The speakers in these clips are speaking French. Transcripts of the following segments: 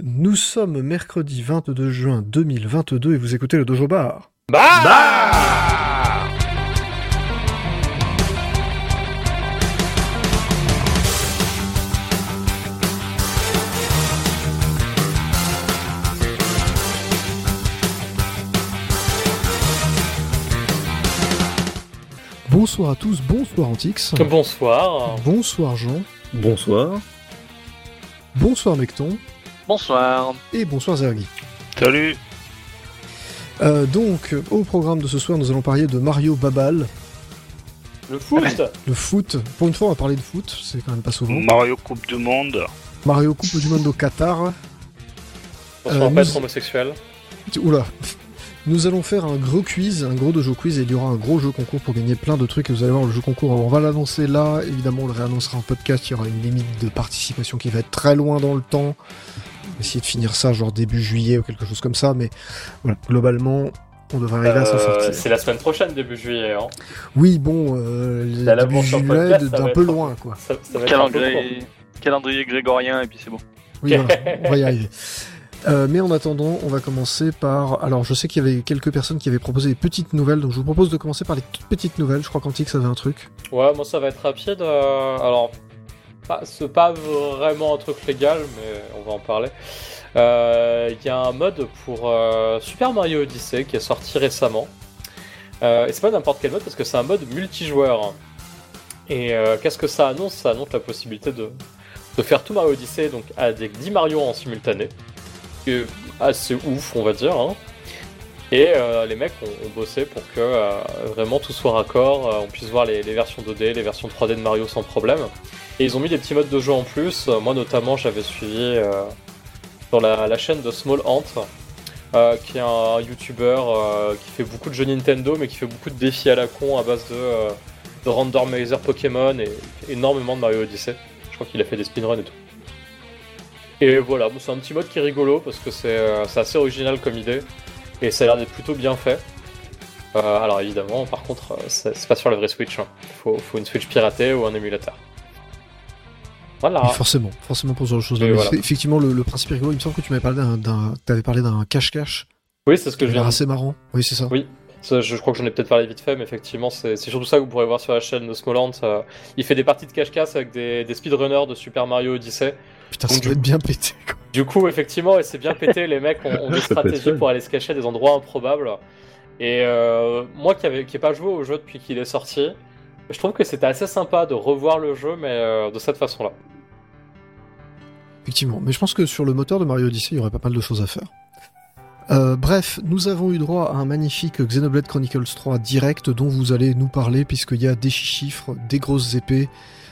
Nous sommes mercredi 22 juin 2022 et vous écoutez le Dojo Bar. Bonsoir à tous, bonsoir Antix. Bonsoir. Bonsoir Jean. Bonsoir. Bonsoir Mecton. Bonsoir. Et bonsoir Zergi. Salut. Donc, au programme de ce soir, nous allons parler de Mario Babal. Le foot. Le foot. Pour une fois, on va parler de foot, c'est quand même pas souvent. Mario Coupe du Monde. Mario Coupe du Monde au Qatar. On ne pas être homosexuel. Oula. Nous allons faire un gros quiz, un gros dojo quiz, et il y aura un gros jeu concours pour gagner plein de trucs. Et vous allez voir, le jeu concours, on va l'annoncer là. Évidemment, on le réannoncera en podcast. Il y aura une limite de participation qui va être très loin dans le temps. On va essayer de finir ça genre début juillet ou quelque chose comme ça. Mais voilà, globalement, on devrait arriver à s'en sortir. C'est la semaine prochaine, début juillet. Hein. Oui, bon, début juillet, d'un peu loin, quoi. Ça va être un peu court. Calendrier grégorien, et puis c'est bon. Oui, voilà, on va y arriver. Mais en attendant, on va commencer par... Alors, je sais qu'il y avait quelques personnes qui avaient proposé des petites nouvelles, donc je vous propose de commencer par les toutes petites nouvelles. Je crois qu'Antix avait un truc. Ouais, moi ça va être rapide. Alors, c'est pas vraiment un truc légal, mais on va en parler. Il y a un mode pour Super Mario Odyssey qui est sorti récemment. Et c'est pas n'importe quel mode, parce que c'est un mode multijoueur. Et qu'est-ce que ça annonce ? Ça annonce la possibilité de faire tout Mario Odyssey donc avec 10 Mario en simultané. Assez ouf, on va dire. Hein. Et les mecs ont bossé pour que vraiment tout soit raccord, on puisse voir les versions 2D, les versions 3D de Mario sans problème. Et ils ont mis des petits modes de jeu en plus. Moi notamment, j'avais suivi sur la chaîne de Small Ant, qui est un YouTuber qui fait beaucoup de jeux Nintendo, mais qui fait beaucoup de défis à la con à base de randomizer Pokémon et énormément de Mario Odyssey. Je crois qu'il a fait des speedruns et tout. Et voilà, c'est un petit mode qui est rigolo parce que c'est assez original comme idée et ça a l'air d'être plutôt bien fait. Alors évidemment, par contre, c'est pas sur la vraie Switch. Hein. Faut une Switch piratée ou un émulateur. Voilà. Et forcément pour ce genre de choses. Voilà. Effectivement, le principe est rigolo. Il me semble que tu m'avais parlé d'un cache-cache. Oui, c'est ce que je viens. Assez marrant. Oui, c'est ça. Oui. Je crois que j'en ai peut-être parlé vite fait, mais effectivement, c'est surtout ça que vous pourrez voir sur la chaîne de Smoland. Il fait des parties de cache-cache avec des speedrunners de Super Mario Odyssey. Putain, ça doit être bien pété, quoi. Du coup, effectivement, c'est bien pété. Les mecs ont des stratégies pour aller se cacher à des endroits improbables. Et moi qui n'ai pas joué au jeu depuis qu'il est sorti, je trouve que c'était assez sympa de revoir le jeu, mais de cette façon-là. Effectivement, mais je pense que sur le moteur de Mario Odyssey, il y aurait pas mal de choses à faire. Bref, nous avons eu droit à un magnifique Xenoblade Chronicles 3 direct dont vous allez nous parler puisqu'il y a des chiffres, des grosses épées.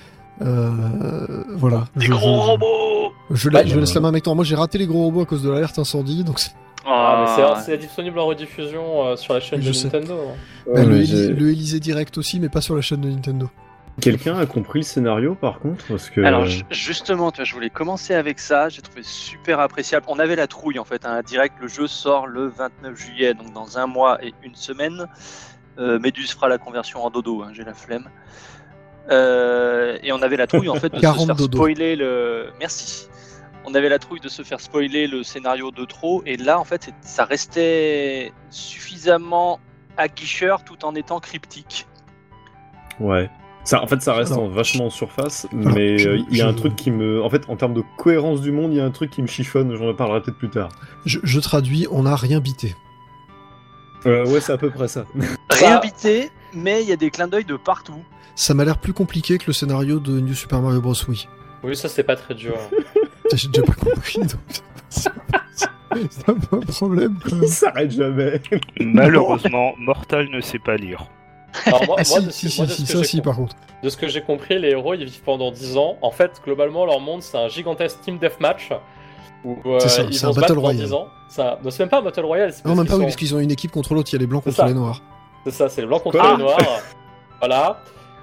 Voilà. Des gros robots. Je laisse la main avec toi. Moi j'ai raté les gros robots à cause de l'alerte incendie, donc mais c'est disponible en rediffusion sur la chaîne de Nintendo. Hein. Le Élysée direct aussi, mais pas sur la chaîne de Nintendo. Quelqu'un a compris le scénario par contre parce que... Alors justement, tu vois, je voulais commencer avec ça, j'ai trouvé super appréciable. On avait la trouille en fait, direct, le jeu sort le 29 juillet, donc dans un mois et une semaine. Méduse fera la conversion en dodo, j'ai la flemme. Et on avait la trouille en fait de se faire spoiler le... Merci. On avait la trouille de se faire spoiler le scénario de trop, et là en fait ça restait suffisamment aguicheur tout en étant cryptique. Ouais. Ça reste vachement en surface, mais il y a un truc qui me... En fait, en termes de cohérence du monde, il y a un truc qui me chiffonne, j'en parlerai peut-être plus tard. Je traduis, on n'a rien bité. Ouais, c'est à peu près ça. Rien bité, mais il y a des clins d'œil de partout. Ça m'a l'air plus compliqué que le scénario de New Super Mario Bros. Oui, ça c'est pas très dur. J'ai déjà pas compris, donc... c'est un peu un problème, quand même. Il s'arrête jamais. Malheureusement, Mortal ne sait pas lire. Alors moi, par contre. De ce que j'ai compris, les héros ils vivent pendant 10 ans. En fait, globalement, leur monde c'est un gigantesque team deathmatch où c'est ils ça, vont c'est se un battre Battle pendant Royale. 10 ans. Non, c'est même pas un Battle Royale. Non, même pas, oui, parce qu'ils ont une équipe contre l'autre, il y a les blancs contre les noirs. C'est ça, c'est les blancs contre les noirs. Voilà.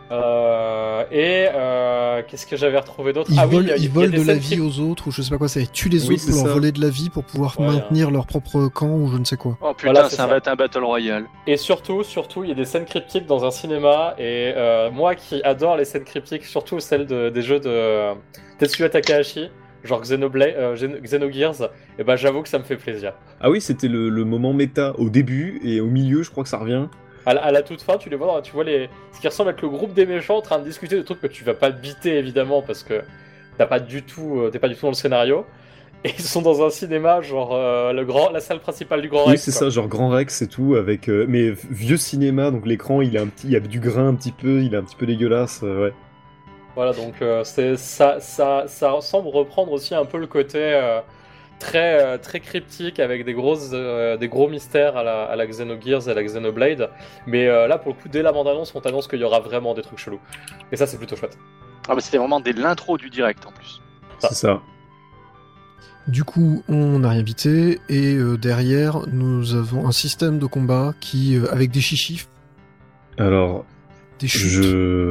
Qu'est-ce que j'avais retrouvé d'autre? Ils volent de la vie aux autres, ou je sais pas quoi, ça tue les autres pour leur voler de la vie pour pouvoir maintenir leur propre camp, ou je ne sais quoi. Oh putain, voilà, ça va être un Battle Royale. Et surtout, il y a des scènes cryptiques dans un cinéma, et moi qui adore les scènes cryptiques, surtout celles des jeux de Tetsuya Takahashi, genre Xenogears, et bah j'avoue que ça me fait plaisir. Ah oui, c'était le moment méta au début, et au milieu, je crois que ça revient. À la toute fin, tu vois ce qui ressemble à être le groupe des méchants en train de discuter de trucs que tu vas pas biter évidemment parce que t'es pas du tout dans le scénario. Et ils sont dans un cinéma, genre la salle principale du Grand Oui, Rex. c'est quoi. ça, genre Grand Rex et tout, avec mais vieux cinéma, donc l'écran il y a du grain un petit peu, il est un petit peu dégueulasse, ouais. Voilà, donc ça semble reprendre aussi un peu le côté très cryptique avec des gros mystères à la Xenogears et à la Xenoblade. Mais là, pour le coup, dès la bande-annonce, on t'annonce qu'il y aura vraiment des trucs chelous. Et ça, c'est plutôt chouette. Ah bah c'était vraiment dès l'intro du direct en plus. C'est ça. Du coup, on a rien bité, et derrière, nous avons un système de combat qui, avec des chichifs, Alors, des chutes.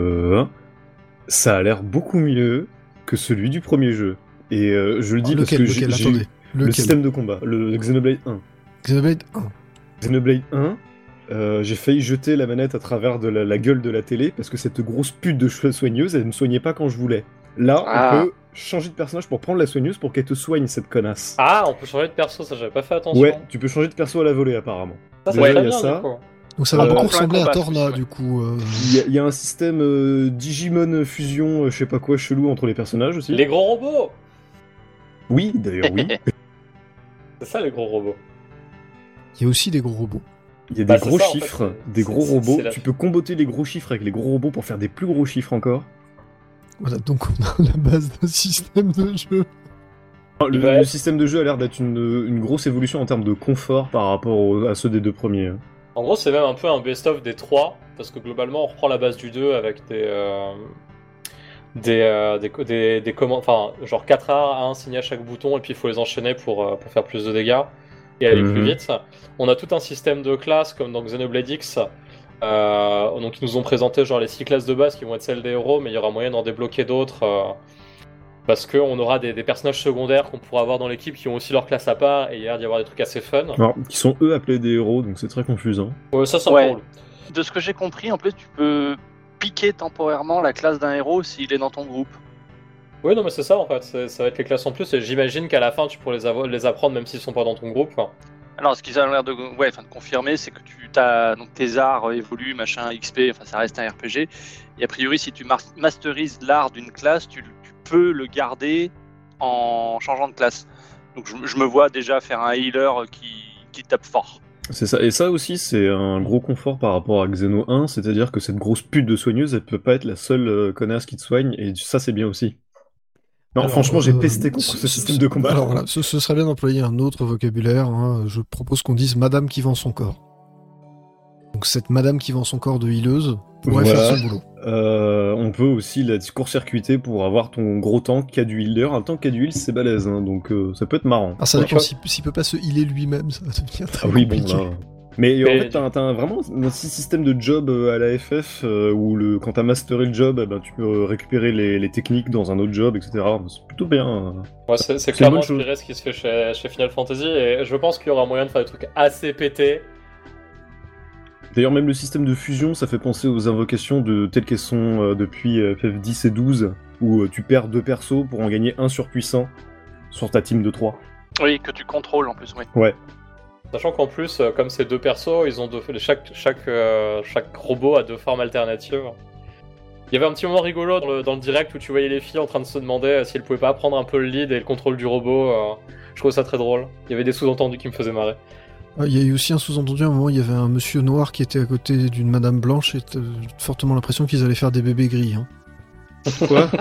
ça a l'air beaucoup mieux que celui du premier jeu. Et je le dis parce que j'ai attendez. le système de combat, le Xenoblade 1. Xenoblade 1. Xenoblade 1, j'ai failli jeter la manette à travers de la gueule de la télé parce que cette grosse pute de soigneuse, elle ne me soignait pas quand je voulais. Là, on peut changer de personnage pour prendre la soigneuse pour qu'elle te soigne, cette connasse. Ah, on peut changer de perso, ça j'avais pas fait attention. Ouais, tu peux changer de perso à la volée apparemment. Ça, c'est Déjà, très il y a bien, ça. du coup. Donc ça va beaucoup plein ressembler à combat, Torna, ouais. du coup. Il y a un système Digimon fusion, je sais pas quoi, chelou entre les personnages aussi. Les gros robots. Oui, d'ailleurs, oui. C'est ça, les gros robots. Il y a aussi des gros robots. Il y a Bah, des c'est gros ça, en fait, chiffres, c'est- des gros c'est- robots. c'est la- Tu peux comboter les gros chiffres avec les gros robots pour faire des plus gros chiffres encore. Voilà, donc on a la base d'un système de jeu. Le, Ouais. le système de jeu a l'air d'être une grosse évolution en termes de confort par rapport à ceux des deux premiers. En gros, c'est même un peu un best-of des trois, parce que globalement, on reprend la base du 2 avec des commandes, enfin, genre 4 arts, un signé à chaque bouton, et puis il faut les enchaîner pour faire plus de dégâts et aller plus Mhm. vite. On a tout un système de classes, comme dans Xenoblade X. Donc, ils nous ont présenté genre les 6 classes de base qui vont être celles des héros, mais il y aura moyen d'en débloquer d'autres. Parce qu'on aura des personnages secondaires qu'on pourra avoir dans l'équipe qui ont aussi leur classe à part, et il y a l'air d'y avoir des trucs assez fun. Alors, qui sont eux appelés des héros, donc c'est très confusant. Ouais, ça, c'est Ouais. drôle. De ce que j'ai compris, en plus, tu peux piquer temporairement la classe d'un héros s'il est dans ton groupe. Oui, non, mais c'est ça en fait, ça va être les classes en plus, et j'imagine qu'à la fin tu pourras les apprendre même s'ils sont pas dans ton groupe. Alors, ce qu'ils ont l'air de confirmer, c'est que donc tes arts évoluent, machin, XP, enfin ça reste un RPG. Et a priori, si tu masterises l'art d'une classe, tu peux le garder en changeant de classe. Donc je me vois déjà faire un healer qui tape fort. C'est ça. Et ça aussi, c'est un gros confort par rapport à Xeno 1, c'est-à-dire que cette grosse pute de soigneuse, elle peut pas être la seule connasse qui te soigne, et ça, c'est bien aussi. Non, Alors, franchement, j'ai pesté contre ce système de combat. Alors voilà, ce serait bien d'employer un autre vocabulaire. Hein. Je propose qu'on dise Madame qui vend son corps. Donc cette Madame qui vend son corps de healeuse pourrait Voilà. faire son boulot. On peut aussi la court-circuiter pour avoir ton gros tank qui a du healer. Un tank qui a du heal, c'est balèze, hein, donc ça peut être marrant. Ah, ça Ouais, dépend je s'il peut pas se healer lui-même, ça va devenir très Ah oui, bon, compliqué. là. Mais en Mais- fait, t'as vraiment un petit système de job à la FF où quand t'as masteré le job, tu peux récupérer les techniques dans un autre job, etc. C'est plutôt bien. Ouais, c'est une clairement bonne chose. inspiré ce qui se fait chez Final Fantasy, et je pense qu'il y aura moyen de faire des trucs assez pétés. D'ailleurs, même le système de fusion, ça fait penser aux invocations telles qu'elles sont depuis FF10 et 12, où tu perds 2 persos pour en gagner un surpuissant sur ta team de 3. Oui, que tu contrôles en plus, oui. Ouais. Sachant qu'en plus, comme ces deux persos, ils ont chaque robot a deux formes alternatives. Il y avait un petit moment rigolo dans le direct où tu voyais les filles en train de se demander si elles pouvaient pas prendre un peu le lead et le contrôle du robot. Je trouve ça très drôle. Il y avait des sous-entendus qui me faisaient marrer. Ah, il y a eu aussi un sous-entendu, à un moment, il y avait un monsieur noir qui était à côté d'une madame blanche, et t'as fortement l'impression qu'ils allaient faire des bébés gris. Hein. Quoi?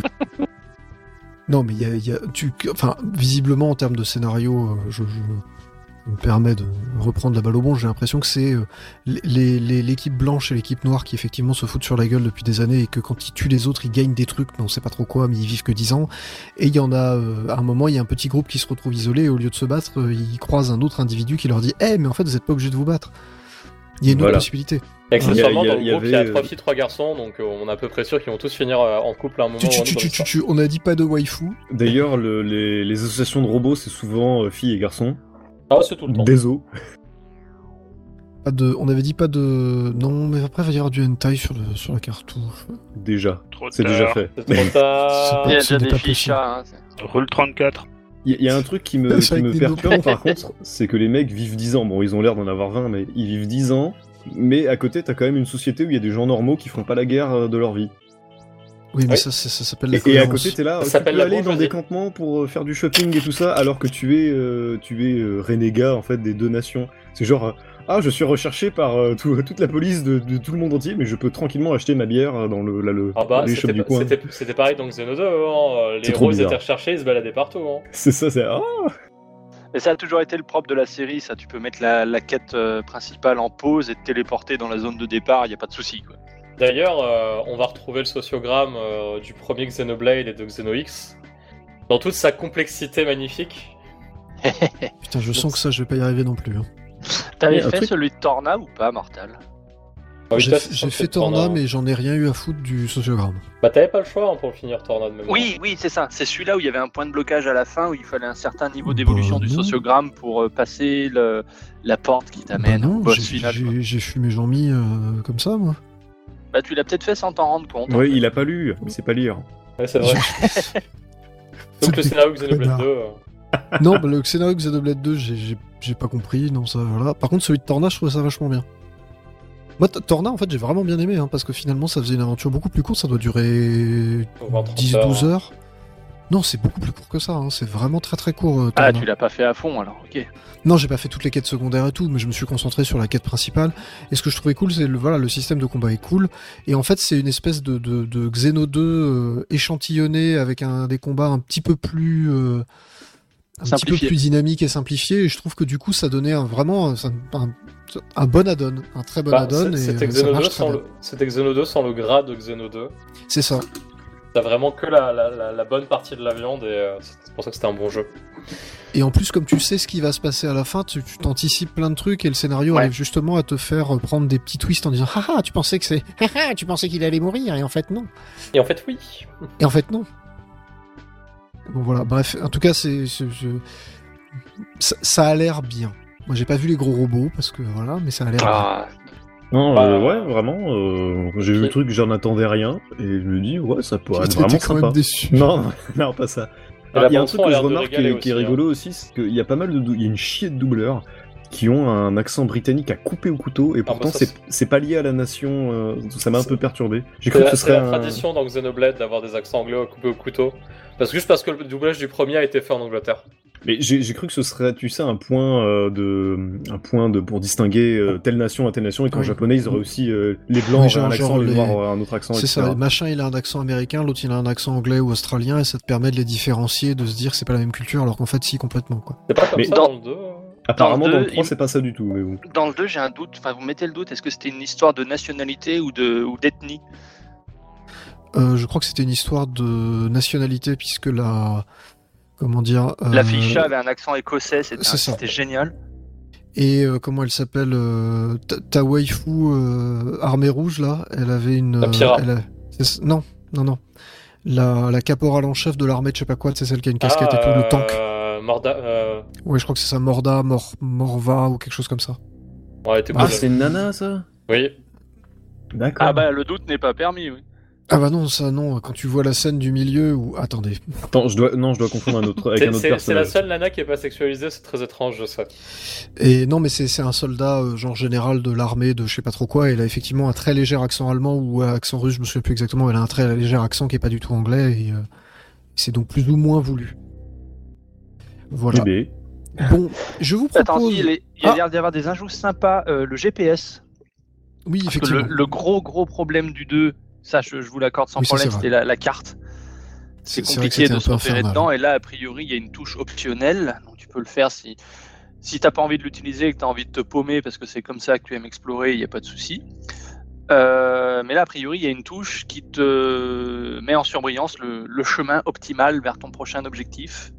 Non, mais enfin, visiblement, en termes de scénario, je me permets de reprendre la balle au bon, j'ai l'impression que c'est l'équipe blanche et l'équipe noire qui effectivement se foutent sur la gueule depuis des années, et que quand ils tuent les autres, ils gagnent des trucs, mais on sait pas trop quoi, mais ils vivent que 10 ans. Et il y en a, à un moment, il y a un petit groupe qui se retrouve isolé, et au lieu de se battre, ils croisent un autre individu qui leur dit « Eh, mais en fait, vous êtes pas obligés de vous battre ». Il y a une autre Voilà. possibilité. Et accessoirement, Il y a- dans le il y groupe, il y avait, a 3 filles, 3 garçons, donc on est à peu près sûr qu'ils vont tous finir en couple à un moment ou un autre dans l'histoire. On a dit pas de waifu. D'ailleurs, les associations de robots, c'est souvent filles et garçons. Ah, c'est tout le temps. Désolé. On avait dit pas de... Non, mais après, il va y avoir du hentai sur la cartouche. Déjà. Trop C'est tard. déjà fait. C'est trop tard. Il y a ce déjà n'est des pas fichas. Roll 34. Il y a un truc qui me C'est avec des perturbe mots. par contre, c'est que les mecs vivent 10 ans. Bon, ils ont l'air d'en avoir 20, mais ils vivent 10 ans. Mais à côté, t'as quand même une société où il y a des gens normaux qui font pas la guerre de leur vie. Oui, mais Oui. ça s'appelle la Et à cohérence. côté, t'es là, Ça tu s'appelle peux la aller dans bourgeoisie. des campements pour faire du shopping et tout ça, alors que tu es renégat en fait des deux nations. C'est genre, je suis recherché par toute la police de tout le monde entier, mais je peux tranquillement acheter ma bière dans Ah bah, les shops du coin. c'était pareil dans Xeno 2, hein. Les C'est trop héros ils bizarre. étaient recherchés, ils se baladaient partout. Hein. C'est ça, c'est Et ça a toujours été le propre de la série, ça. Tu peux mettre la quête principale en pause et te téléporter dans la zone de départ, il n'y a pas de souci, quoi. D'ailleurs, on va retrouver le sociogramme du premier Xenoblade et de Xeno X dans toute sa complexité magnifique. Putain, je sens que ça, je vais pas y arriver non plus. Hein. T'avais Et un fait truc- celui de Torna ou pas, Mortal? Ah oui, J'ai toi, c'est j'ai sûr fait que Torna, Torna, mais j'en ai rien eu à foutre du sociogramme. Bah t'avais pas le choix hein, pour le finir Torna de mémoire. Oui, c'est ça. C'est celui-là où il y avait un point de blocage à la fin, où il fallait un certain niveau Bah, d'évolution du non. sociogramme pour passer la porte qui Bah t'amène au non, boss j'ai final. quoi. j'ai fumé Jean-Mi comme ça, moi. Bah, tu l'as peut-être fait sans t'en rendre compte. en Oui, fait. il a pas lu, il sait pas lire. Ouais, c'est vrai. Donc le C'était scénario Xenoblade connard. 2. Non, bah, le scénario Xenoblade 2, j'ai pas compris, non, ça, voilà. Par contre, celui de Torna, je trouvais ça vachement bien. Moi, Torna, en fait, j'ai vraiment bien aimé, hein, parce que finalement, ça faisait une aventure beaucoup plus courte, ça doit durer 20-30 10-12 heures. Non, c'est beaucoup plus court que ça, hein, c'est vraiment très très court, Ah, Torna. tu l'as pas fait à fond alors, ok. Non, j'ai pas fait toutes les quêtes secondaires et tout, mais je me suis concentré sur la quête principale. Et ce que je trouvais cool, c'est le système de combat est cool. Et en fait, c'est une espèce de Xeno 2 échantillonné avec des combats un petit peu plus Simplifié. dynamiques et simplifiés. Et je trouve que du coup, ça donnait vraiment un bon add-on, un très bon add-on. C'était Et ça Xeno 2 marche très sans bien. c'était Xeno 2 sans le gras de Xeno 2. C'est ça. T'as vraiment que la bonne partie de la viande et c'est pour ça que c'était un bon jeu. Et en plus, comme tu sais ce qui va se passer à la fin, tu t'anticipes plein de trucs et le scénario Ouais. arrive justement à te faire prendre des petits twists en disant haha, tu pensais que c'est haha, tu pensais qu'il allait mourir et en fait non. Et en fait oui. Et en fait non. Bon voilà, bref, en tout cas ça a l'air bien. Moi j'ai pas vu les gros robots parce que voilà, mais ça a l'air bien. Ah, Non, Bah, ouais, vraiment, j'ai vu le truc, j'en attendais rien, et je me dis, ouais, ça pourrait être J'étais vraiment quand sympa. même déçu. Non, non, pas ça. Et Alors, il y a la un truc bande-son a que je l'air de remarque régaler qui est aussi, rigolo aussi, c'est qu'il y a pas mal il y a une chier de doubleurs qui ont un accent britannique à couper au couteau, et pourtant bah ça, c'est pas lié à la nation, ça m'a un C'est- peu perturbé. J'ai C'est cru que ce c'est serait la un... tradition dans Xenoblade d'avoir des accents anglais coupés au couteau. Juste parce que le doublage du premier a été fait en Angleterre. Mais j'ai cru que ce serait, tu sais, un point pour distinguer telle nation à telle nation, et qu'en Oui. japonais ils auraient aussi les blancs Oui, auraient un accent, les les- noirs auraient un autre accent, C'est etc. ça, machin il a un accent américain, l'autre il a un accent anglais ou australien et ça te permet de les différencier, de se dire que c'est pas la même culture alors qu'en fait si complètement quoi. C'est pas comme Mais ça dans- dans le 2. Apparemment Dans dans le le 3 deux, c'est pas ça du tout, mais bon. Dans le 2, j'ai un doute, enfin vous mettez le doute, est-ce que c'était une histoire de nationalité ou d'ethnie? Je crois que c'était une histoire de nationalité puisque la comment dire La Ficha avait un accent écossais, c'est ça. c'était génial. et comment elle s'appelle ta waifu armée rouge là, elle avait une La Pyra. non. La caporale en chef de l'armée de je sais pas quoi, c'est celle qui a une casquette et tout, le tank. Morda. Ouais, je crois que c'est ça, Morva ou quelque chose comme ça. Ouais, elle était Ah, cool. c'est une nana ça? Oui. D'accord. Ah bah le doute n'est pas permis, oui. Ah bah non, ça non, quand tu vois la scène du milieu où... Attendez. Attends, je dois confondre avec un autre C'est la personnage. seule nana qui est pas sexualisée, c'est très étrange, je sais. Et non, mais c'est un soldat, genre général de l'armée de je sais pas trop quoi, et elle a effectivement un très léger accent allemand ou accent russe, je me souviens plus exactement, mais elle a un très léger accent qui est pas du tout anglais, et c'est donc plus ou moins voulu. Voilà. Eh Bon, je vous Attends, propose... il y a l'air d'y avoir des ajouts sympas. Le GPS, Oui, parce que effectivement. le gros problème du 2, ça je vous l'accorde sans Oui, ça, problème, c'est vrai. c'était la carte. C'est vrai que compliqué c'était de un se peu repérer infernal. dedans, et là a priori il y a une touche optionnelle, donc tu peux le faire si t'as pas envie de l'utiliser et que t'as envie de te paumer parce que c'est comme ça que tu aimes explorer, il n'y a pas de souci. Mais là a priori il y a une touche qui te met en surbrillance le chemin optimal vers ton prochain objectif.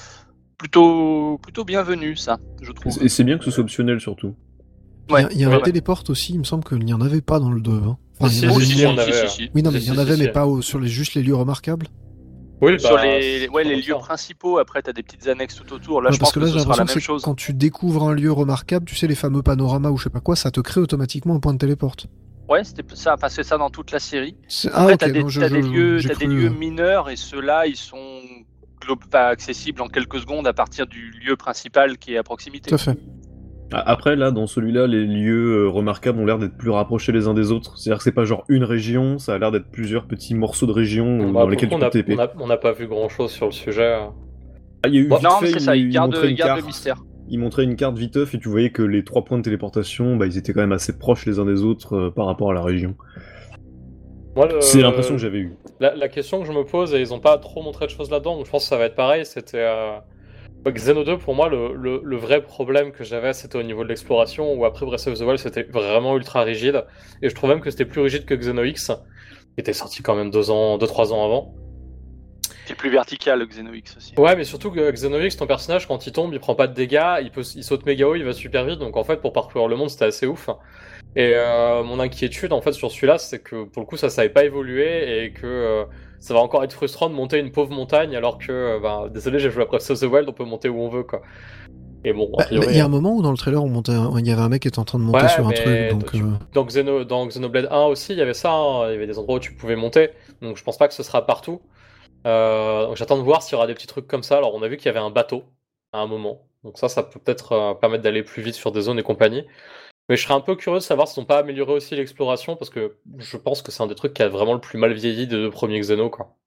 Plutôt bienvenu ça, je trouve. Et c'est bien que ce soit optionnel surtout. Il y a un ouais. téléporte aussi, il me semble qu'il n'y en avait pas dans le 2. Hein. Enfin, Si, il y en si, avait si, une- il y en avait. Oui, non, mais il y en avait, mais si. pas sur juste les lieux remarquables. Oui, Sur bah, les comme lieux ça. principaux, après t'as des petites annexes tout autour. Là, Ouais, je parce pense que que là, ce j'ai sera la l'impression que même c'est chose. quand tu découvres un lieu remarquable, tu sais, les fameux panoramas ou je sais pas quoi, ça te crée automatiquement un point de téléporte. Ouais, c'était ça, enfin, c'est ça dans toute la série. Ah, Après, ok, non, t'as des lieux, j'ai t'as des cru. lieux mineurs et ceux-là, ils sont pas accessibles en quelques secondes à partir du lieu principal qui est à proximité. Tout à fait. Après, là, dans celui-là, les lieux remarquables ont l'air d'être plus rapprochés les uns des autres. C'est-à-dire que c'est pas genre une région, ça a l'air d'être plusieurs petits morceaux de région Bah, dans pour le lesquels coup, tu peux te TP. on n'a pas vu grand-chose sur le sujet. Ah, il y a eu Bon, vite Non, mais fait, c'est ça, ils il montrait une gardent le carte. mystère. Il montrait une carte viteuf et tu voyais que les 3 points de téléportation, bah, ils étaient quand même assez proches les uns des autres par rapport à la région. Moi, C'est l'impression que j'avais eue. la question que je me pose, et ils ont pas trop montré de choses là-dedans, donc je pense que ça va être pareil, c'était... Xeno 2, pour moi, le vrai problème que j'avais, c'était au niveau de l'exploration, où après Breath of the Wild, c'était vraiment ultra rigide, et je trouve même que c'était plus rigide que Xeno X, qui était sorti quand même 2-3 ans avant. C'est plus vertical, le Xeno X aussi. Ouais, mais surtout que Xeno X, ton personnage, quand il tombe, il prend pas de dégâts, il saute méga haut, il va super vite, donc en fait, pour parcourir le monde, c'était assez ouf. Et mon inquiétude, en fait, sur celui-là, c'est que pour le coup, ça n'avait pas évolué, et que ça va encore être frustrant de monter une pauvre montagne, alors que, désolé, j'ai joué à Breath of the Wild, on peut monter où on veut, quoi. Et bon, a priori... Il y a un moment où dans le trailer, il y avait un mec qui était en train de monter Ouais, sur un truc, mais donc. dans Xenoblade 1 aussi, il y avait ça, hein, il y avait des endroits où tu pouvais monter, donc je pense pas que ce sera partout. Donc j'attends de voir s'il y aura des petits trucs comme ça. Alors on a vu qu'il y avait un bateau à un moment, donc ça peut peut-être permettre d'aller plus vite sur des zones et compagnie. Mais je serais un peu curieux de savoir s'ils n'ont pas amélioré aussi l'exploration, parce que je pense que c'est un des trucs qui a vraiment le plus mal vieilli des deux premiers Xeno, quoi.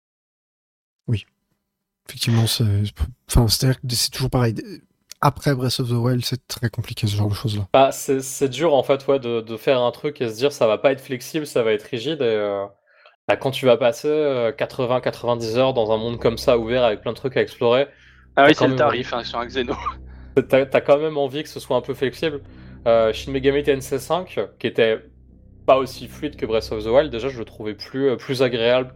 Effectivement, c'est-à-dire que c'est toujours pareil. Après Breath of the Wild, c'est très compliqué ce genre de choses-là. Bah, c'est dur en fait, ouais, de faire un truc et se dire ça va pas être flexible, ça va être rigide. Et quand tu vas passer 80-90 heures dans un monde comme ça, ouvert avec plein de trucs à explorer, Ah t'as oui, quand c'est le même tarif hein, sur un Xeno. t'as quand même envie que ce soit un peu flexible. Shin Megami Tensei 5, qui était pas aussi fluide que Breath of the Wild, déjà je le trouvais plus agréable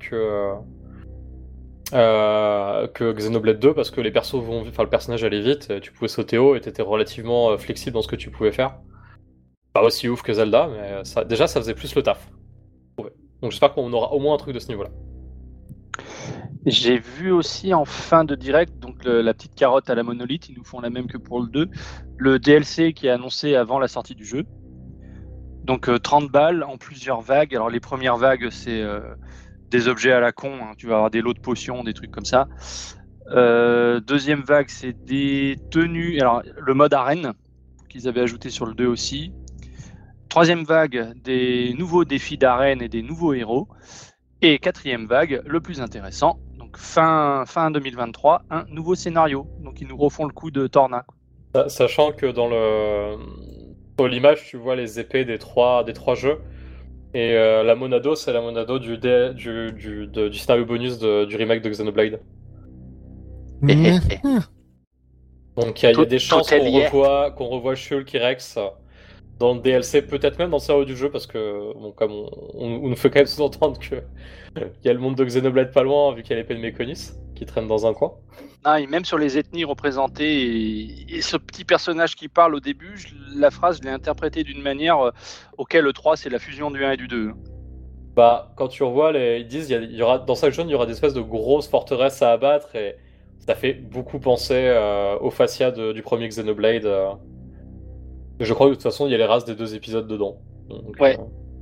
que Xenoblade 2, parce que les persos le personnage allait vite, tu pouvais sauter haut et t'étais relativement flexible dans ce que tu pouvais faire. Pas aussi ouf que Zelda, mais déjà ça faisait plus le taf. Donc j'espère qu'on aura au moins un truc de ce niveau-là. J'ai vu aussi en fin de direct, donc la petite carotte à la monolithe, ils nous font la même que pour le 2, le DLC qui est annoncé avant la sortie du jeu. Donc 30 balles en plusieurs vagues. Alors les premières vagues, c'est des objets à la con, hein. Tu vas avoir des lots de potions, des trucs comme ça. Deuxième vague, c'est des tenues, alors le mode arène, qu'ils avaient ajouté sur le 2 aussi. Troisième vague, des nouveaux défis d'arène et des nouveaux héros. Et quatrième vague, le plus intéressant, donc fin 2023, un nouveau scénario. Donc ils nous refont le coup de Torna. Sachant que sur l'image, tu vois les épées des trois jeux. Et la Monado, c'est la Monado du scénario bonus du remake de Xenoblade. Donc il y a des chances qu'on revoie Shulk et Rex dans le DLC, peut-être même dans le scénario du jeu, parce que comme on nous fait quand même sous-entendre qu'il y a le monde de Xenoblade pas loin, vu qu'il y a l'épée de Mekonis qui traîne dans un coin. Ah, et même sur les ethnies représentées, et ce petit personnage qui parle au début, la phrase, je l'ai interprétée d'une manière auquel le 3, c'est la fusion du 1 et du 2. Bah, quand tu revois, ils disent il y aura, dans chaque zone, il y aura des espèces de grosses forteresses à abattre, et ça fait beaucoup penser au fascia du premier Xenoblade. Je crois que de toute façon, il y a les races des 2 épisodes dedans. Donc, ouais.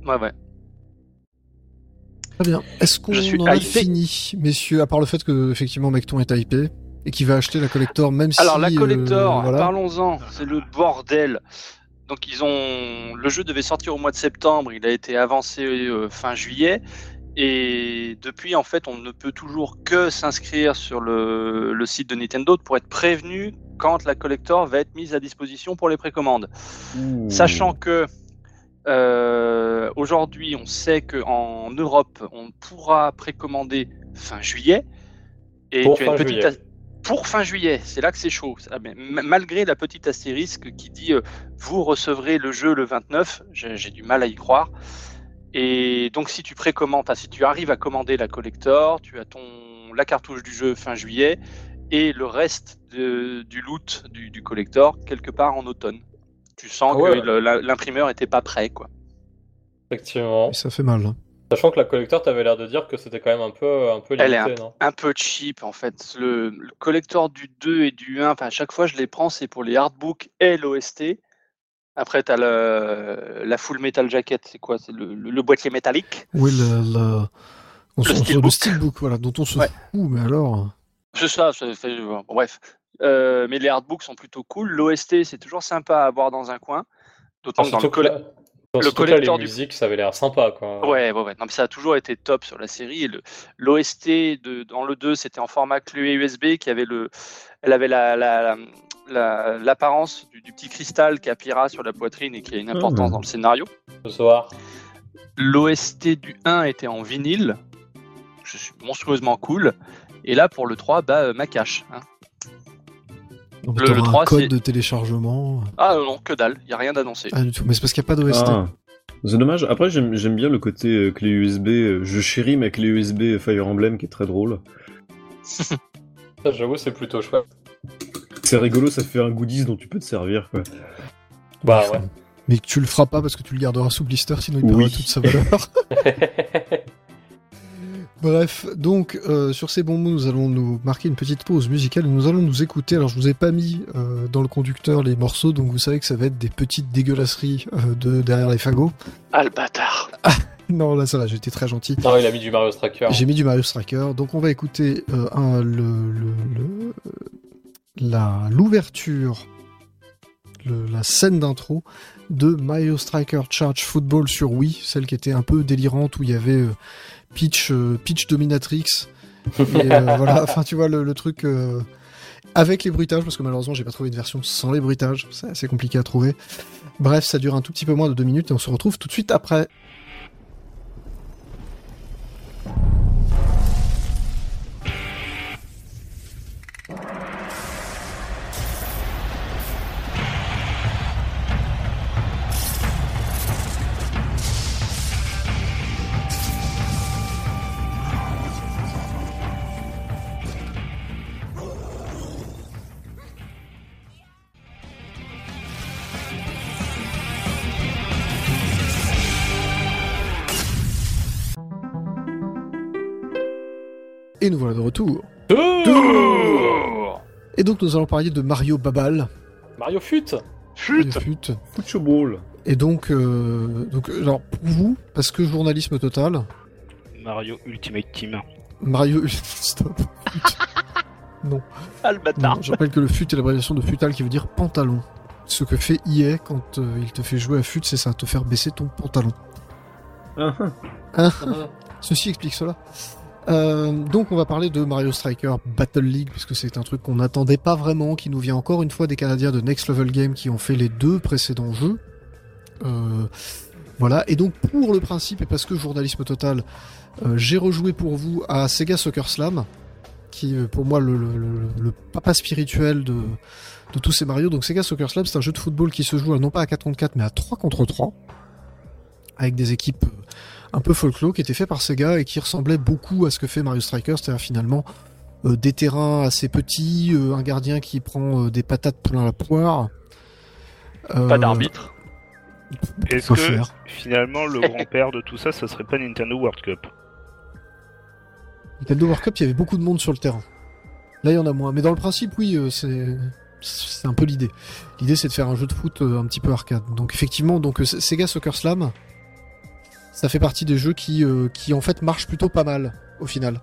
Très bien. Est-ce qu'on en a fini, messieurs, à part le fait que effectivement Mecton est hypé et qu'il va acheter la collector, même si... Alors la collector, voilà. parlons-en, c'est le bordel. Donc le jeu devait sortir au mois de septembre, il a été avancé fin juillet, et depuis en fait on ne peut toujours que s'inscrire sur le site de Nintendo pour être prévenu quand la collector va être mise à disposition pour les précommandes. Sachant que aujourd'hui on sait qu'en Europe on pourra précommander fin juillet, et pour tu as une petite... Pour fin juillet, c'est là que c'est chaud. Malgré la petite astérisque qui dit vous recevrez le jeu le 29, j'ai du mal à y croire. Et donc si tu précommandes, si tu arrives à commander la collector, tu as la cartouche du jeu fin juillet et le reste du loot du collector quelque part en automne. Tu sens que l'imprimeur était pas prêt, quoi. Effectivement. Et ça fait mal. Sachant que la collector, t'avais l'air de dire que c'était quand même un peu Elle est limité, non? un peu cheap en fait. Le collector du 2 et du 1, enfin à chaque fois je les prends, c'est pour les artbooks et l'OST. Après t'as la full metal jacket, c'est quoi? C'est le boîtier métallique. Oui, le steelbook. steelbook, voilà, dont on se Ouais. fout, mais alors... C'est ça, bon, bref. Mais les artbooks sont plutôt cool. L'OST c'est toujours sympa à avoir dans un coin. D'autant que dans Surtout que là, surtout que là, les collector du musiques, ça avait l'air sympa, quoi. Ouais. Non, mais ça a toujours été top sur la série. Et l'OST dans le 2, c'était en format clé USB elle avait l'apparence du petit cristal qui appuiera sur la poitrine et qui a une importance dans le scénario. Ce soir. L'OST du 1 était en vinyle. Je suis monstrueusement cool. Et là, pour le 3, ma cache. Hein. Donc, Le t'auras 3, un code c'est- de téléchargement. Ah non, que dalle. Il n'y a rien d'annoncé. Ah, du tout. Mais c'est parce qu'il n'y a pas d'OST. Ah, c'est dommage. Après, j'aime bien le côté clé USB. Je chéris ma clé USB Fire Emblem qui est très drôle. Ça, j'avoue, c'est plutôt chouette. C'est rigolo, ça fait un goodies dont tu peux te servir, quoi. Bah Enfin, ouais. Mais que tu le feras pas parce que tu le garderas sous blister, sinon il Oui. perdra toute sa valeur. Bref, donc sur ces bons mots, nous allons nous marquer une petite pause musicale et nous allons nous écouter. Alors je vous ai pas mis dans le conducteur les morceaux, donc vous savez que ça va être des petites dégueulasseries de derrière les fagots. Ah le bâtard. Non, là ça va, j'étais très gentil. Non, il a mis du Mario Striker. J'ai mis du Mario Striker, donc on va écouter l'ouverture, la scène d'intro de Mario Striker Charge Football sur Wii, celle qui était un peu délirante où il y avait Peach Dominatrix et voilà, enfin tu vois le truc avec les bruitages, parce que malheureusement j'ai pas trouvé une version sans les bruitages, c'est assez compliqué à trouver. Bref, ça dure un tout petit peu moins de 2 minutes et on se retrouve tout de suite après. Et nous voilà de retour. Tour Et donc nous allons parler de Mario Babal. Mario Fut. Mario Fut. Fucho Ball. Et donc alors pour vous, parce que journalisme total, Mario Ultimate Team. Mario stop. Non. Ah le bâtard. Non, je rappelle que le fut est l'abréviation de futal qui veut dire pantalon. Ce que fait EA quand il te fait jouer à fut, c'est ça, te faire baisser ton pantalon. Ceci explique cela. Donc on va parler de Mario Striker Battle League, puisque c'est un truc qu'on n'attendait pas vraiment, qui nous vient encore une fois des Canadiens de Next Level Game qui ont fait les 2 précédents jeux. Voilà, et donc pour le principe, et parce que journalisme total, j'ai rejoué pour vous à Sega Soccer Slam, qui est pour moi le papa spirituel de tous ces Mario. Donc Sega Soccer Slam, c'est un jeu de football qui se joue non pas à 4 contre 4, mais à 3 contre 3, avec des équipes un peu folklore qui était fait par Sega et qui ressemblait beaucoup à ce que fait Mario Striker, c'est-à-dire finalement des terrains assez petits, un gardien qui prend des patates plein la poire. Pas d'arbitre. Est-ce Quoi que faire finalement le grand-père de tout ça, ça serait pas Nintendo World Cup? Nintendo World Cup, il y avait beaucoup de monde sur le terrain. Là, il y en a moins. Mais dans le principe, oui, c'est un peu l'idée. L'idée, c'est de faire un jeu de foot un petit peu arcade. Donc effectivement, Sega Soccer Slam, ça fait partie des jeux qui en fait marchent plutôt pas mal au final.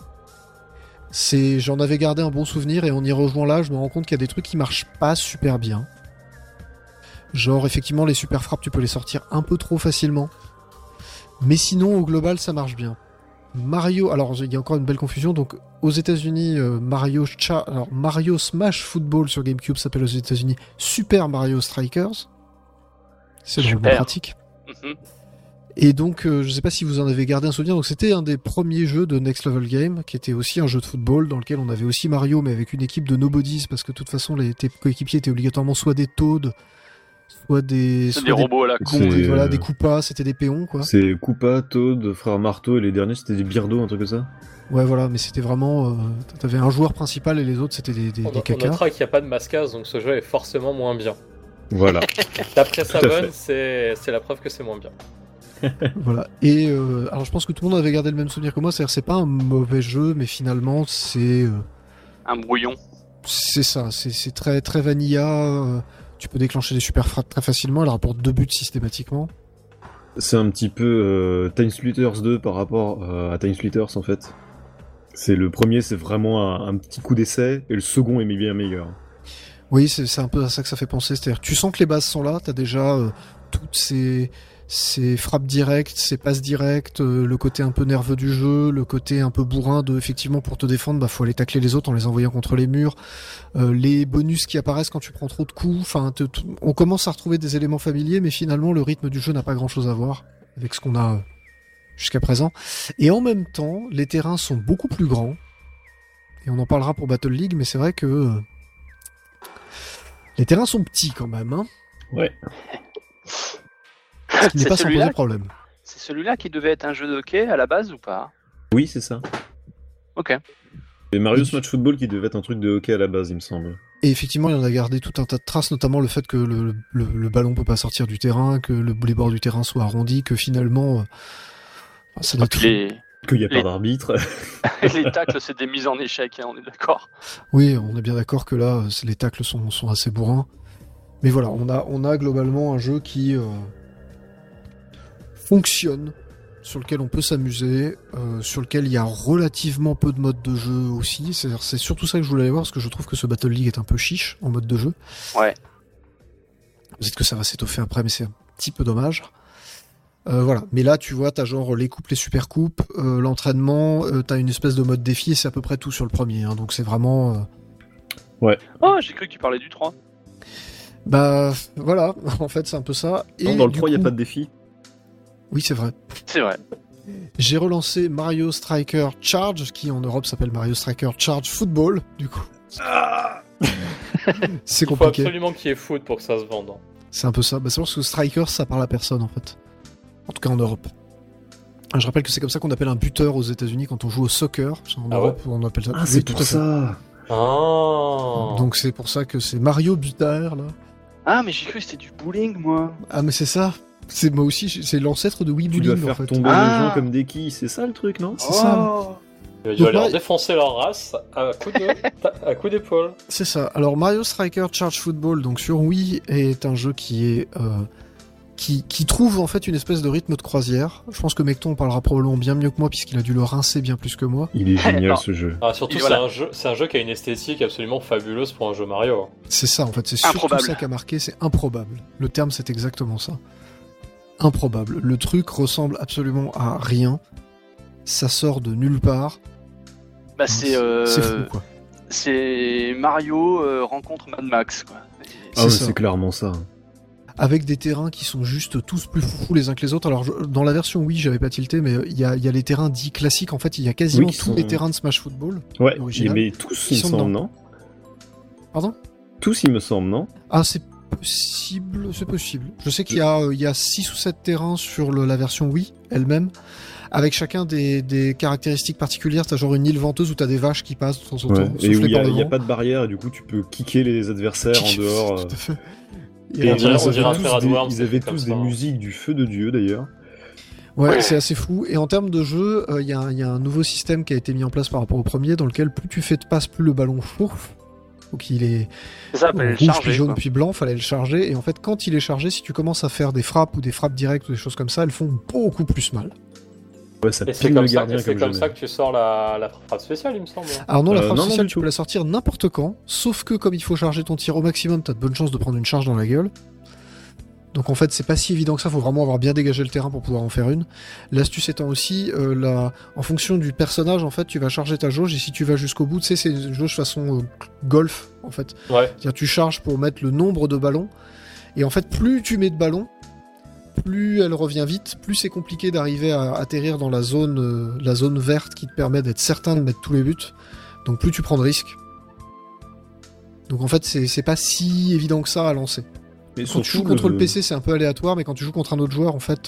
J'en avais gardé un bon souvenir et en y rejoignant là, je me rends compte qu'il y a des trucs qui marchent pas super bien. Genre effectivement les super frappes, tu peux les sortir un peu trop facilement. Mais sinon au global ça marche bien. Mario, alors il y a encore une belle confusion, donc aux États-Unis Mario Smash Football sur GameCube s'appelle aux États-Unis Super Mario Strikers. C'est drôlement Super. pratique. Mhm. Et donc, je sais pas si vous en avez gardé un souvenir, donc c'était un des premiers jeux de Next Level Game, qui était aussi un jeu de football, dans lequel on avait aussi Mario, mais avec une équipe de nobodies, parce que de toute façon, tes coéquipiers étaient obligatoirement soit des Toads, soit des... C'est des robots à la con. C'est, Voilà, des Koopas, c'était des péons, quoi. C'est Koopa, Toad, Frère Marteau, et les derniers c'était des Birdo, un truc comme ça. Ouais, voilà, mais c'était vraiment... t'avais un joueur principal et les autres, c'était des On cacas. notera qu'il n'y a pas de mascage, donc ce jeu est forcément moins bien. Voilà. D'après Tout à Savon, c'est la preuve que c'est moins bien. Voilà. Et alors je pense que tout le monde avait gardé le même souvenir que moi, c'est-à-dire c'est pas un mauvais jeu, mais finalement c'est Un brouillon. c'est ça, c'est très très vanilla. Tu peux déclencher des super frappes très facilement. Elle rapporte 2 buts systématiquement. C'est un petit peu Time Splitters 2 par rapport à Time Splitters en fait. C'est le premier, c'est vraiment un petit coup d'essai, et le second est bien meilleur. Oui, c'est un peu à ça que ça fait penser. C'est-à-dire tu sens que les bases sont là. T'as déjà toutes ces frappes directes, ces passes directes, le côté un peu nerveux du jeu, le côté un peu bourrin de, effectivement, pour te défendre, bah, faut aller tacler les autres en les envoyant contre les murs, les bonus qui apparaissent quand tu prends trop de coups, enfin, on commence à retrouver des éléments familiers, mais finalement, le rythme du jeu n'a pas grand chose à voir avec ce qu'on a jusqu'à présent. Et en même temps, les terrains sont beaucoup plus grands, et on en parlera pour Battle League, mais c'est vrai que les terrains sont petits quand même, hein. Ouais. Ce qui n'est C'est pas sans celui-là poser problème. C'est celui-là qui devait être un jeu de hockey à la base ou pas? Oui, c'est ça. Ok. Et Mario Smash Football qui devait être un truc de hockey à la base, il me semble. Et effectivement, il en a gardé tout un tas de traces, notamment le fait que le ballon peut pas sortir du terrain, que les bords du terrain soient arrondis, que finalement, ça doit être... Les... Qu'il n'y a pas Les- d'arbitre. les tacles, c'est des mises en échec, hein, on est d'accord. Oui, on est bien d'accord que là, les tacles sont assez bourrins. Mais voilà, on a globalement un jeu qui fonctionne, sur lequel on peut s'amuser, sur lequel il y a relativement peu de modes de jeu aussi. C'est surtout ça que je voulais aller voir, parce que je trouve que ce Battle League est un peu chiche en mode de jeu. Ouais. Peut-être que ça va s'étoffer après, mais c'est un petit peu dommage. Voilà. Mais là, tu vois, t'as genre les coupes, les super coupes, l'entraînement, t'as une espèce de mode défi, et c'est à peu près tout sur le premier. Hein, donc c'est vraiment... Oh, j'ai cru que tu parlais du 3. Bah voilà, en fait c'est un peu ça. Et Non, dans le du 3, il n'y a coup- pas de défi. Oui, c'est vrai. C'est vrai. J'ai relancé Mario Striker Charge, qui en Europe s'appelle Mario Striker Charge Football, du coup. C'est Il faut compliqué. absolument qu'il y ait foot pour que ça se vende. C'est un peu ça. Bah, c'est parce que Striker, ça parle à personne, en fait. En tout cas, en Europe. Je rappelle que c'est comme ça qu'on appelle un buteur aux États-Unis quand on joue au soccer. En Ah Europe, on appelle ça. Ah, Oui, c'est tout pour à fait. ça. Ah. Donc c'est pour ça que c'est Mario Buteur, là. Ah, mais j'ai cru que c'était du bowling, moi. Ah, mais c'est ça. C'est moi aussi, c'est l'ancêtre de Wii Tu dois Bowling, en faire fait. tomber Ah. les gens comme des quilles, c'est ça le truc, non? C'est ça. Oh. Il va Donc, leur Mario- défoncer leur race à coup d'épaule. C'est ça. Alors Mario Striker Charge Football, donc sur Wii, est un jeu qui est qui trouve en fait une espèce de rythme de croisière. Je pense que Mecton en parlera probablement bien mieux que moi puisqu'il a dû le rincer bien plus que moi. Il est génial Non. ce jeu. Ah, surtout, Et voilà. c'est un jeu qui a une esthétique absolument fabuleuse pour un jeu Mario. C'est ça en fait, c'est surtout Improbable. ça qui a marqué, c'est improbable. Le terme c'est exactement ça. Improbable. Le truc ressemble absolument à rien. Ça sort de nulle part. Bah, C'est fou quoi. C'est Mario rencontre Mad Max, quoi. Ah C'est ouais, ça. c'est clairement ça. Avec des terrains qui sont juste tous plus fous les uns que les autres. Alors dans la version Wii, j'avais pas tilté, mais il y a les terrains dits classiques. En fait, il y a quasiment Oui, qui tous sont- les terrains de Smash Football. Ouais, Original. mais tous, Ils il me sont semble, dedans. non? Pardon? Tous, il me semble, non? Ah, c'est possible, c'est possible. Je sais qu'il y a 6 ou 7 terrains sur la version Wii elle-même, avec chacun des caractéristiques particulières. T'as genre une île venteuse où t'as des vaches qui passent de temps en Ouais. temps, Et où soufflées par le il n'y a vent. pas de barrière, et du coup, tu peux kicker les adversaires en dehors. Tout à fait. Et On dirait- ils on dirait un avaient tous Terra des, Worms, ils des avaient trucs comme tous ça, des hein. musiques du feu de Dieu, d'ailleurs. Ouais, Ouais. c'est assez fou. Et en termes de jeu, il y a un nouveau système qui a été mis en place par rapport au premier, dans lequel plus tu fais de passes, plus le ballon chauffe. Donc il est C'est ça, fallait le rouge, charger, puis jaune, quoi. puis blanc, fallait le charger. Et en fait, quand il est chargé, si tu commences à faire des frappes ou des frappes directes ou des choses comme ça, elles font beaucoup plus mal. Ouais, ça Et c'est pile comme, le ça, gardien c'est comme comme jamais. ça que tu sors la frappe spéciale, il me semble. Alors non, la frappe non, non, spéciale, du tu tout. peux la sortir n'importe quand, sauf que comme il faut charger ton tir au maximum, t'as de bonnes chances de prendre une charge dans la gueule. Donc en fait, c'est pas si évident que ça, faut vraiment avoir bien dégagé le terrain pour pouvoir en faire une. L'astuce étant aussi, en fonction du personnage, en fait, tu vas charger ta jauge, et si tu vas jusqu'au bout, tu sais, c'est une jauge façon golf, en fait. Ouais. C'est-à-dire tu charges pour mettre le nombre de ballons, et en fait, plus tu mets de ballons, plus elle revient vite, plus c'est compliqué d'arriver à atterrir dans la zone verte qui te permet d'être certain de mettre tous les buts. Donc plus tu prends de risques. Donc en fait, c'est pas si évident que ça à lancer. Mais Quand tu joues contre le PC, c'est un peu aléatoire, mais quand tu joues contre un autre joueur, en fait...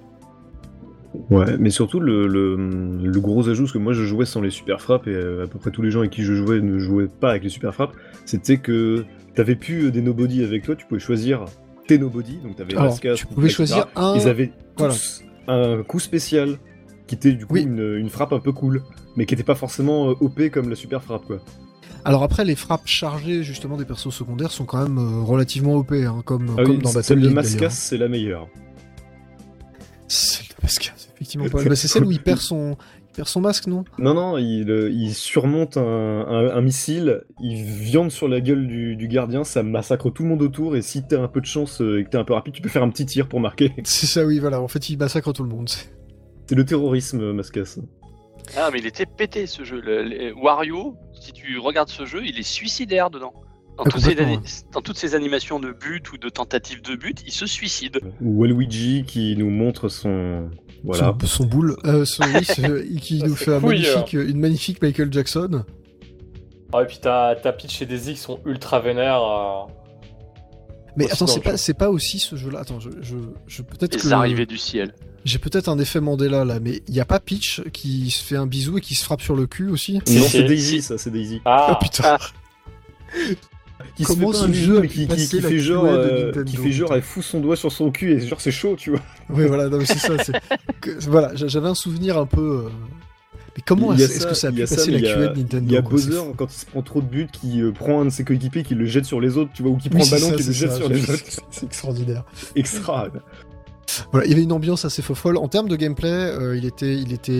Ouais, mais surtout le gros ajout, parce que moi je jouais sans les super frappes, et à peu près tous les gens avec qui je jouais ne jouaient pas avec les super frappes, c'était que t'avais plus des nobody avec toi, tu pouvais choisir tes nobody, donc t'avais Alors, Rascal, tu pouvais etc. choisir un... Ils avaient tous Voilà. un coup spécial, qui était du coup Oui. une frappe un peu cool, mais qui était pas forcément OP comme la super frappe, quoi. Alors après, les frappes chargées justement des persos secondaires sont quand même relativement OP, hein, comme dans Battle celle de League. Mascas, d'ailleurs. c'est la meilleure. Celle de Mascas, effectivement pas. Bah, c'est celle où il perd son masque, non? Non, il surmonte un missile, il viande sur la gueule du gardien, ça massacre tout le monde autour, et si t'as un peu de chance et que t'es un peu rapide, tu peux faire un petit tir pour marquer. C'est ça, oui, voilà. En fait, il massacre tout le monde. C'est le terrorisme, Mascas. Ah, mais il était pété ce jeu. Wario, si tu regardes ce jeu, il est suicidaire dedans. Dans, Ah, toutes ces complètement, dans toutes ces animations de but ou de tentatives de but, il se suicide. Ou Waluigi qui nous montre son... Voilà. Son boule. Qui nous fait une magnifique Michael Jackson. Ah, et puis t'as Peach et Daisy qui sont ultra vénères. Mais Aussi attends, dans le jeu. c'est pas aussi ce jeu-là. Attends, je peut-être Les que arrivées du ciel. j'ai peut-être un effet Mandela là, mais il y a pas Peach qui se fait un bisou et qui se frappe sur le cul aussi? Non, Si, c'est Daisy, ça, c'est Daisy. Ah Ah, putain. Qui Comment se fait pas ce un jeu bisou, a mais pu qui passer la fait genre, QA de Nintendo, qui fait genre, putain. elle fout son doigt sur son cul et genre c'est chaud, tu vois. Oui, voilà, non, mais c'est ça. Voilà, j'avais un souvenir un peu. Mais comment Il y a est-ce que ça a il y pu a ça, passer mais la il y a- QA de Nintendo? Il y a quoi, Bowser quand il se prend trop de buts, qui prend un de ses coéquipiers, qui le jette sur les autres, tu vois, ou qui prend Oui, le c'est ballon, ça, qui le c'est jette ça, sur les autres. C'est extraordinaire. Extra. Voilà, il y avait une ambiance assez folle. En termes de gameplay, il était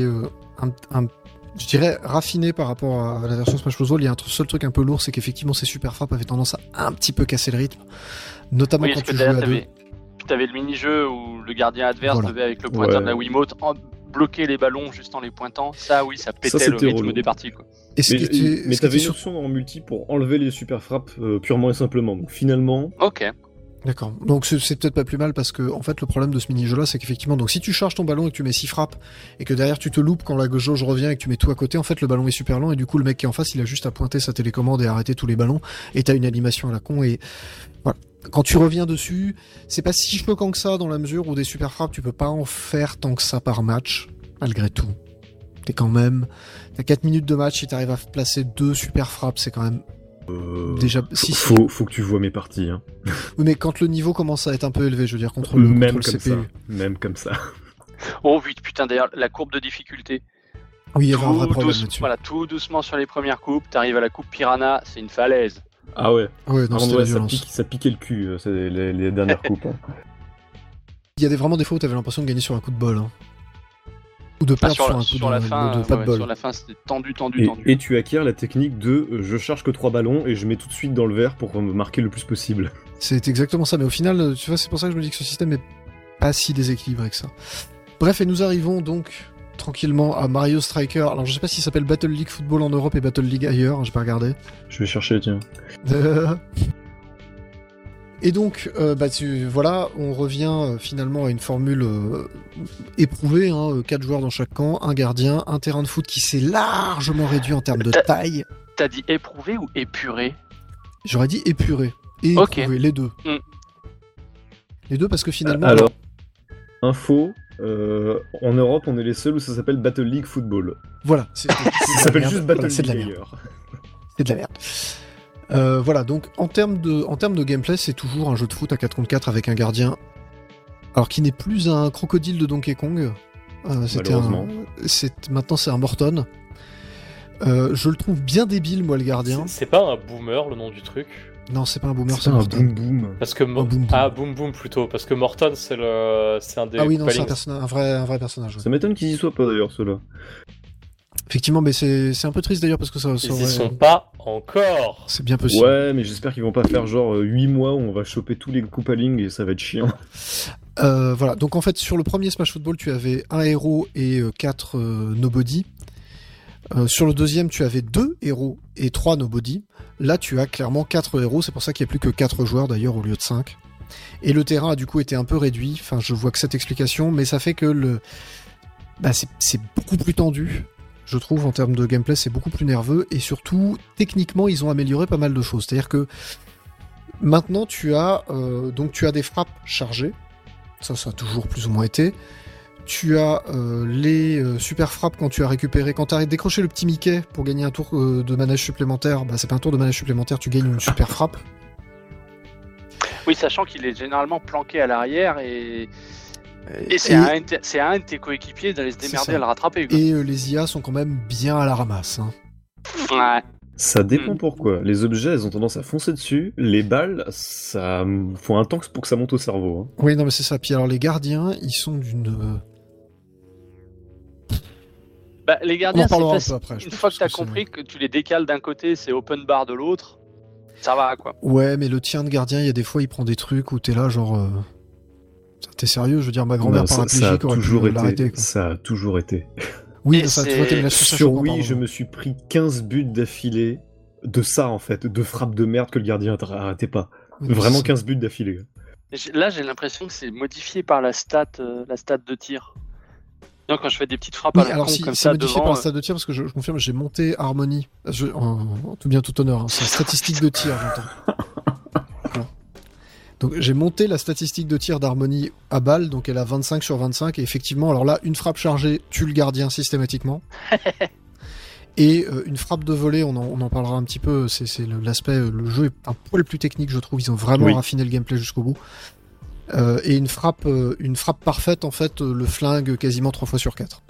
je dirais raffiné par rapport à la version Smash Bros. Il y a un seul truc un peu lourd, c'est qu'effectivement ces super frappes avaient tendance à un petit peu casser le rythme, notamment Oui, quand parce que tu jouais à derrière, deux. t'avais le mini-jeu où le gardien adverse Voilà. devait, avec le pointeur Ouais. de la Wiimote, bloquer les ballons juste en les pointant. Ça, oui, ça pétait Ça, le c'était rythme relou. des parties, quoi. Et ce qui était, Mais ce qui t'avais était une option en multi pour enlever les super frappes purement et simplement. Donc finalement, Ok. D'accord. Donc c'est peut-être pas plus mal parce que en fait le problème de ce mini-jeu là, c'est qu'effectivement, donc si tu charges ton ballon et que tu mets 6 frappes et que derrière tu te loupes quand la jauge revient et que tu mets tout à côté, en fait le ballon est super lent et du coup le mec qui est en face il a juste à pointer sa télécommande et arrêter tous les ballons et t'as une animation à la con et voilà. Quand tu reviens dessus, c'est pas si choquant que ça dans la mesure où des super frappes tu peux pas en faire tant que ça par match malgré tout. T'as 4 minutes de match, si t'arrives à placer 2 super frappes, c'est quand même déjà faut que tu vois mes parties. Hein. Oui, mais quand le niveau commence à être un peu élevé, je veux dire contre le Même contre le comme CPU. ça. Même comme ça. Oh putain, d'ailleurs, la courbe de difficulté. Oui, il y avait un vrai Tout, problème là-dessus. voilà, tout doucement sur les premières coupes, t'arrives à la coupe Piranha, c'est une falaise. Ah ouais. Ouais, non, Ah, c'était ouais, la violence. ça piquait le cul, c'est les dernières coupes. Hein. Il y avait vraiment des fois où t'avais l'impression de gagner sur un coup de bol. Hein. Ou de perdre sur un coup sur la fin, de pas de ouais, bol. sur la fin, c'était tendu. Et tu acquiers la technique de je charge que 3 ballons et je mets tout de suite dans le verre pour me marquer le plus possible. C'est exactement ça, mais au final, tu vois, c'est pour ça que je me dis que ce système est pas si déséquilibré que ça. Bref, et nous arrivons donc tranquillement à Mario Striker. Alors je sais pas s'il s'appelle Battle League Football en Europe et Battle League ailleurs, hein, j'ai pas regardé. Je vais chercher, tiens. Et donc, voilà, on revient finalement à une formule éprouvée, 4 joueurs dans chaque camp, un gardien, un terrain de foot qui s'est largement réduit en termes de taille. T'as dit éprouvé ou épuré? J'aurais dit épuré. Et Ok. éprouvé, les deux. Mm. Les deux parce que finalement... Alors, info, en Europe, on est les seuls où ça s'appelle Battle League Football. Voilà. Ça s'appelle juste Battle c'est de la League merde. d'ailleurs. C'est de la merde. Voilà, donc en termes de gameplay, c'est toujours un jeu de foot à 4 contre 4 avec un gardien. Alors qui n'est plus un crocodile de Donkey Kong. Malheureusement. Maintenant c'est un Morton. Je le trouve bien débile, moi, le gardien. C'est pas un boomer le nom du truc? Non, c'est pas un boomer, C'est c'est un un Morton. boom boom. Parce que Boom Boom. Ah, Boom Boom plutôt, parce que Morton c'est un des Ah oui, non, c'est Koopalings. un vrai personnage. Ouais. Ça m'étonne qu'ils y soient pas d'ailleurs, ceux-là. Effectivement, mais c'est un peu triste d'ailleurs parce que ça Ils y aurait- sont pas encore. C'est bien possible. Ouais, mais j'espère qu'ils vont pas faire genre 8 mois où on va choper tous les Koopalings et ça va être chiant. Voilà, donc en fait sur le premier Smash Football tu avais un héros et 4 nobody. Sur le deuxième tu avais 2 héros et 3 nobody. Là tu as clairement 4 héros, c'est pour ça qu'il n'y a plus que 4 joueurs d'ailleurs au lieu de 5. Et le terrain a du coup été un peu réduit, enfin je vois que cette explication, mais ça fait que c'est beaucoup plus tendu. Je trouve en termes de gameplay c'est beaucoup plus nerveux et surtout techniquement ils ont amélioré pas mal de choses. C'est-à-dire que maintenant tu as des frappes chargées. Ça a toujours plus ou moins été. Tu as les super frappes quand tu as décroché le petit Mickey pour gagner un tour de manège supplémentaire. C'est pas un tour de manège supplémentaire, tu gagnes une super frappe. Oui, sachant qu'il est généralement planqué à l'arrière et Et c'est à un de tes coéquipiers d'aller se démerder à le rattraper. Quoi. Et les IA sont quand même bien à la ramasse. Hein. Ouais. Ça dépend pourquoi. Les objets, elles ont tendance à foncer dessus. Les balles, ça faut un temps pour que ça monte au cerveau. Hein. Oui, non, mais c'est ça. Puis alors, les gardiens, ils sont d'une... Bah, les gardiens, c'est facile. Après, une fois que t'as compris que tu les décales d'un côté, c'est open bar de l'autre, ça va, quoi. Ouais, mais le tien de gardien, il y a des fois, il prend des trucs où t'es là, genre... T'es sérieux? Je veux dire, ma grand-mère paraplégique aurait pu l'arrêter. Ça a toujours été. Oui, ça, tu vois, t'es sur Wii, je me suis pris 15 buts d'affilée de ça, en fait, de frappes de merde que le gardien arrêtait pas. Vraiment 15 buts d'affilée. Là, j'ai l'impression que c'est modifié par la stat de tir. Donc, quand je fais des petites frappes à la con comme ça devant... C'est modifié par la stat de tir parce que je confirme, j'ai monté Harmony. En tout bien tout honneur, hein, c'est statistique de tir, j'entends. Voilà. Donc j'ai monté la statistique de tir d'Harmony à balle, donc elle a 25 sur 25, et effectivement, alors là, une frappe chargée tue le gardien systématiquement. Et une frappe de volée, on en parlera un petit peu, c'est l'aspect, le jeu est un poil plus technique, je trouve, ils ont vraiment raffiné le gameplay jusqu'au bout. Et une frappe parfaite, en fait, le flingue quasiment 3 fois sur 4.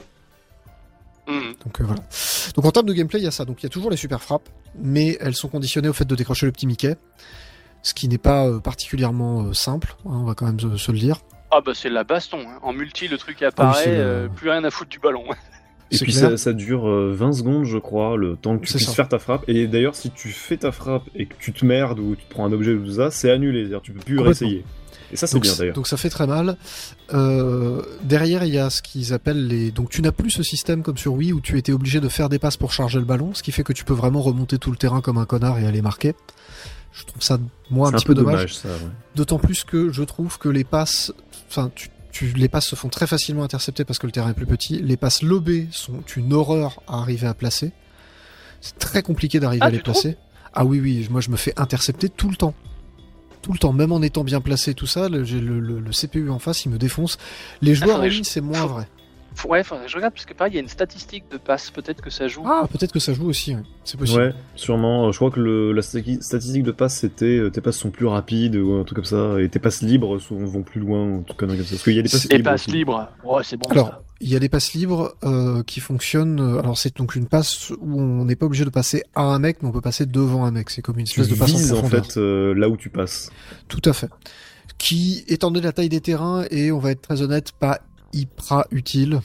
Donc voilà. Donc en termes de gameplay, il y a ça. Donc il y a toujours les super frappes, mais elles sont conditionnées au fait de décrocher le petit Mickey, ce qui n'est pas particulièrement simple, hein, on va quand même se le dire. Ah bah c'est la baston, hein. En multi le truc apparaît, plus rien à foutre du ballon. Et puis ça dure 20 secondes je crois, le temps que tu puisses faire ta frappe. Et d'ailleurs si tu fais ta frappe et que tu te merdes ou tu te prends un objet ou tout ça, c'est annulé, c'est-à-dire tu peux plus réessayer. Et ça c'est bien d'ailleurs. Donc ça fait très mal. Derrière il y a ce qu'ils appellent les... Donc tu n'as plus ce système comme sur Wii où tu étais obligé de faire des passes pour charger le ballon, ce qui fait que tu peux vraiment remonter tout le terrain comme un connard et aller marquer. Je trouve ça, moi, un petit peu dommage. Ça, ouais. D'autant plus que je trouve que les passes... Enfin, les passes se font très facilement intercepter parce que le terrain est plus petit. Les passes lobées sont une horreur à arriver à placer. C'est très compliqué d'arriver à les placer. Ah oui, moi je me fais intercepter tout le temps. Tout le temps, même en étant bien placé, tout ça, j'ai le CPU en face, il me défonce. Les joueurs en ligne, c'est moins vrai. Ouais, faudrait que je regarde, parce que pareil, il y a une statistique de passe, peut-être que ça joue. Ah, peut-être que ça joue aussi, ouais. C'est possible. Ouais, sûrement. Je crois que la statistique de passe, c'était tes passes sont plus rapides, ou un truc comme ça, et tes passes libres vont plus loin, un truc comme ça. Parce qu'il y a des passes libres. Ouais, c'est bon. Alors, ça. Il y a des passes libres qui fonctionnent. Alors, c'est donc une passe où on n'est pas obligé de passer à un mec, mais on peut passer devant un mec. C'est comme une espèce de passe en profondeur. En fait, là où tu passes. Tout à fait. Qui, étant donné la taille des terrains, et on va être très honnête, pas hyper utile.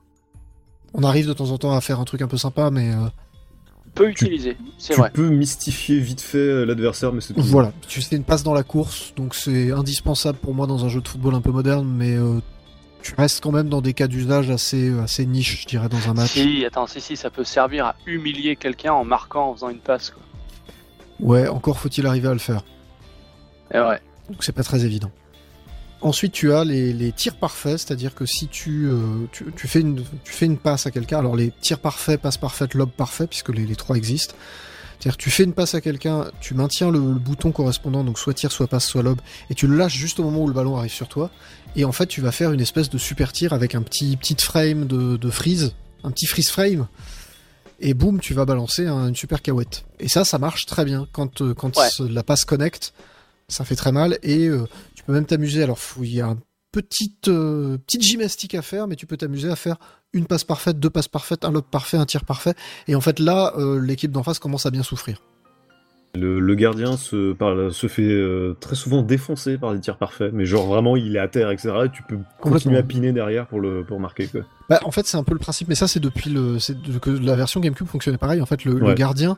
On arrive de temps en temps à faire un truc un peu sympa, mais... Peu utilisé, c'est vrai. Tu peux mystifier vite fait l'adversaire, mais c'est tout. Voilà, tu fais une passe dans la course, donc c'est indispensable pour moi dans un jeu de football un peu moderne, mais tu restes quand même dans des cas d'usage assez niche, je dirais, dans un match. Si, ça peut servir à humilier quelqu'un en marquant, en faisant une passe, quoi. Ouais, encore faut-il arriver à le faire. Et ouais. Donc c'est pas très évident. Ensuite, tu as les tirs parfaits, c'est-à-dire que si tu fais une passe à quelqu'un, alors les tirs parfaits, passes parfaites, lob parfait, puisque les trois existent. C'est-à-dire que tu fais une passe à quelqu'un, tu maintiens le bouton correspondant, donc soit tir, soit passe, soit lob, et tu le lâches juste au moment où le ballon arrive sur toi, et en fait tu vas faire une espèce de super tir avec un petit frame de freeze, un petit freeze frame, et boum, tu vas balancer une super cahouette. Et ça marche très bien. Quand la passe connecte, ça fait très mal, et tu peux même t'amuser. Alors, il y a une petite gymnastique à faire, mais tu peux t'amuser à faire une passe parfaite, deux passes parfaites, un lob parfait, un tir parfait. Et en fait, là, l'équipe d'en face commence à bien souffrir. Le gardien se fait très souvent défoncer par des tirs parfaits, mais genre vraiment, il est à terre, etc. Et tu peux continuer à piner derrière pour marquer, quoi. Bah, en fait, c'est un peu le principe, mais ça, c'est depuis que la version GameCube fonctionnait pareil. En fait, le gardien,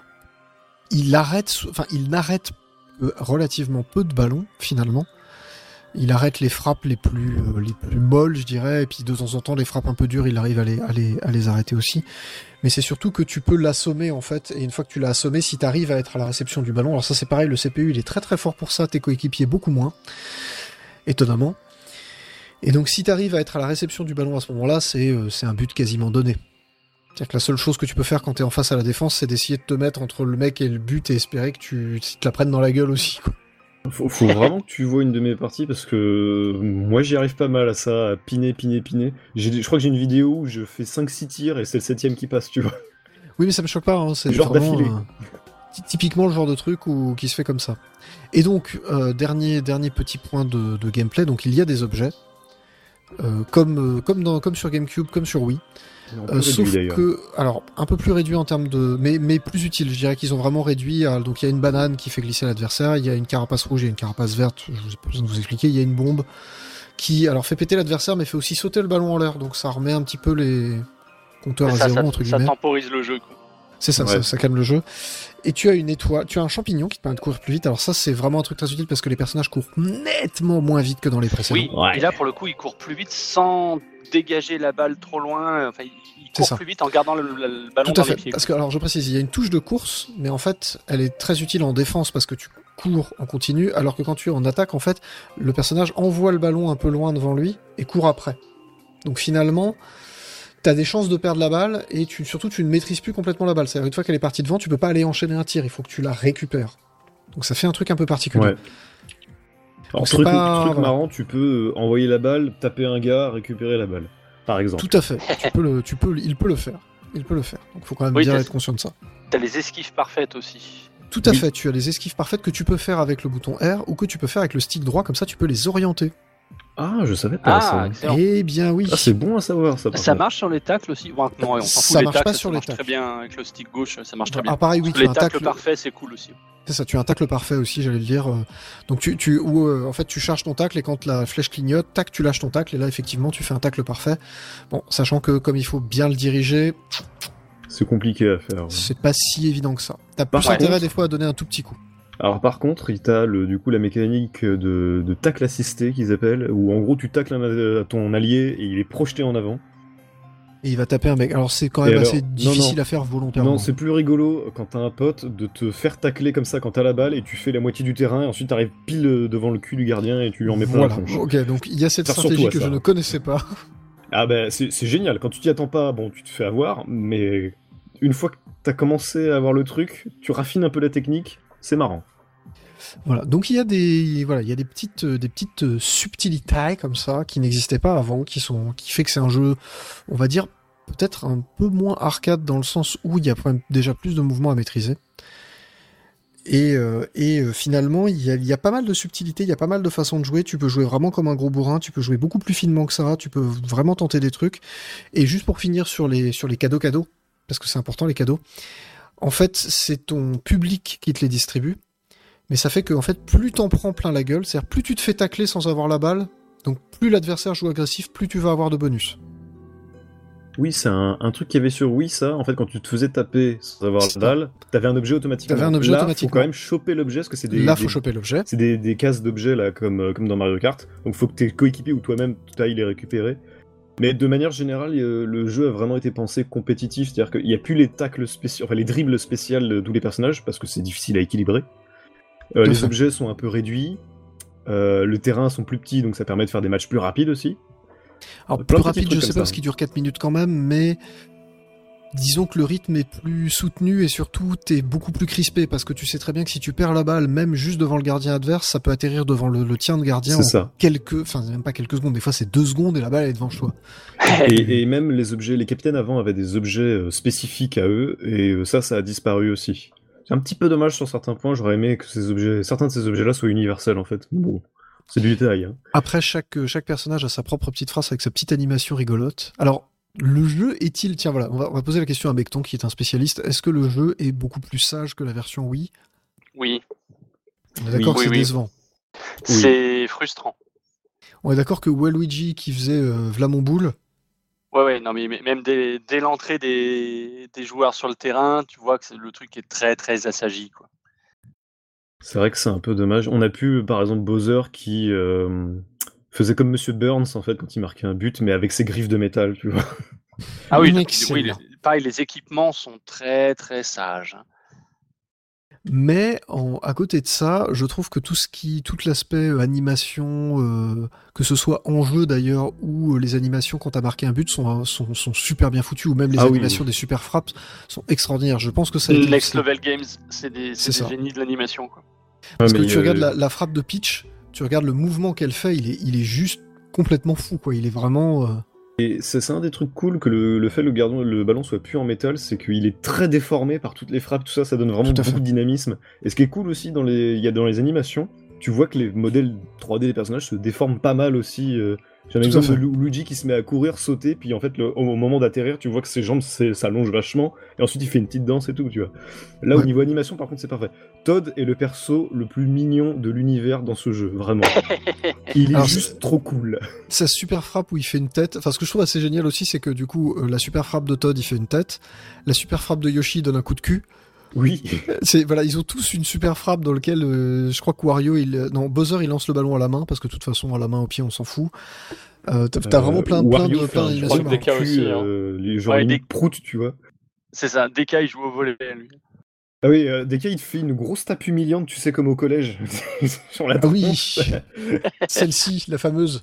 il n'arrête relativement peu de ballons finalement. Il arrête les frappes les plus molles, je dirais, et puis de temps en temps les frappes un peu dures, il arrive à les arrêter aussi. Mais c'est surtout que tu peux l'assommer en fait, et une fois que tu l'as assommé, si tu arrives à être à la réception du ballon, alors ça c'est pareil, le CPU il est très très fort pour ça, tes coéquipiers beaucoup moins, étonnamment. Et donc si tu arrives à être à la réception du ballon à ce moment-là, c'est un but quasiment donné. C'est-à-dire que la seule chose que tu peux faire quand t'es en face à la défense, c'est d'essayer de te mettre entre le mec et le but et espérer que tu te la prennes dans la gueule aussi, quoi. Faut vraiment que tu vois une de mes parties parce que moi j'y arrive pas mal à ça, à piner. Je crois que j'ai une vidéo où je fais 5-6 tirs et c'est le 7ème qui passe, tu vois. Oui, mais ça me choque pas, hein. C'est genre vraiment d'affilée. Typiquement le genre de truc qui se fait comme ça. Et donc, dernier petit point de gameplay, donc il y a des objets. comme sur GameCube, comme sur Wii. Mais on peut réduire, Sauf d'ailleurs. que, alors, un peu plus réduit en termes de, mais plus utile. Je dirais qu'ils ont vraiment réduit. Donc il y a une banane qui fait glisser l'adversaire, il y a une carapace rouge et une carapace verte. Je vous ai pas besoin de vous expliquer. Il y a une bombe qui, alors, fait péter l'adversaire, mais fait aussi sauter le ballon en l'air. Donc ça remet un petit peu les compteurs à zéro entre ça guillemets. temporise le jeu, quoi. C'est ça, Ouais. ça calme le jeu. Et tu as une étoile, tu as un champignon qui te permet de courir plus vite. Alors ça, c'est vraiment un truc très utile parce que les personnages courent nettement moins vite que dans les précédents. Oui, Ouais. et là pour le coup, il court plus vite sans dégager la balle trop loin. Enfin, il C'est court ça. plus vite en gardant le ballon Tout à dans les fait. pieds. Parce que, alors, je précise, il y a une touche de course, mais en fait, elle est très utile en défense parce que tu cours en continu, alors que quand tu es en attaque, en fait, le personnage envoie le ballon un peu loin devant lui et court après. Donc finalement, t'as des chances de perdre la balle et surtout, tu ne maîtrises plus complètement la balle. C'est-à-dire, une fois qu'elle est partie devant, tu peux pas aller enchaîner un tir, il faut que tu la récupères. Donc ça fait un truc un peu particulier. Ouais. Alors, c'est truc pas- voilà. marrant, tu peux envoyer la balle, taper un gars, récupérer la balle, par exemple. Tout à fait. Il peut le faire. Il peut le faire. Donc faut quand même Oui, bien t'as- être conscient de ça. T'as les esquives parfaites aussi. Tout à Oui. fait, tu as les esquives parfaites que tu peux faire avec le bouton R ou que tu peux faire avec le stick droit, comme ça tu peux les orienter. Ah, je savais pas Ah, ça. excellent. Eh bien oui. Ah, c'est bon à savoir ça. par Ça contre. marche sur les tacles aussi. Bon, non, on s'en fout. Ça les marche tacles, pas ça sur les marche très tacles. bien avec le stick gauche, ça marche très bien. Ah pareil, oui, tu as Les un tacles tacle parfaits, c'est cool aussi. C'est ça, tu as un tacle parfait aussi, j'allais le dire. Donc en fait tu charges ton tacle et quand la flèche clignote, tac, tu lâches ton tacle et là effectivement tu fais un tacle parfait. Bon, sachant que comme il faut bien le diriger, C'est compliqué à faire. Ouais. c'est pas si évident que ça. T'as Par plus intérêt contre- des fois à donner un tout petit coup. Alors par contre, il t'a du coup la mécanique de tacle assisté qu'ils appellent, où en gros tu tacles ton allié et il est projeté en avant. Et il va taper un mec. Alors c'est quand Et même alors, assez non, difficile non. à faire volontairement. Non, c'est plus rigolo quand t'as un pote de te faire tacler comme ça quand t'as la balle et tu fais la moitié du terrain et ensuite t'arrives pile devant le cul du gardien et tu lui en mets plein la Voilà. tronche. Ok, donc il y a cette Ça ressemble stratégie tout à que ça. je ne connaissais pas. Ah bah c'est génial, quand tu t'y attends pas, bon tu te fais avoir, mais une fois que t'as commencé à avoir le truc, tu raffines un peu la technique, c'est marrant. Voilà, donc il y a des petites subtilités comme ça qui n'existaient pas avant, qui fait que c'est un jeu, on va dire peut-être un peu moins arcade dans le sens où il y a quand même déjà plus de mouvements à maîtriser. Et finalement, il y a pas mal de subtilités, il y a pas mal de façons de jouer. Tu peux jouer vraiment comme un gros bourrin, tu peux jouer beaucoup plus finement que ça, tu peux vraiment tenter des trucs. Et juste pour finir sur les cadeaux, parce que c'est important les cadeaux. En fait, c'est ton public qui te les distribue. Mais ça fait que, en fait, plus t'en prends plein la gueule, c'est-à-dire plus tu te fais tacler sans avoir la balle, donc plus l'adversaire joue agressif, plus tu vas avoir de bonus. Oui, c'est un truc qu'il y avait sur Wii, ça. En fait, quand tu te faisais taper sans avoir C'est la balle, t'avais un objet automatiquement. T'avais un objet Là, automatiquement. faut quand même choper l'objet, parce que c'est Là, faut choper l'objet. c'est des cases d'objets, là, comme dans Mario Kart. Donc, faut que tes coéquipiers ou toi-même, tu ailles les récupérer. Mais de manière générale, le jeu a vraiment été pensé compétitif, c'est-à-dire qu'il n'y a plus les tacles spéciaux, enfin les dribbles spéciaux de tous les personnages, parce que c'est difficile à équilibrer. à Les fait. objets sont un peu réduits, le terrain sont plus petits, donc ça permet de faire des matchs plus rapides aussi. Alors, plein plus de petits rapide, trucs je comme sais pas, ça. parce qu'il dure 4 minutes quand même, mais disons que le rythme est plus soutenu et surtout, t'es beaucoup plus crispé, parce que tu sais très bien que si tu perds la balle, même juste devant le gardien adverse, ça peut atterrir devant le tien de gardien C'est ça. enfin, même pas quelques secondes, des fois c'est 2 secondes et la balle est devant toi. Et même les objets, les capitaines avant avaient des objets spécifiques à eux, et ça a disparu aussi. C'est un petit peu dommage sur certains points, j'aurais aimé que certains de ces objets-là soient universels en fait. Bon, c'est du détail. Hein. Après, chaque personnage a sa propre petite phrase avec sa petite animation rigolote. Alors, le jeu est-il... Tiens, voilà, on va poser la question à Becton, qui est un spécialiste. Est-ce que le jeu est beaucoup plus sage que la version Wii? Oui, On est d'accord Oui, que c'est oui. décevant. c'est frustrant. On est d'accord que Waluigi, qui faisait V'là mon boule, Ouais, non, mais même dès l'entrée des joueurs sur le terrain, tu vois que le truc est très, très assagi, quoi. C'est vrai que c'est un peu dommage. On a pu, par exemple, Bowser qui faisait comme Monsieur Burns en fait quand il marquait un but, mais avec ses griffes de métal, tu vois. Ah oui, Excellent. pareil, les équipements sont très, très sages. mais à côté de ça, je trouve que tout l'aspect animation, que ce soit en jeu d'ailleurs, ou les animations quand t'as marqué un but sont super bien foutues, ou même les Ah oui, animations des super frappes sont extraordinaires. Je pense que ça a été Next Level Games, c'est des ça. génies de l'animation, quoi. Parce Ouais, que mais, tu regardes la frappe de Peach, tu regardes le mouvement qu'elle fait, il est juste complètement fou, quoi. Il est vraiment... Et c'est un des trucs cool que le fait que le ballon soit plus en métal, c'est qu'il est très déformé par toutes les frappes, tout ça, ça donne vraiment Tout à beaucoup fait. de dynamisme. Et ce qui est cool aussi dans les animations, tu vois que les modèles 3D des personnages se déforment pas mal aussi. J'ai un Tout à exemple de fait. Luigi qui se met à courir, sauter, puis en fait, au moment d'atterrir, tu vois que ses jambes s'allongent vachement, et ensuite il fait une petite danse et tout, tu vois. Là, au Ouais. niveau animation, par contre, c'est parfait. Todd est le perso le plus mignon de l'univers dans ce jeu, vraiment. Il est Alors, juste trop cool. Sa super frappe où il fait une tête, enfin ce que je trouve assez génial aussi, c'est que du coup, la super frappe de Todd, il fait une tête, la super frappe de Yoshi donne un coup de cul. Oui. Voilà, ils ont tous une super frappe dans lequel je crois que Wario, Bowser, il lance le ballon à la main parce que de toute façon à la main au pied on s'en fout. T'as vraiment plein Wario fait un d'animations. crois que des cas cul, aussi, hein. les genre Ouais, limite des- prout, tu vois. C'est ça, DK il joue au volley, lui. Ah oui, dès qu'il te fait une grosse tape humiliante, tu sais, comme au collège, sur la Ah oui, tronche. celle-ci, la fameuse.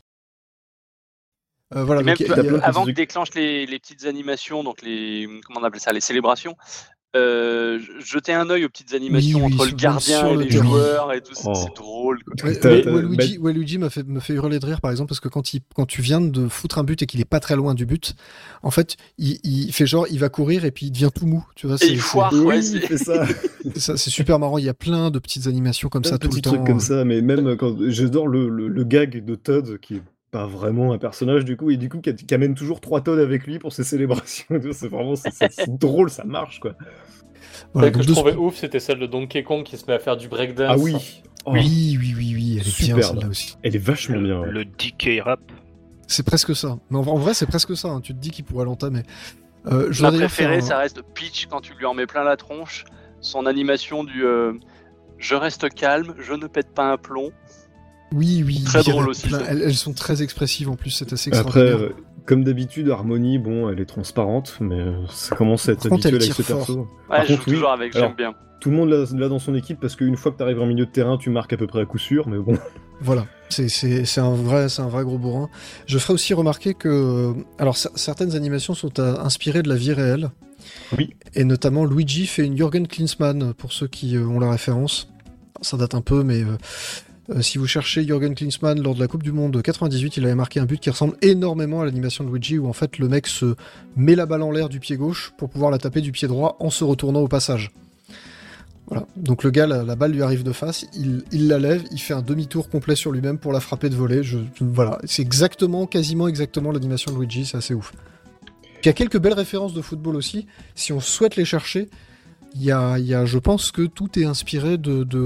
Voilà, Et même donc il y a- plein de avant petits que déclenche les petites animations, donc comment on appelle ça, les célébrations, jeter un œil aux petites animations Oui, entre sur- le gardien sur et le les terrain. joueurs et tout, Oh. c'est drôle, quoi. Waluigi me fait hurler de rire par exemple parce que quand tu viens de foutre un but et qu'il est pas très loin du but, en fait il fait genre il va courir et puis il devient tout mou, tu vois. Et il foire, Oui, ouais, il fait ça. C'est super marrant. Il y a plein de petites animations comme Plein ça de tout le petits temps. trucs comme ça, mais même quand j'adore le gag de Todd qui est pas vraiment un personnage du coup, et du coup qui amène toujours 3 Todd avec lui pour ses célébrations. et tout. C'est vraiment c'est drôle, ça marche quoi. Voilà, Celle que donc je de- trouvais ouf, c'était celle de Donkey Kong qui se met à faire du breakdance. Ah oui. Oh, Oui, elle est bien Superbe. celle-là aussi. Elle est vachement bien. Ouais. Le DK rap. C'est presque ça. Mais en vrai, c'est presque ça. hein. Tu te dis qu'il pourrait l'entamer. Je Ma voudrais d'ailleurs préférée, faire ça reste Peach quand tu lui en mets plein la tronche. Son animation du je reste calme, je ne pète pas un plomb. Oui, Très il y en a drôle aussi, plein. ça. Elles sont très expressives en plus. C'est assez Après, extraordinaire. comme d'habitude, Harmony, bon, elle est transparente, mais ça commence à être Par contre, habituel elle avec ce tire perso. Ouais, Par je joue contre, oui. toujours avec, Alors, j'aime bien. Tout le monde l'a dans son équipe parce qu'une fois que t'arrives en milieu de terrain, tu marques à peu près à coup sûr, mais bon. Voilà, c'est un vrai gros bourrin. Je ferai aussi remarquer que alors certaines animations sont inspirées de la vie réelle. Oui. Et notamment Luigi fait une Jürgen Klinsmann pour ceux qui ont la référence. Ça date un peu, mais si vous cherchez Jürgen Klinsmann lors de la Coupe du Monde 98, il avait marqué un but qui ressemble énormément à l'animation de Luigi, où en fait le mec se met la balle en l'air du pied gauche pour pouvoir la taper du pied droit en se retournant au passage. Voilà. Donc le gars, la balle lui arrive de face, il la lève, il fait un demi-tour complet sur lui-même pour la frapper de volée. Voilà, c'est quasiment exactement l'animation de Luigi, c'est assez ouf. Puis il y a quelques belles références de football aussi. Si on souhaite les chercher, il y a, je pense que tout est inspiré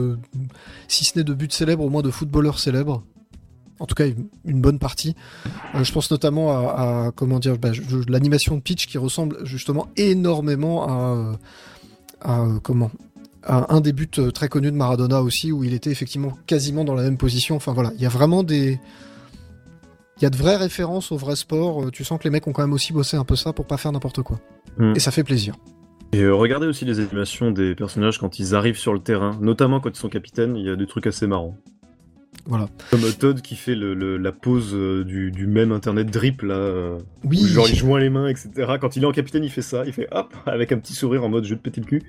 si ce n'est de buts célèbres, au moins de footballeurs célèbres. En tout cas, une bonne partie. Je pense notamment à comment dire, l'animation de Peach qui ressemble justement énormément à un des buts très connus de Maradona aussi, où il était effectivement quasiment dans la même position. Enfin voilà, il y a vraiment il y a de vraies références au vrai sport. Tu sens que les mecs ont quand même aussi bossé un peu ça pour pas faire n'importe quoi. Mm. Et ça fait plaisir. Et regardez aussi les animations des personnages quand ils arrivent sur le terrain, notamment quand ils sont capitaines, il y a des trucs assez marrants. Voilà. Comme Todd qui fait la pose du même internet drip là, Oui. où genre il joint les mains, etc. Quand il est en capitaine, il fait ça, il fait hop, avec un petit sourire en mode je vais te péter le cul.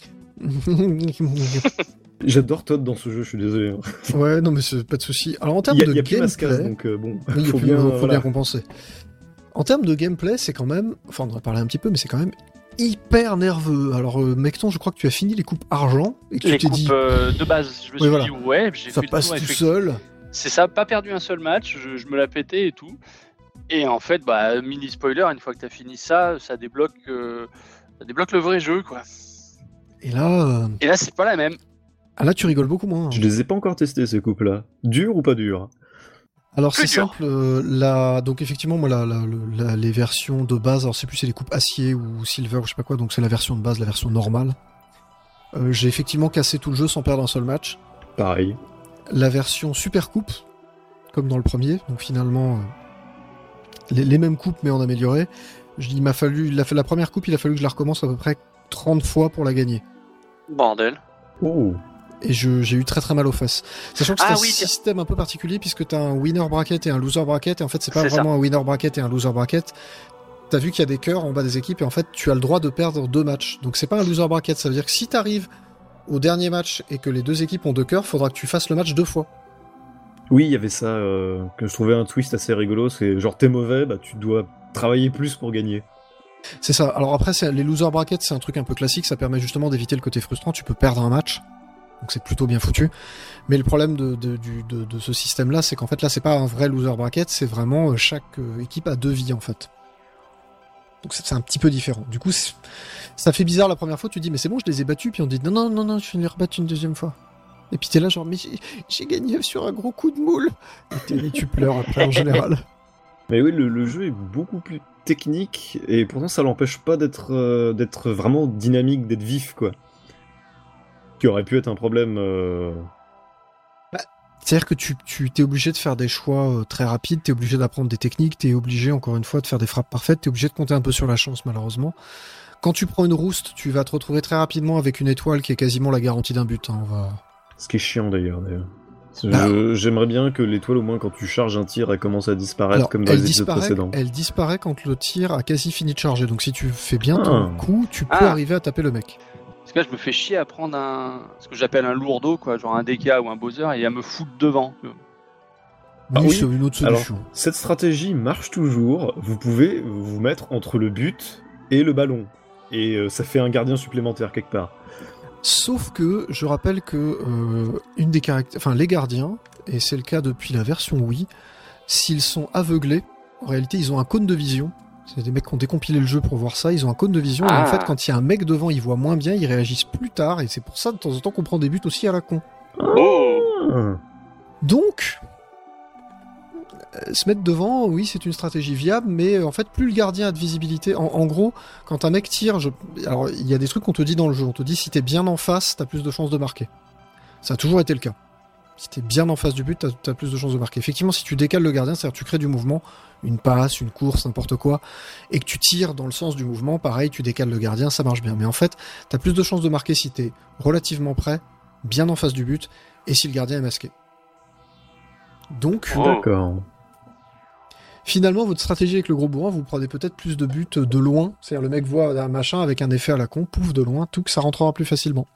J'adore Todd dans ce jeu, je suis désolé. hein. Ouais, non mais c'est pas de souci. Alors en termes Il de y a plus Mascaz, gameplay, donc bon, oui, il faut faut bien bien compenser. En termes de gameplay, c'est quand même, enfin on en a parlé un petit peu, mais c'est quand même hyper nerveux. Alors Mecton, je crois que tu as fini les coupes argent et que Les tu t'es coupes dit de base, je me suis voilà. dit ouais, j'ai ça fait passe le tour, tout effectivement. seul. C'est ça, pas perdu un seul match, je me la pétais et tout. Et en fait, bah, mini spoiler, une fois que t'as fini ça, ça débloque le vrai jeu, quoi. Et là, Et là, c'est pas la même. là tu rigoles beaucoup moins. hein. Je les ai pas encore testés ces coupes là. Dur ou pas dur? Alors Plus c'est dur. simple, donc effectivement moi les versions de base, alors c'est plus c'est les coupes acier ou silver ou je sais pas quoi, donc c'est la version de base, la version normale. J'ai effectivement cassé tout le jeu sans perdre un seul match. Pareil. La version super coupe, comme dans le premier, donc finalement les mêmes coupes mais en amélioré. La première coupe, il a fallu que je la recommence à peu près 30 fois pour la gagner. Bordel. Oh. Et j'ai eu très très mal aux fesses. Sachant que c'est Ah un oui, système un peu particulier puisque t'as un winner bracket et un loser bracket, et en fait c'est pas C'est vraiment un winner bracket et un loser bracket. T'as vu qu'il y a des cœurs en bas des équipes et en fait tu as le droit de perdre 2 matchs. Donc c'est pas un loser bracket, ça veut dire que si t'arrives au dernier match et que les 2 équipes ont 2 cœurs, faudra que tu fasses le match 2 fois. Oui, il y avait ça, que je trouvais un twist assez rigolo, c'est genre t'es mauvais, bah tu dois travailler plus pour gagner. C'est ça. Alors après, les loser brackets, c'est un truc un peu classique, ça permet justement d'éviter le côté frustrant. Tu peux perdre un match. Donc c'est plutôt bien foutu. Mais le problème de ce système-là, c'est qu'en fait là, c'est pas un vrai loser bracket, c'est vraiment chaque équipe a 2 vies en fait. Donc c'est un petit peu différent. Du coup, ça fait bizarre la première fois. Tu dis mais c'est bon, je les ai battus. Puis on dit non, je vais les rebattre une deuxième fois. Et puis t'es là genre mais j'ai gagné sur un gros coup de moule. Et tu pleures après en général. Mais oui, le jeu est beaucoup plus technique et pourtant ça l'empêche pas d'être vraiment dynamique, d'être vif quoi. Qui aurait pu être un problème. C'est-à-dire que tu t'es obligé de faire des choix très rapides, t'es obligé d'apprendre des techniques, t'es obligé encore une fois de faire des frappes parfaites, t'es obligé de compter un peu sur la chance malheureusement. Quand tu prends une rouste, tu vas te retrouver très rapidement avec une étoile qui est quasiment la garantie d'un but. Ce qui est chiant d'ailleurs. J'aimerais bien que l'étoile au moins quand tu charges un tir elle commence à disparaître. Alors, comme dans les épisodes précédents. Elle disparaît quand le tir a quasi fini de charger, donc si tu fais bien ton coup, tu peux arriver à taper le mec. Parce que là, je me fais chier à prendre ce que j'appelle un lourdeau, quoi, genre un DK ou un Bowser, et à me foutre devant. Oui, c'est une autre solution. Alors, cette stratégie marche toujours. Vous pouvez vous mettre entre le but et le ballon. Et ça fait un gardien supplémentaire quelque part. Sauf que, je rappelle que les gardiens, et c'est le cas depuis la version Wii, s'ils sont aveuglés, en réalité, ils ont un cône de vision. C'est des mecs qui ont décompilé le jeu pour voir ça, ils ont un cône de vision, et en fait, quand il y a un mec devant, ils voient moins bien, ils réagissent plus tard, et c'est pour ça, de temps en temps, qu'on prend des buts aussi à la con. Donc, se mettre devant, oui, c'est une stratégie viable, mais en fait, plus le gardien a de visibilité, en gros, quand un mec tire, alors, il y a des trucs qu'on te dit dans le jeu, on te dit, si t'es bien en face, t'as plus de chances de marquer. Ça a toujours été le cas. Si t'es bien en face du but, t'as plus de chances de marquer. Effectivement, si tu décales le gardien, c'est-à-dire que tu crées du mouvement, une passe, une course, n'importe quoi, et que tu tires dans le sens du mouvement, pareil, tu décales le gardien, ça marche bien. Mais en fait, t'as plus de chances de marquer si t'es relativement près, bien en face du but, et si le gardien est masqué. Donc, d'accord. Finalement, votre stratégie avec le gros bourrin, vous prenez peut-être plus de buts de loin. C'est-à-dire le mec voit un machin avec un effet à la con, pouf, de loin, tout que ça rentrera plus facilement.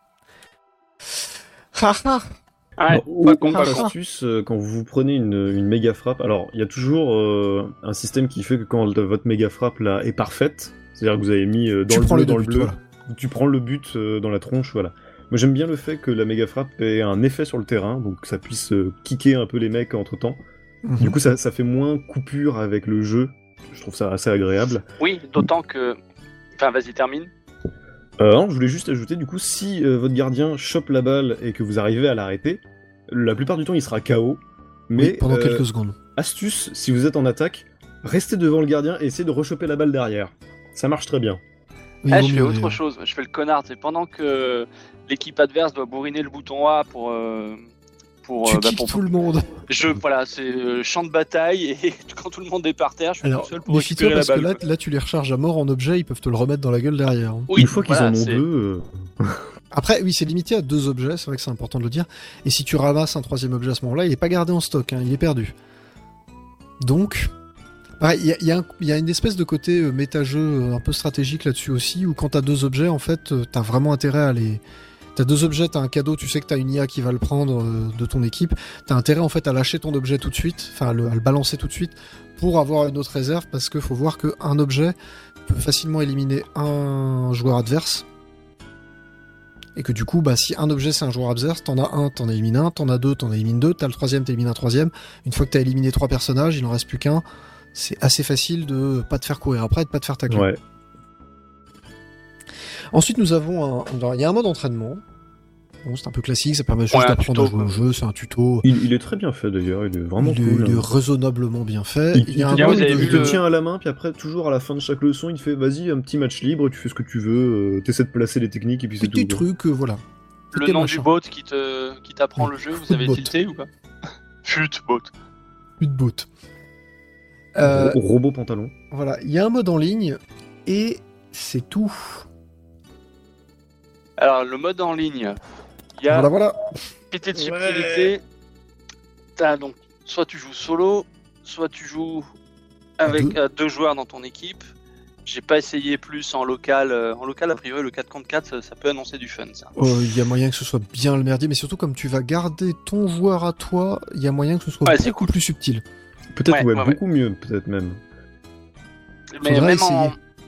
Autre astuce, quand vous prenez une méga frappe, alors il y a toujours un système qui fait que quand votre méga frappe là est parfaite, c'est-à-dire que vous avez mis dans le bleu, voilà. Tu prends le but dans la tronche, voilà. Moi j'aime bien le fait que la méga frappe ait un effet sur le terrain, donc que ça puisse kicker un peu les mecs entre temps. Du coup ça fait moins coupure avec le jeu, je trouve ça assez agréable. Oui, d'autant que... Enfin vas-y, termine. Non, je voulais juste ajouter, du coup, si votre gardien chope la balle et que vous arrivez à l'arrêter, la plupart du temps il sera KO, mais pendant quelques secondes. Astuce, si vous êtes en attaque, restez devant le gardien et essayez de rechoper la balle derrière. Ça marche très bien. Oui, je fais autre chose, je fais le connard, c'est pendant que l'équipe adverse doit bourriner le bouton A pour tout le monde. Voilà, c'est champ de bataille et quand tout le monde est par terre, je suis tout seul pour méfie-toi récupérer la balle. Parce que là, tu les recharges à mort en objet, ils peuvent te le remettre dans la gueule derrière. Oui, une fois qu'ils en ont deux. Après, oui, c'est limité à 2 objets, c'est vrai que c'est important de le dire. Et si tu ramasses un 3e objet à ce moment-là, il est pas gardé en stock, il est perdu. Donc, pareil, il y a une espèce de côté méta-jeu un peu stratégique là-dessus aussi, où quand t'as 2 objets, en fait, t'as vraiment intérêt à les... T'as 2 objets, t'as un cadeau, tu sais que t'as une IA qui va le prendre de ton équipe. T'as intérêt en fait à lâcher ton objet tout de suite, à le balancer tout de suite pour avoir une autre réserve, parce qu'il faut voir qu'un objet peut facilement éliminer un joueur adverse. Et que du coup, si un objet c'est un joueur adverse, t'en as un, t'en élimines un, t'en as 2, t'en élimines 2, t'as le 3e, t'élimines un 3e. Une fois que t'as éliminé 3 personnages, il en reste plus qu'un. C'est assez facile de pas te faire courir après et de pas te faire tacler. Ouais. Ensuite, nous avons il y a un mode entraînement. Bon, c'est un peu classique, ça permet juste d'apprendre à jouer au jeu, c'est un tuto. Il est très bien fait d'ailleurs, il est vraiment cool. Il est raisonnablement bien fait. Il te tient à la main, puis après, toujours à la fin de chaque leçon, il te fait vas-y, un petit match libre, tu fais ce que tu veux, t'essaies de placer les techniques et puis c'est tout. Petit truc, voilà. Le nom du bot qui t'apprend le jeu, vous avez tilté ou pas? Futbot. Futbot. Robot pantalon. Voilà, il y a un mode en ligne et c'est tout. Alors, le mode en ligne, il y a voilà. pété de subtilité. T'as donc, soit tu joues solo, soit tu joues avec 2 joueurs dans ton équipe. J'ai pas essayé plus en local. En local, a priori, le 4 contre 4, ça peut annoncer du fun, ça. Il y a moyen que ce soit bien le merdier, mais surtout, comme tu vas garder ton joueur à toi, il y a moyen que ce soit beaucoup plus subtil. Peut-être, beaucoup mieux, peut-être même. Mais même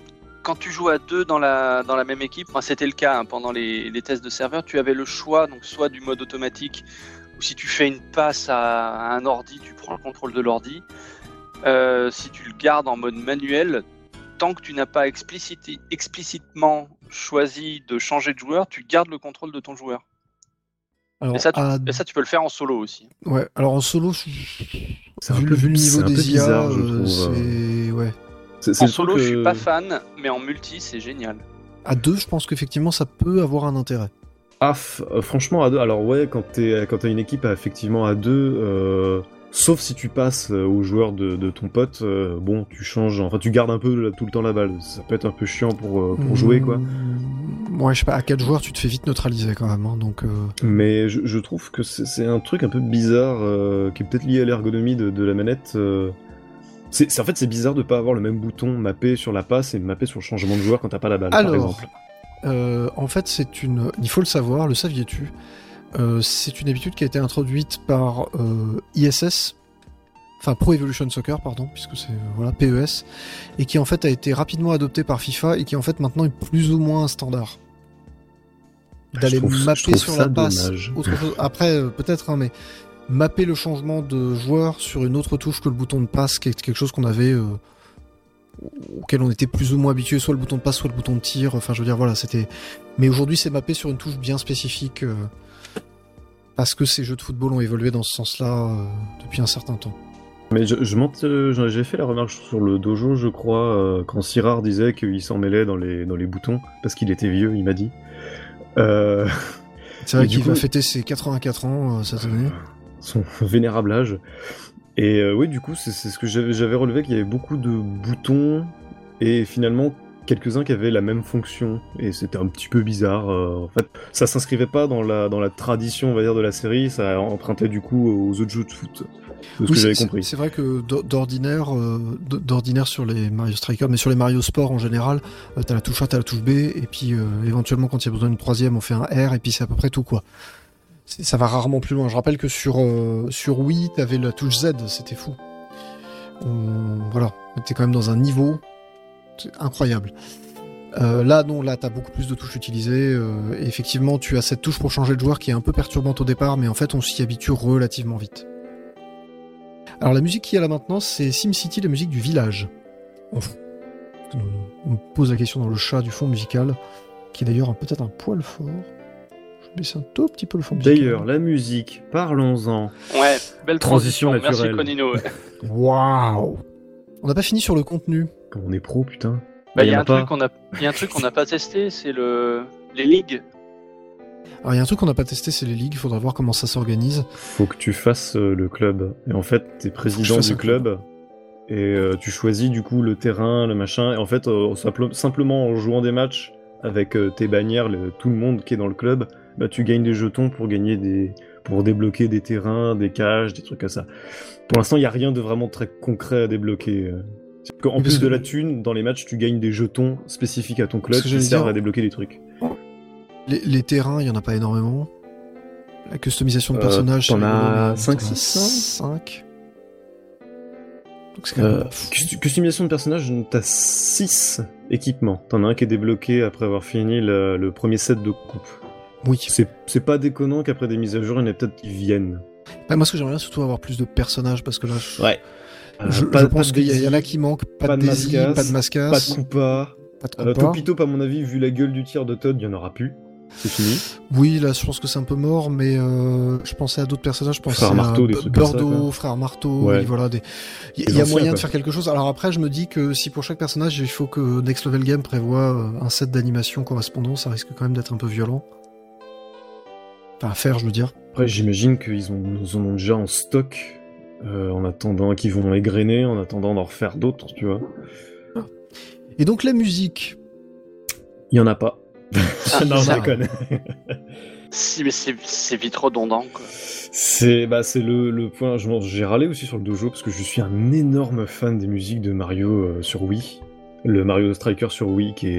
quand tu joues à deux dans la même équipe, moi c'était le cas hein, pendant les tests de serveur, tu avais le choix, donc soit du mode automatique, ou si tu fais une passe à un ordi, tu prends le contrôle de l'ordi. Si tu le gardes en mode manuel, tant que tu n'as pas explicitement choisi de changer de joueur, tu gardes le contrôle de ton joueur. Alors, Et ça, tu peux le faire en solo aussi. Ouais, alors en solo, C'est vu le niveau des IA, bizarre, je trouve. c'est... Ouais. En solo, je suis pas fan, mais en multi, c'est génial. À deux, je pense qu'effectivement, ça peut avoir un intérêt. Franchement, à deux, alors ouais, quand t'as une équipe effectivement à deux, sauf si tu passes aux joueurs de ton pote, bon, tu changes, enfin tu gardes un peu tout le temps la balle. Ça peut être un peu chiant pour jouer, quoi. Ouais, je sais pas, à 4 joueurs, tu te fais vite neutraliser quand même, hein, donc... Mais je trouve que c'est un truc un peu bizarre, qui est peut-être lié à l'ergonomie de la manette. En fait, c'est bizarre de pas avoir le même bouton mappé sur la passe et mappé sur le changement de joueur quand t'as pas la balle, par exemple. En fait, il faut le savoir, le saviez-tu, c'est une habitude qui a été introduite par ISS, enfin Pro Evolution Soccer, pardon, puisque c'est PES, et qui en fait a été rapidement adoptée par FIFA et qui en fait maintenant est plus ou moins un standard. D'aller mapper sur la passe autre chose. Après, peut-être, hein, mais mapper le changement de joueur sur une autre touche que le bouton de passe, qui est quelque chose qu'on avait... auquel on était plus ou moins habitué, soit le bouton de passe, soit le bouton de tir, enfin je veux dire voilà, c'était... Mais aujourd'hui c'est mappé sur une touche bien spécifique, parce que ces jeux de football ont évolué dans ce sens-là depuis un certain temps. Mais j'ai fait la remarque sur le dojo, je crois, quand Sirard disait qu'il s'en mêlait dans les boutons, parce qu'il était vieux, il m'a dit. C'est vrai qu'il va fêter ses 84 ans cette année. Son vénérable âge. Et oui, du coup, c'est ce que j'avais relevé, qu'il y avait beaucoup de boutons, et finalement, quelques-uns qui avaient la même fonction, et c'était un petit peu bizarre. En fait, ça s'inscrivait pas dans la tradition, on va dire, de la série, ça empruntait du coup aux autres jeux de foot, de ce que j'avais compris. C'est vrai que d'ordinaire sur les Mario Strikers, mais sur les Mario Sport en général, t'as la touche A, t'as la touche B, et puis éventuellement, quand il y a besoin d'une troisième, on fait un R, et puis c'est à peu près tout, quoi. Ça va rarement plus loin. Je rappelle que sur Wii, t'avais la touche Z, c'était fou. Voilà, on était quand même dans un niveau incroyable. Là, non, là, t'as beaucoup plus de touches utilisées. Et effectivement, tu as cette touche pour changer de joueur qui est un peu perturbante au départ, mais en fait, on s'y habitue relativement vite. Alors, la musique qu'il y a là maintenant, c'est SimCity, la musique du village. On me pose la question dans le chat du fond musical, qui est d'ailleurs peut-être un poil fort. Baisse un tout petit peu le fond musical. D'ailleurs, la musique, parlons-en. Ouais, belle transition naturelle. Merci Conino. Waouh. On n'a pas fini sur le contenu. Comme on est pro, putain. Il y a un truc qu'on n'a pas testé, c'est les ligues. Alors il y a un truc qu'on n'a pas testé, c'est les ligues. Il faudra voir comment ça s'organise. Faut que tu fasses le club. Et en fait, t'es président du club. Et tu choisis du coup le terrain, le machin. Et en fait, simplement en jouant des matchs avec tes bannières, tout le monde qui est dans le club, bah, tu gagnes des jetons pour débloquer des terrains, des cages, des trucs comme ça. Pour l'instant, il n'y a rien de vraiment très concret à débloquer. En plus de la thune, dans les matchs, tu gagnes des jetons spécifiques à ton club qui servent à débloquer des trucs. Les terrains, il n'y en a pas énormément. La customisation de personnages, t'en as 5, 5. Donc c'est quand même customisation de personnages, t'as 6 équipements. T'en as un qui est débloqué après avoir fini le premier set de coupe. Oui. C'est pas déconnant qu'après des mises à jour, il y en a peut-être qui viennent. Bah, moi, ce que j'aimerais bien, c'est surtout avoir plus de personnages, parce que là, je pas pense qu'il y en a qui manquent. Pas de Daisy, pas de Mascas. Pas de Koopa. Topito, à mon avis, vu la gueule du tir de Todd, il y en aura plus. C'est fini. Oui, là, je pense que c'est un peu mort, mais je pensais à d'autres personnages. Je pensais Frère Marteau, des trucs Birdo, comme ça, Frère Marteau. Ouais. Oui, voilà, il y a moyen de faire quelque chose. Alors après, je me dis que si pour chaque personnage, il faut que Next Level Game prévoit un set d'animation correspondant, ça risque quand même d'être un peu violent. Enfin, à faire, je veux dire. Après, j'imagine qu'ils nous en ont déjà en stock, en attendant qu'ils vont égrener, en attendant d'en refaire d'autres, tu vois. Et donc, la musique. Il y en a pas. Non, je déconne. Si, mais c'est vite redondant, quoi. C'est le point. J'ai râlé aussi sur le dojo parce que je suis un énorme fan des musiques de Mario sur Wii. Le Mario Striker sur Wii qui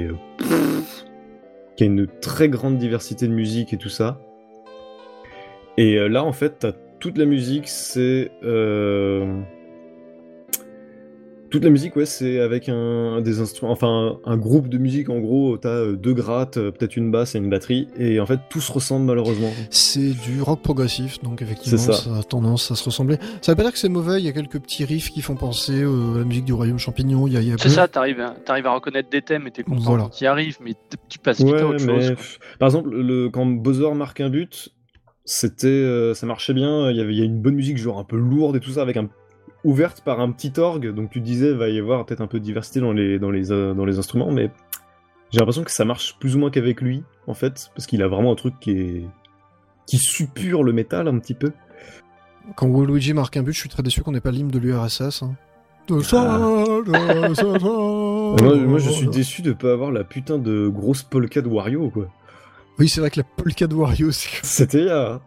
a une très grande diversité de musique et tout ça. Et là, en fait, t'as toute la musique, c'est Toute la musique, ouais, c'est avec des instruments, enfin un groupe de musique en gros. T'as 2 grattes, peut-être une basse et une batterie, et en fait tout se ressemble malheureusement. C'est du rock progressif, donc effectivement C'est ça. ça a tendance à se ressembler. Ça veut pas dire que c'est mauvais, il y a quelques petits riffs qui font penser à la musique du Royaume Champignon. Il y a C'est ça, t'arrives à reconnaître des thèmes et t'es content Voilà. quand tu y arrives, mais tu passes vite à autre chose. Quoi. Par exemple, quand Bowser marque un but, ça marchait bien. Il y a une bonne musique, genre un peu lourde et tout ça, ouverte par un petit orgue. Donc tu disais, va y avoir peut-être un peu de diversité dans les instruments, mais j'ai l'impression que ça marche plus ou moins qu'avec lui, en fait, parce qu'il a vraiment un truc qui suppure le métal un petit peu. Quand Waluigi marque un but, je suis très déçu qu'on n'ait pas l'hymne de l'URSS. Hein. Moi, je suis déçu de pas avoir la putain de grosse polka de Wario, quoi. Oui, c'est vrai que la polka de Wario, C'était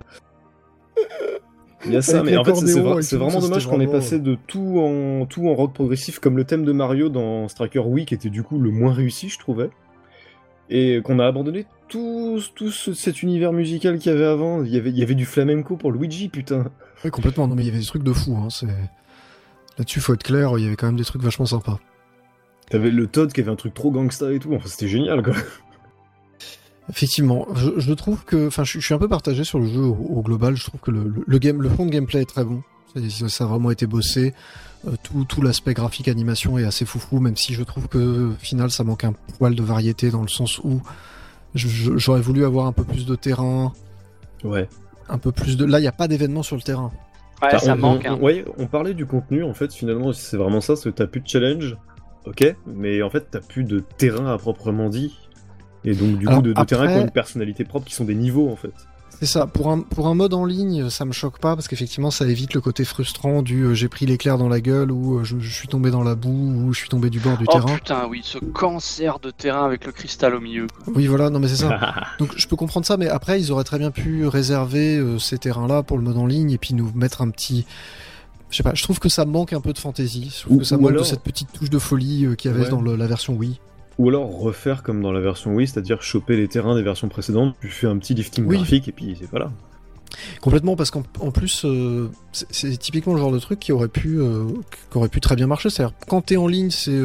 il y a ça, Avec mais en fait, c'est l'accordéon et c'est tout, vraiment ça, dommage c'était qu'on ait vraiment- passé de tout en rock progressif, comme le thème de Mario dans Striker Wii, qui était du coup le moins réussi, je trouvais. Et qu'on a abandonné tout cet univers musical qu'il y avait avant. Il y avait du flamenco pour Luigi, putain. Oui, complètement. Non, mais il y avait des trucs de fou. Hein. Là-dessus, faut être clair, il y avait quand même des trucs vachement sympas. T'avais le Toad qui avait un truc trop gangsta et tout, enfin c'était génial, quoi. Effectivement, je trouve que, enfin, je suis un peu partagé sur le jeu au global. Je trouve que le fond de gameplay est très bon. Ça a vraiment été bossé. Tout l'aspect graphique, animation est assez foufou, même si je trouve que, au final, ça manque un poil de variété dans le sens où j'aurais voulu avoir un peu plus de terrain, Ouais. un peu plus de. Là, il n'y a pas d'événement sur le terrain. Ouais, Enfin, ça manque. Hein. On parlait du contenu, en fait, finalement, c'est vraiment ça, c'est que t'as plus de challenge, ok, mais en fait, t'as plus de terrain à proprement dit, et donc du Alors, coup, de terrains qui après- ont une personnalité propre, qui sont des niveaux, en fait. C'est ça. Pour un mode en ligne, ça me choque pas parce qu'effectivement, ça évite le côté frustrant du j'ai pris l'éclair dans la gueule ou je suis tombé dans la boue ou je suis tombé du bord du Oh terrain. putain, oui, ce cancer de terrain avec le cristal au milieu. Oui, voilà. Non, mais c'est ça. Donc, je peux comprendre ça, mais après, ils auraient très bien pu réserver ces terrains-là pour le mode en ligne et puis nous mettre un petit. Je sais pas. Je trouve que ça manque un peu de fantaisie. Je trouve que ça Ou manque alors- de cette petite touche de folie qu'il y avait Ouais. dans la version Wii. Ou alors refaire comme dans la version Wii, c'est-à-dire choper les terrains des versions précédentes, puis fais un petit lifting Oui. graphique, et puis voilà. Complètement, parce qu'en plus, c'est typiquement le genre de truc qui aurait pu très bien marcher. C'est-à-dire, quand t'es en ligne, c'est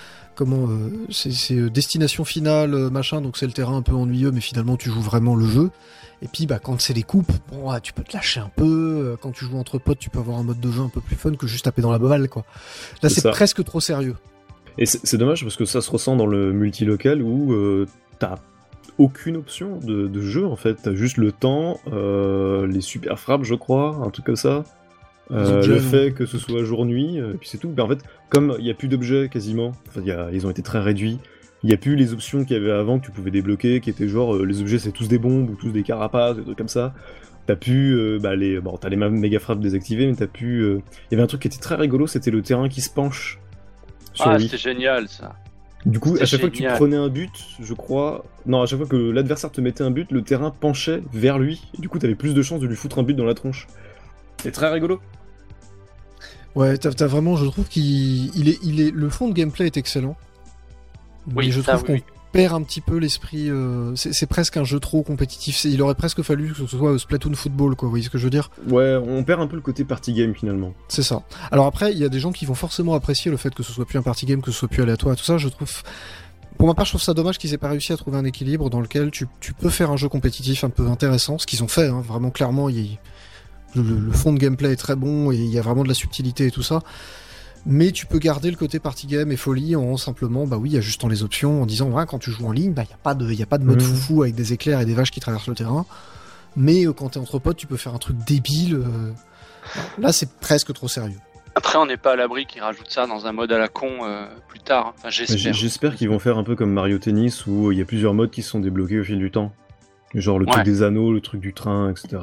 destination finale, machin, donc c'est le terrain un peu ennuyeux, mais finalement tu joues vraiment le jeu. Et puis, bah, quand c'est les coupes, bon, tu peux te lâcher un peu. Quand tu joues entre potes, tu peux avoir un mode de jeu un peu plus fun que juste taper dans la balle, quoi. Là, C'est c'est ça. presque trop sérieux. Et c'est dommage parce que ça se ressent dans le multilocal où t'as aucune option de jeu en fait. T'as juste le temps, les super frappes, je crois, un truc comme ça. objets, Le non. fait que ce soit jour-nuit, et puis c'est tout. Mais en fait, comme il n'y a plus d'objets quasiment, enfin, ils ont été très réduits. Il n'y a plus les options qu'il y avait avant que tu pouvais débloquer, qui étaient genre les objets c'est tous des bombes ou tous des carapaces, des trucs comme ça. T'as pu, t'as les méga frappes désactivées, mais t'as pu. Il y avait un truc qui était très rigolo, c'était le terrain qui se penche. Sur Ah, Wii. c'était génial ça. Du coup, C'était à chaque fois que tu génial. prenais un but, je crois. Non, à chaque fois que l'adversaire te mettait un but, le terrain penchait vers lui. Et du coup, t'avais plus de chances de lui foutre un but dans la tronche. C'est très rigolo. Ouais, t'as vraiment, je trouve le fond de gameplay est excellent. Oui, mais je ça, trouve qu'on oui. perd un petit peu l'esprit. C'est presque un jeu trop compétitif. Il aurait presque fallu que ce soit Splatoon Football, quoi. Vous voyez ce que je veux dire? Ouais, on perd un peu le côté party game finalement. C'est ça. Alors après, il y a des gens qui vont forcément apprécier le fait que ce soit plus un party game, que ce soit plus aléatoire, tout ça. Je trouve. Pour ma part, je trouve ça dommage qu'ils aient pas réussi à trouver un équilibre dans lequel tu peux faire un jeu compétitif un peu intéressant, ce qu'ils ont fait, hein, vraiment clairement. Le fond de gameplay est très bon et il y a vraiment de la subtilité et tout ça. Mais tu peux garder le côté party game et folie en simplement, bah oui, ajustant les options, en disant, ouais, quand tu joues en ligne, bah y a pas de mode foufou avec des éclairs et des vaches qui traversent le terrain. Mais quand t'es entre potes, tu peux faire un truc débile. Là, c'est presque trop sérieux. Après, on n'est pas à l'abri qu'ils rajoutent ça dans un mode à la con plus tard. Enfin, j'espère. J'espère qu'ils vont faire un peu comme Mario Tennis où il y a plusieurs modes qui se sont débloqués au fil du temps. Genre le truc des anneaux, le truc du train, etc.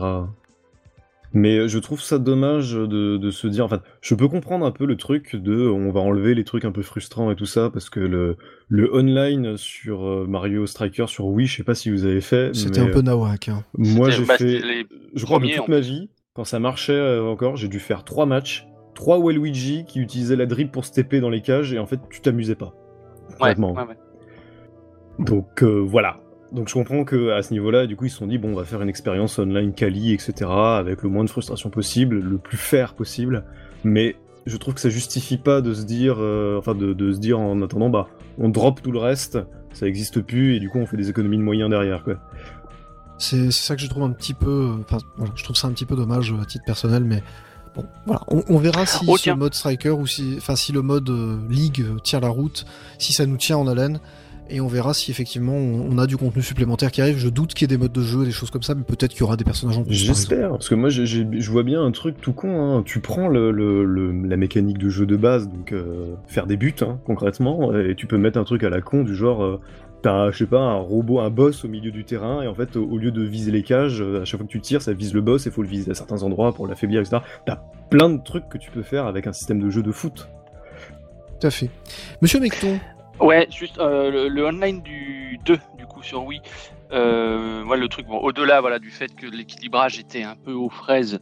Mais je trouve ça dommage de se dire, enfin, je peux comprendre un peu le truc de on va enlever les trucs un peu frustrants et tout ça, parce que le online sur Mario Striker sur Wii, je sais pas si vous avez fait. C'était mais, un peu nawak. Hein. Moi j'ai fait, les je crois que premiers, toute ma vie, quand ça marchait encore, j'ai dû faire 3 matchs, 3 Waluigi qui utilisaient la dribble pour se TP dans les cages, et en fait tu t'amusais pas. Complètement. Ouais. Donc voilà. Donc je comprends qu'à ce niveau-là, du coup, ils se sont dit, bon, on va faire une expérience online quali, etc., avec le moins de frustration possible, le plus fair possible, mais je trouve que ça justifie pas de se dire, de se dire en attendant, bah, on drop tout le reste, ça existe plus, et du coup, on fait des économies de moyens derrière, quoi. C'est ça que je trouve un petit peu... Enfin, voilà, je trouve ça un petit peu dommage à titre personnel, mais bon, voilà. On verra si ce mode Striker ou si le mode League tient la route, si ça nous tient en haleine, et on verra si effectivement on a du contenu supplémentaire qui arrive. Je doute qu'il y ait des modes de jeu, des choses comme ça, mais peut-être qu'il y aura des personnages en plus. J'espère, parce que moi je vois bien un truc tout con, hein. Tu prends la mécanique de jeu de base, donc faire des buts, hein, concrètement, et tu peux mettre un truc à la con du genre... T'as, je sais pas, un robot, un boss au milieu du terrain, et en fait, au lieu de viser les cages, à chaque fois que tu tires, ça vise le boss, et faut le viser à certains endroits pour l'affaiblir, etc. T'as plein de trucs que tu peux faire avec un système de jeu de foot. Tout à fait. Monsieur Mecton. Ouais, juste le online du 2, du coup, sur Wii. Moi, le truc, bon, au-delà voilà, du fait que l'équilibrage était un peu aux fraises,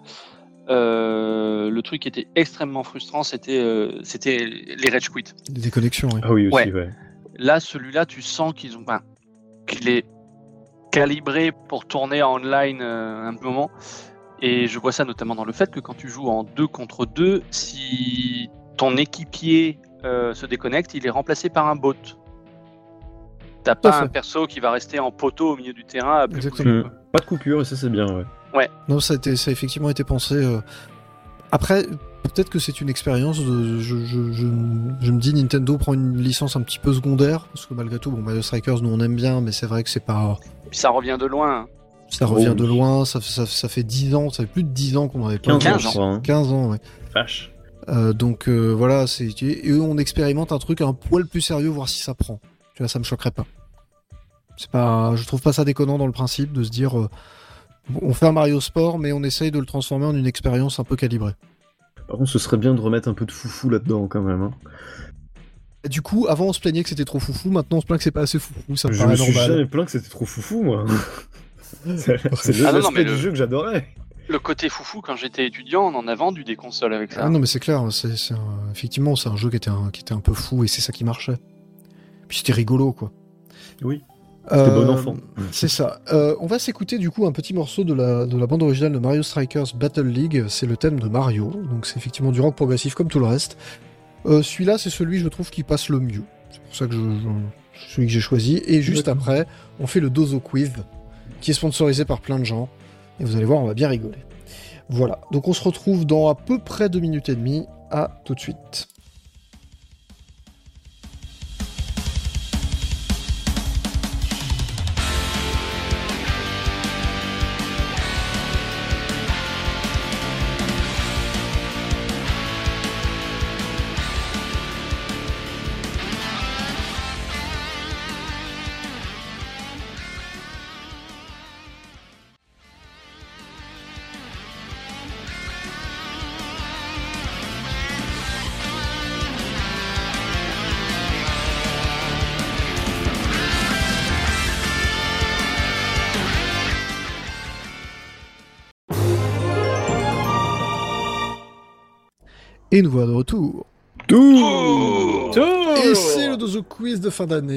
le truc qui était extrêmement frustrant, c'était les rage quits. Les déconnexions, oui. Ah oui, aussi, ouais. Là, celui-là, tu sens qu'il est calibré pour tourner en online un moment. Et je vois ça notamment dans le fait que quand tu joues en 2 contre 2, si ton équipier se déconnecte, il est remplacé par un bot. T'as pas un perso qui va rester en poteau au milieu du terrain à plus bouger, pas de coupure, et ça c'est bien, ouais. Non, ça a effectivement été pensé. Après, peut-être que c'est une expérience de... Je me dis, Nintendo prend une licence un petit peu secondaire, parce que malgré tout, bon, Mario Strikers, nous on aime bien, mais c'est vrai que c'est pas... Puis ça revient de loin. Ça revient de loin, ça fait 10 ans, ça fait plus de 10 ans qu'on avait pas... 15 ans. 15 ans, ouais. Vache. Donc voilà, et on expérimente un truc un poil plus sérieux, voir si ça prend. Tu vois, ça me choquerait pas. Je trouve pas ça déconnant dans le principe de se dire... on fait un Mario Sport, mais on essaye de le transformer en une expérience un peu calibrée. Par contre, ce serait bien de remettre un peu de foufou là-dedans, quand même. Hein. Du coup, avant on se plaignait que c'était trop foufou, maintenant on se plaint que c'est pas assez foufou, ça me paraît normal. Je me suis jamais plaint que c'était trop foufou, moi. c'est l'aspect du jeu que j'adorais. Le côté foufou, quand j'étais étudiant, on en a vendu des consoles avec ça. Ah non, mais c'est clair, effectivement, c'est un jeu qui était un peu fou, et c'est ça qui marchait. Puis c'était rigolo, quoi. Oui. C'était bon enfant. C'est ça. On va s'écouter du coup un petit morceau de la bande originale de Mario Strikers Battle League. C'est le thème de Mario, donc c'est effectivement du rock progressif comme tout le reste. Celui-là, c'est celui, je trouve, qui passe le mieux. C'est pour ça que celui que j'ai choisi. Et juste après, on fait le Dozo Quiz, qui est sponsorisé par plein de gens. Et vous allez voir, on va bien rigoler. Voilà. Donc on se retrouve dans à peu près 2 minutes et demie. À tout de suite. Et nous voilà de retour. Tour. Et c'est le Dozo Quiz de fin d'année.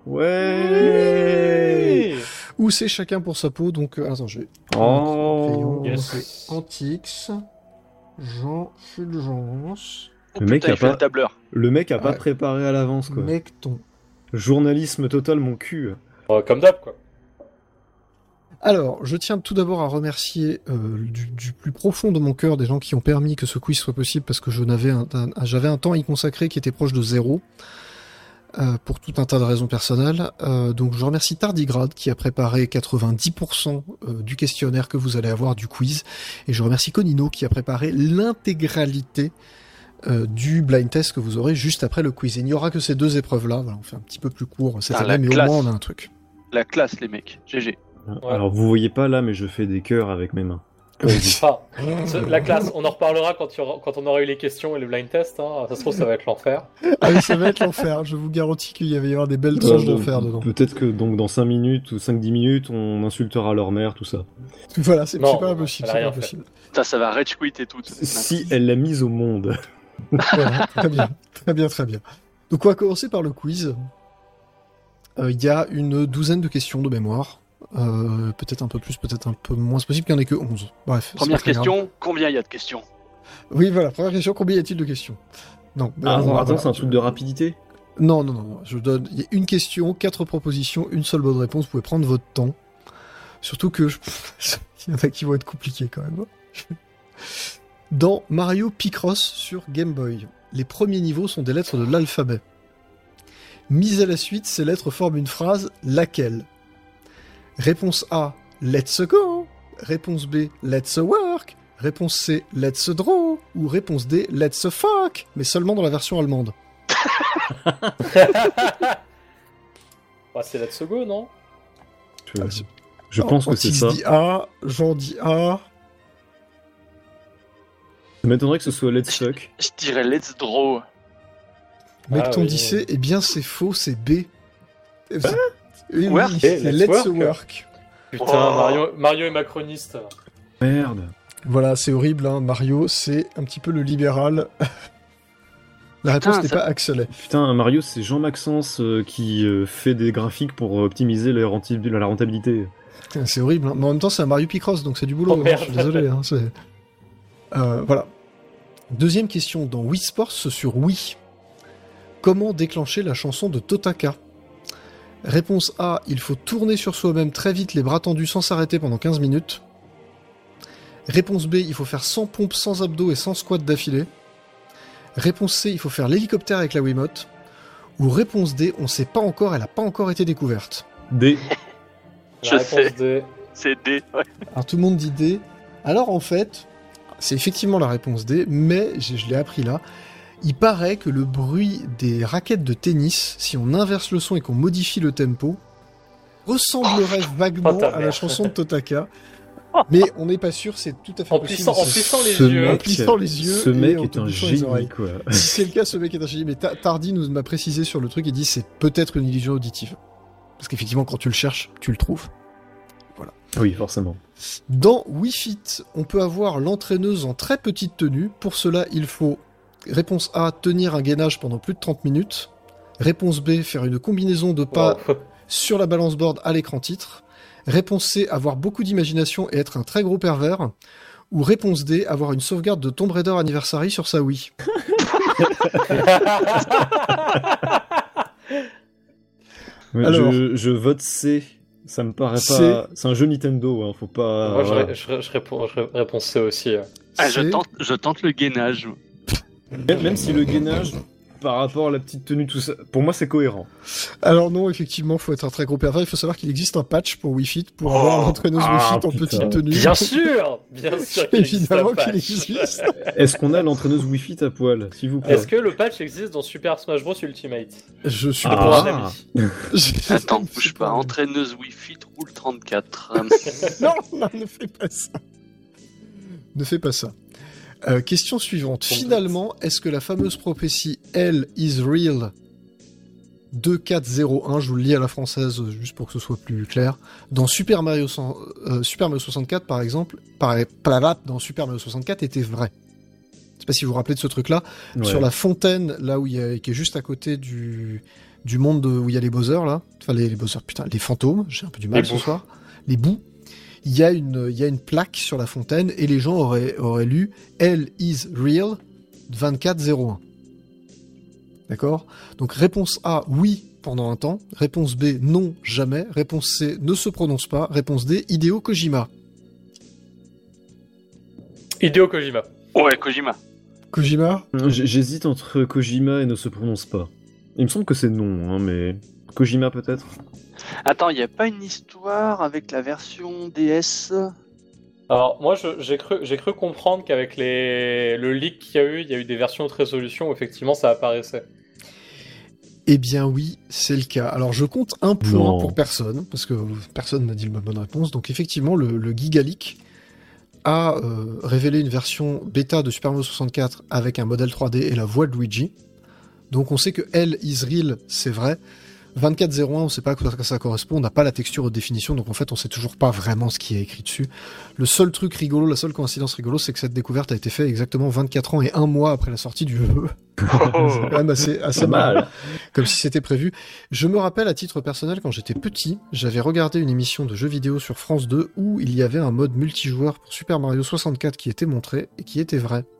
Ouais. Où c'est chacun pour sa peau, donc... attends, je vais... Yes. Antix, Jean Fulgence... Le mec a pas... le tableur. Le mec a pas préparé à l'avance, quoi. Mecton. Journalisme total, mon cul. Comme d'hab, quoi. Alors, je tiens tout d'abord à remercier du plus profond de mon cœur des gens qui ont permis que ce quiz soit possible, parce que j'avais un temps à y consacrer qui était proche de 0, pour tout un tas de raisons personnelles. Donc je remercie Tardigrade qui a préparé 90% du questionnaire que vous allez avoir du quiz, et je remercie Conino qui a préparé l'intégralité du blind test que vous aurez juste après le quiz. Il n'y aura que ces 2 épreuves-là, voilà, on fait un petit peu plus court cette année, mais classe. au moins on a un truc. La classe, les mecs. GG. Ouais. Alors vous voyez pas là, mais je fais des cœurs avec mes mains. La classe, on en reparlera quand on aura eu les questions et le blind test. Hein. Ça se trouve, ça va être l'enfer. Ah oui, ça va être l'enfer. Je vous garantis qu'il va y avoir des belles tranches d'enfer dedans. Peut-être que donc dans 5 minutes ou 5-10 minutes, on insultera leur mère, tout ça. Voilà, c'est pas impossible. C'est pas possible. Ça va rage quit et tout. Si elle l'a mise au monde. Voilà, très bien. Donc on va commencer par le quiz. Il y a une 12aine de questions de mémoire. Peut-être un peu plus, peut-être un peu moins. C'est possible qu'il n'y en ait que 11. Bref. Première question, combien il y a de questions ? Oui, voilà, première question, combien y a-t-il de questions? Non. Attends, c'est un truc de rapidité. Non, je donne... Il y a une question, 4 propositions, une seule bonne réponse, vous pouvez prendre votre temps. Surtout que... il y en a qui vont être compliqués quand même. Dans Mario Picross sur Game Boy, les premiers niveaux sont des lettres de l'alphabet. Mis à la suite, ces lettres forment une phrase, laquelle? Réponse A, let's go. Réponse B, let's work. Réponse C, let's draw. Ou réponse D, let's fuck. Mais seulement dans la version allemande. C'est Let's Go, non? Je pense que c'est ça. Dit A, Jean dit A. Ça m'étonnerait que ce soit Let's Fuck. Je dirais Let's Draw. Mecton dit C, eh bien c'est faux, c'est B. Oui, Work, c'est Let's Work. Putain, Mario est macroniste. Merde. Voilà, c'est horrible, hein. Mario, c'est un petit peu le libéral. La réponse n'est pas Axel. Putain, Mario, c'est Jean Maxence qui fait des graphiques pour optimiser la rentabilité. C'est horrible, hein. Mais en même temps, c'est un Mario Picross, donc c'est du boulot. Oh, merde. Je suis désolé. Hein, voilà. Deuxième question, dans Wii Sports sur Wii. Comment déclencher la chanson de Totaka? Réponse A, il faut tourner sur soi-même très vite les bras tendus sans s'arrêter pendant 15 minutes. Réponse B, il faut faire 100 pompes sans abdos et sans squat d'affilée. Réponse C, il faut faire l'hélicoptère avec la Wiimote. Ou réponse D, on sait pas encore, elle a pas encore été découverte. D. Je sais. D. C'est D, ouais. Alors tout le monde dit D. Alors en fait, c'est effectivement la réponse D, mais je l'ai appris là. Il paraît que le bruit des raquettes de tennis, si on inverse le son et qu'on modifie le tempo, ressemblerait vaguement à la chanson de Totaka. Mais on n'est pas sûr, c'est tout à fait possible. En plissant les yeux. En plissant les yeux. Ce mec et en est un plissant les oreilles. génie, quoi. Si c'est le cas, ce mec est un génie. Mais Tardy m'a précisé sur le truc et dit c'est peut-être une illusion auditive. Parce qu'effectivement, quand tu le cherches, tu le trouves. Voilà. Oui, forcément. Dans Wii Fit, on peut avoir l'entraîneuse en très petite tenue. Pour cela, il faut, réponse A, tenir un gainage pendant plus de 30 minutes. Réponse B, faire une combinaison de pas sur la balance board à l'écran titre. Réponse C, avoir beaucoup d'imagination et être un très gros pervers. Ou réponse D, avoir une sauvegarde de Tomb Raider Anniversary sur sa Wii. Alors, je vote C. Ça me paraît pas. C'est un jeu Nintendo, hein, faut pas. Moi, voilà. je réponds C aussi. Ah, je tente le gainage. Même si le gainage, par rapport à la petite tenue, tout ça, pour moi, c'est cohérent. Alors non, effectivement, faut être un très gros pervers. Il faut savoir qu'il existe un patch pour Wii Fit pour avoir l'entraîneuse Wii Fit en petite tenue. Bien sûr Évidemment qu'il existe. Est-ce qu'on a l'entraîneuse Wii Fit à poil, s'il vous plaît? Est-ce que le patch existe dans Super Smash Bros Ultimate? Je suis Pour un ami. Attends, bouge pas. Entraîneuse Wii Fit roule 34. Non, ne fais pas ça. Ne fais pas ça. Question suivante. Finalement, est-ce que la fameuse prophétie Hell is real 2401, je vous le lis à la française juste pour que ce soit plus clair, dans Super Mario 64 par exemple, dans Super Mario 64 était vraie. Je sais pas si vous vous rappelez de ce truc-là, sur la fontaine là où qui est juste à côté du monde où il y a les Bowser là, enfin les Bowser, putain, les fantômes, j'ai un peu du mal ce soir, les bouts. Il y a une plaque sur la fontaine et les gens auraient lu Hell is real 2401. D'accord? Donc réponse A, oui, pendant un temps. Réponse B, non, jamais. Réponse C, ne se prononce pas. Réponse D, Hideo Kojima. Hideo Kojima. Ouais, Kojima. Kojima? J'hésite entre Kojima et ne se prononce pas. Il me semble que c'est non, hein, mais Kojima peut-être. Attends, il n'y a pas une histoire avec la version DS? Alors moi j'ai cru comprendre qu'avec le leak qu'il y a eu des versions haute résolution où effectivement ça apparaissait. Eh bien oui, c'est le cas. Alors je compte un point pour personne, parce que personne n'a dit la bonne réponse. Donc effectivement, le Gigaleak a révélé une version bêta de Super Mario 64 avec un modèle 3D et la voix de Luigi. Donc on sait que Hell is real, c'est vrai. 2401, on sait pas à quoi ça correspond, on n'a pas la texture de définition, donc en fait on sait toujours pas vraiment ce qui est écrit dessus. Le seul truc rigolo, la seule coïncidence rigolo, c'est que cette découverte a été faite exactement 24 ans et 1 mois après la sortie du jeu. C'est quand même assez mal, comme si c'était prévu. Je me rappelle à titre personnel, quand j'étais petit, j'avais regardé une émission de jeux vidéo sur France 2 où il y avait un mode multijoueur pour Super Mario 64 qui était montré et qui était vrai.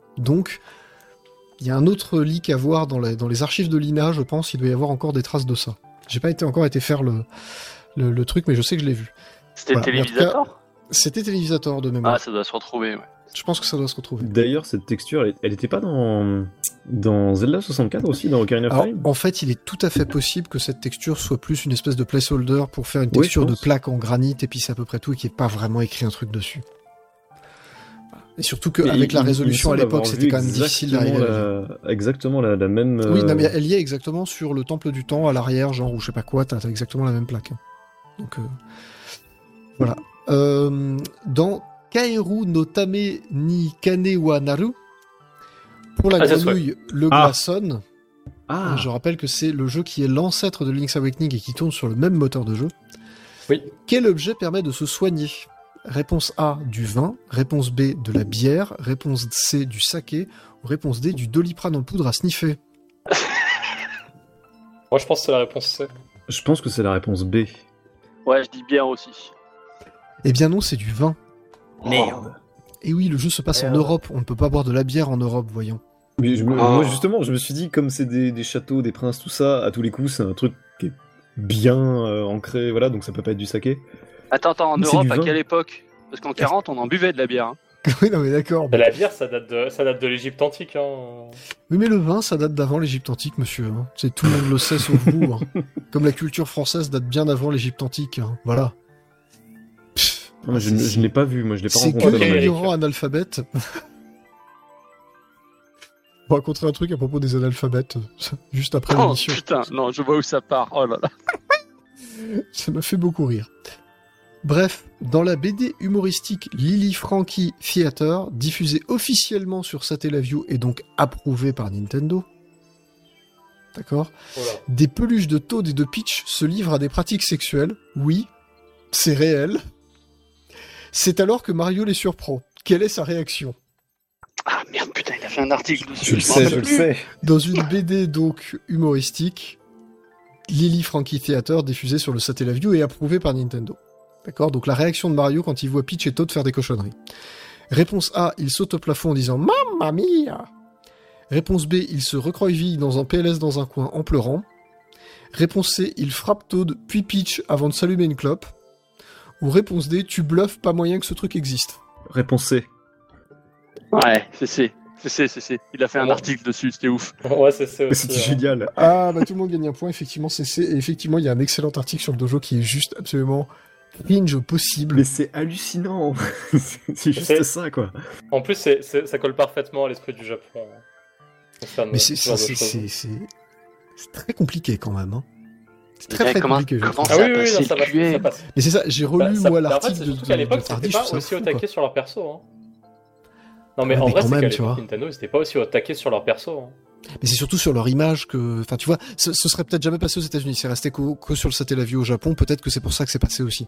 Donc, il y a un autre leak à voir dans les archives de l'INA, je pense, il doit y avoir encore des traces de ça. J'ai pas encore été faire le truc, mais je sais que je l'ai vu. C'était Voilà. Télévisateur. C'était Télévisateur de mémoire. Ah, ça doit se retrouver, ouais. Je pense que ça doit se retrouver. D'ailleurs, cette texture, elle était pas dans Zelda 64 aussi, dans Ocarina of Alors, Time? en fait, il est tout à fait possible que cette texture soit plus une espèce de placeholder pour faire une texture je de pense. plaque en granit, et puis c'est à peu près tout, et qu'il n'y ait pas vraiment écrit un truc dessus. Voilà. Et surtout qu'avec la résolution à l'époque, c'était quand même difficile d'arriver à Exactement la même... Oui, non, mais elle y est exactement sur le temple du temps, à l'arrière, genre, ou je sais pas quoi, t'as exactement la même plaque. Donc, voilà. Dans Kaeru no Tame ni Kane wa Naru, pour la grenouille, le glaçon, je rappelle que c'est le jeu qui est l'ancêtre de Link's Awakening et qui tourne sur le même moteur de jeu. Oui. Quel objet permet de se soigner? Réponse A, du vin. Réponse B, de la bière. Réponse C, du saké. Ou réponse D, du Doliprane en poudre à sniffer. Moi, je pense que c'est la réponse C. Je pense que c'est la réponse B. Ouais, je dis bien aussi. Eh bien non, c'est du vin. Merde. Et oui, le jeu se passe en Europe. On ne peut pas boire de la bière en Europe, voyons. Mais moi, justement, je me suis dit, comme c'est des châteaux, des princes, tout ça, à tous les coups, c'est un truc qui est bien ancré, voilà, donc ça peut pas être du saké. Attends, en Mais c'est Europe, du à vin. quelle époque? Parce qu'en 40, on en buvait de la bière. Hein. Oui, non mais d'accord. Mais la bière, ça date de l'Égypte antique. Hein. Oui, mais le vin, ça date d'avant l'Égypte antique, monsieur. Hein. C'est tout le monde le sait, sauf vous. Hein. Comme la culture française date bien avant l'Égypte antique. Hein. Voilà. Pff, Non, mais je ne l'ai pas vu, moi, je l'ai pas c'est que rencontré dans ma vie. l'ignorant analphabète. On va raconter un truc à propos des analphabètes, juste après Oh l'émission. putain, non, je vois où ça part. Oh là là. Ça m'a fait beaucoup rire. Bref, dans la BD humoristique Lily Frankie Theater, diffusée officiellement sur Satellaview et donc approuvée par Nintendo, d'accord, Voilà. des peluches de Toad et de Peach se livrent à des pratiques sexuelles. Oui, c'est réel. C'est alors que Mario les surprend. Quelle est sa réaction? Ah merde, putain, il a fait un article dessus. Je le sais, je le sais. Dans une BD donc humoristique, Lily Frankie Theater, diffusée sur le Satellaview et approuvée par Nintendo. D'accord? Donc la réaction de Mario quand il voit Peach et Toad faire des cochonneries. Réponse A, il saute au plafond en disant « Mamma mia !» Réponse B, il se recroqueville dans un PLS dans un coin en pleurant. Réponse C, il frappe Toad puis Peach avant de s'allumer une clope. Ou réponse D, tu bluffes, pas moyen que ce truc existe. Réponse C. Ouais, c'est. Il a fait un article dessus, c'était ouf. Ouais, c'est C Mais aussi. c'était génial. Ah, bah tout le monde gagne un point, effectivement, c'est C. Et effectivement, il y a un excellent article sur le dojo qui est juste absolument cringe au possible. Mais c'est hallucinant. C'est juste ça, quoi. En plus, ça colle parfaitement à l'esprit du Japon. Mais c'est très compliqué quand même. Hein. C'est très Mais compliqué. je comment trouve. Ah ça oui, oui, passait non, ça le passe. QA. Ça passe. Mais c'est ça, j'ai relu Bah, moi en fait, l'article c'est de surtout qu'à l'époque, c'était Tardy, pas je trouve aussi ça au fou, taquet quoi. sur leur perso. Hein. Non, mais Ouais, en mais vrai, quand c'est même, qu'à tu l'époque, vois. Nintendo, ils étaient pas aussi au taquet sur leur perso. Hein. Mais c'est surtout sur leur image que... Enfin, tu vois, ce serait peut-être jamais passé aux États-Unis. C'est resté que sur le Satellaview au Japon. Peut-être que c'est pour ça que c'est passé aussi.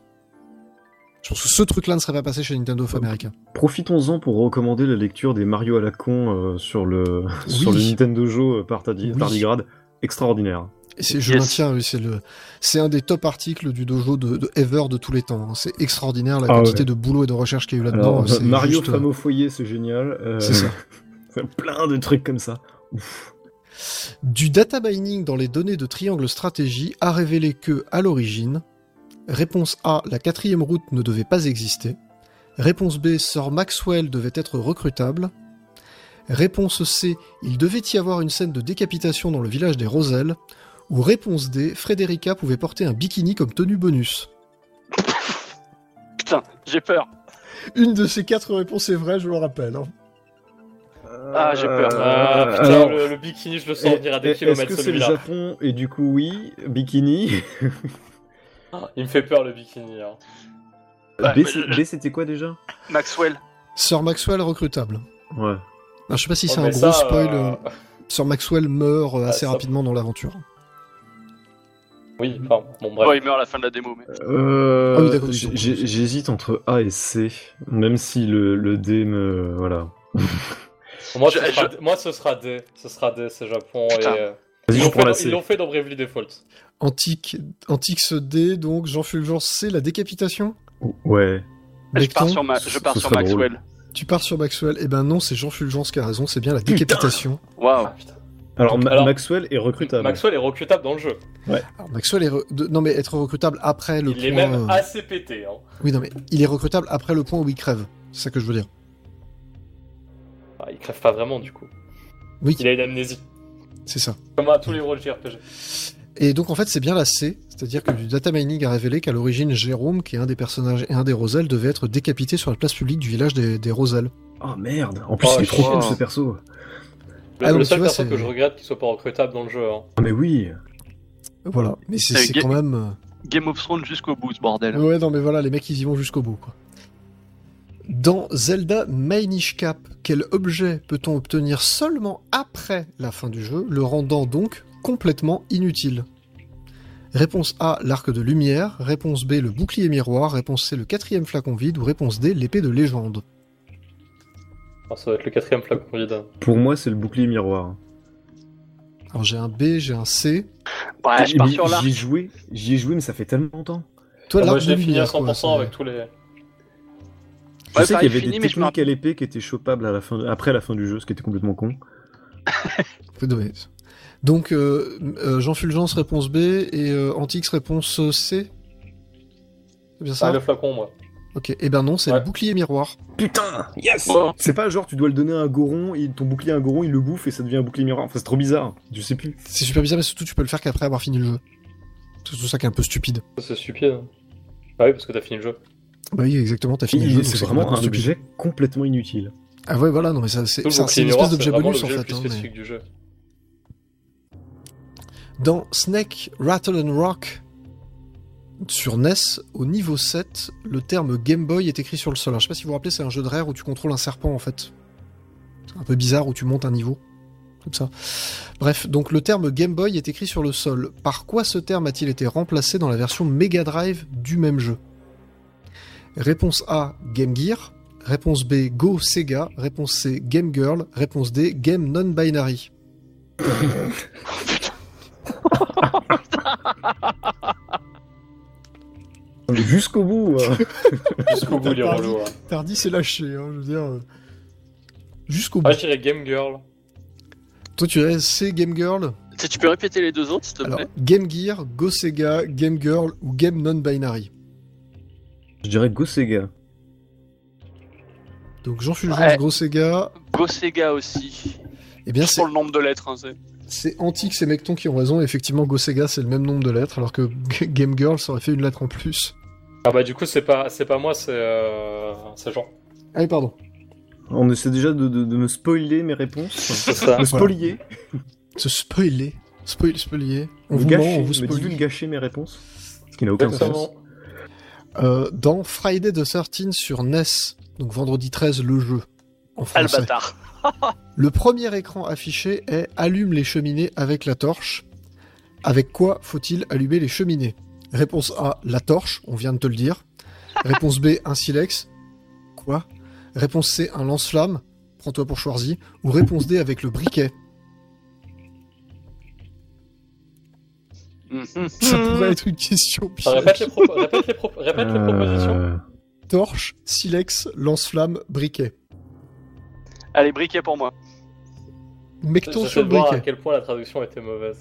Je pense que ce truc-là ne serait pas passé chez Nintendo of America. Profitons-en pour recommander la lecture des Mario à la con sur le Nintendo Joe par Tardigrade. Extraordinaire. Et je maintiens, oui, c'est un des top articles du dojo de ever de tous les temps. Hein. C'est extraordinaire la quantité de boulot et de recherche qu'il y a eu là-dedans. Alors, Mario juste... femme au foyer, c'est génial. C'est ça. Plein de trucs comme ça. Ouf. Du data mining dans les données de Triangle Stratégie a révélé que, à l'origine, réponse A, la 4e route ne devait pas exister. Réponse B, Sir Maxwell devait être recrutable. Réponse C, il devait y avoir une scène de décapitation dans le village des Roselles. Ou réponse D, Frederica pouvait porter un bikini comme tenue bonus. Putain, j'ai peur. Une de ces 4 réponses est vraie, je le rappelle. Hein. Ah, j'ai peur. Ah, putain, alors, le bikini, je le sens venir à des kilomètres, est-ce que c'est le celui-là. Japon et du coup oui, bikini. Il me fait peur, le bikini. Hein. Ouais, B c'était quoi déjà? Maxwell. Sir Maxwell recrutable. Ouais. Alors, je sais pas si c'est Oh, un mais gros ça, spoil. Sir Maxwell meurt assez ça- rapidement dans l'aventure. Oui, enfin, bon, bref. Oh, il meurt à la fin de la démo. Mais... Ah oui, d'accord, oui, donc, J'hésite entre A et C, même si le D me... Voilà. Moi, ce sera D. Ce sera D, c'est Japon. Putain. Et, Vas-y, je prends la C. ils l'ont fait dans Bravely Default. Antix D, donc Jean Fulgence C, la décapitation. Ouais. Je pars Lecton. sur ce serait Maxwell. Tu pars sur Maxwell. Eh ben non, c'est Jean Fulgence qui a raison, c'est bien la décapitation. Waouh. Ah, putain. Alors, Alors, Maxwell est recrutable. Maxwell est recrutable dans le jeu. Alors, Maxwell est non mais être recrutable après le Il point. est même assez pété. Hein. Oui, non mais il est recrutable après le point où il crève. C'est ça que je veux dire. Ah, il crève pas vraiment du coup. Oui, Il a une amnésie. c'est ça. Comme à tous les rôles JRPG. Et donc en fait c'est bien la C, c'est-à-dire que du data mining a révélé qu'à l'origine Jérôme, qui est un des personnages et un des Roselles, devait être décapité sur la place publique du village des Roselles. Oh merde. En plus, Oh, il est trop wow. cool ce perso. Ah non, Le mais seul tu vois, perso c'est- que je regrette qu'il soit pas recrutable dans le jeu. Hein. Ah, mais oui. Voilà, mais c'est C'est quand même... Game of Thrones jusqu'au bout, ce bordel. Ouais, non mais voilà, les mecs ils y vont jusqu'au bout quoi. Dans Zelda Minish Cap, quel objet peut-on obtenir seulement après la fin du jeu, le rendant donc complètement inutile? Réponse A, l'arc de lumière. Réponse B, le bouclier miroir. Réponse C, le 4e flacon vide. Ou réponse D, l'épée de légende. Alors, ça va être le 4e flacon vide. Pour moi, c'est le bouclier miroir. Alors j'ai un B, j'ai un C. Ouais, je pars sur l'arc. J'y ai joué, mais ça fait tellement longtemps. Toi, Moi l'arc je de l'ai fini à lumière, 100% quoi, c'est- avec tous les... Je Ouais, sais qu'il pareil, y avait fini, des mais je me techniques à l'épée qui étaient chopables à la fin, après la fin du jeu, ce qui était complètement con. C'est dommage. Donc Jean Fulgence réponse B et Antix réponse C. C'est bien ça? Ah, le flacon, moi. Ok, et ben non, c'est Ouais. le bouclier miroir. Putain, yes. Oh. C'est pas genre tu dois le donner à un goron, ton bouclier à un goron, il le bouffe et ça devient un bouclier miroir. Enfin, c'est trop bizarre. Je sais plus. C'est super bizarre, mais surtout tu peux le faire qu'après avoir fini le jeu. C'est tout ça qui est un peu stupide. C'est stupide. Ah oui, parce que t'as fini le jeu. Bah oui, exactement, t'as fini le jeu, donc C'est vraiment complètement un stupide. objet complètement inutile. Ah ouais, voilà, non mais ça, c'est Tout le c'est bouclier une miroir, espèce d'objet c'est vraiment bonus en l'objet le fait. plus hein, mais- spécifique du jeu. Dans Snake, Rattle and Rock sur NES, au niveau 7, le terme Game Boy est écrit sur le sol. Alors, je sais pas si vous vous rappelez, c'est un jeu de rare où tu contrôles un serpent en fait. C'est un peu bizarre où tu montes un niveau. Comme ça. Bref, donc le terme Game Boy est écrit sur le sol. Par quoi ce terme a-t-il été remplacé dans la version Mega Drive du même jeu? Réponse A, Game Gear. Réponse B, Go Sega. Réponse C, Game Girl. Réponse D, Game Non-Binary. Jusqu'au bout. Jusqu'au bout, les relous. hein. Tardy, c'est lâché, hein, je veux dire. Jusqu'au bout. Ah, je dirais Game Girl. Toi, tu dirais C, Game Girl. Tu peux répéter les deux autres, s'il te Alors, plaît? Game Gear, Go Sega, Game Girl ou Game Non-Binary. Je dirais Go Sega. Donc, Jean Fulgence, Ouais. Go Sega. Go Sega aussi. Eh bien, Juste pour le nombre de lettres, hein, c'est Antix et Mecton qui ont raison. Effectivement, Go Sega, c'est le même nombre de lettres, alors que Game Girl, ça aurait fait une lettre en plus. Ah bah du coup, c'est pas moi, c'est Jean. Ah oui, pardon. On essaie déjà de me spoiler mes réponses. C'est ça. Me spolier. Se spoiler. Spoiler. On Me vous ment, gâcher. on vous Me spoil. divulgacher mes réponses. Ce qui n'a aucun sens. Exactement. Dans Friday the 13 sur NES, donc vendredi 13, le jeu, en Ah, le français. bâtard. Le premier écran affiché est « Allume les cheminées avec la torche ». Avec quoi faut-il allumer les cheminées? Réponse A, la torche, on vient de te le dire. Réponse B, un silex. Quoi? Réponse C, un lance-flamme. Prends-toi pour Schwarzy. Ou réponse D, avec le briquet. Ça pourrait être une question piège. Répète les propositions. Torche, silex, lance-flamme, briquet. Allez, briquet pour moi. Mecton J'essaie sur de le voir à briquet. quel point la traduction était mauvaise.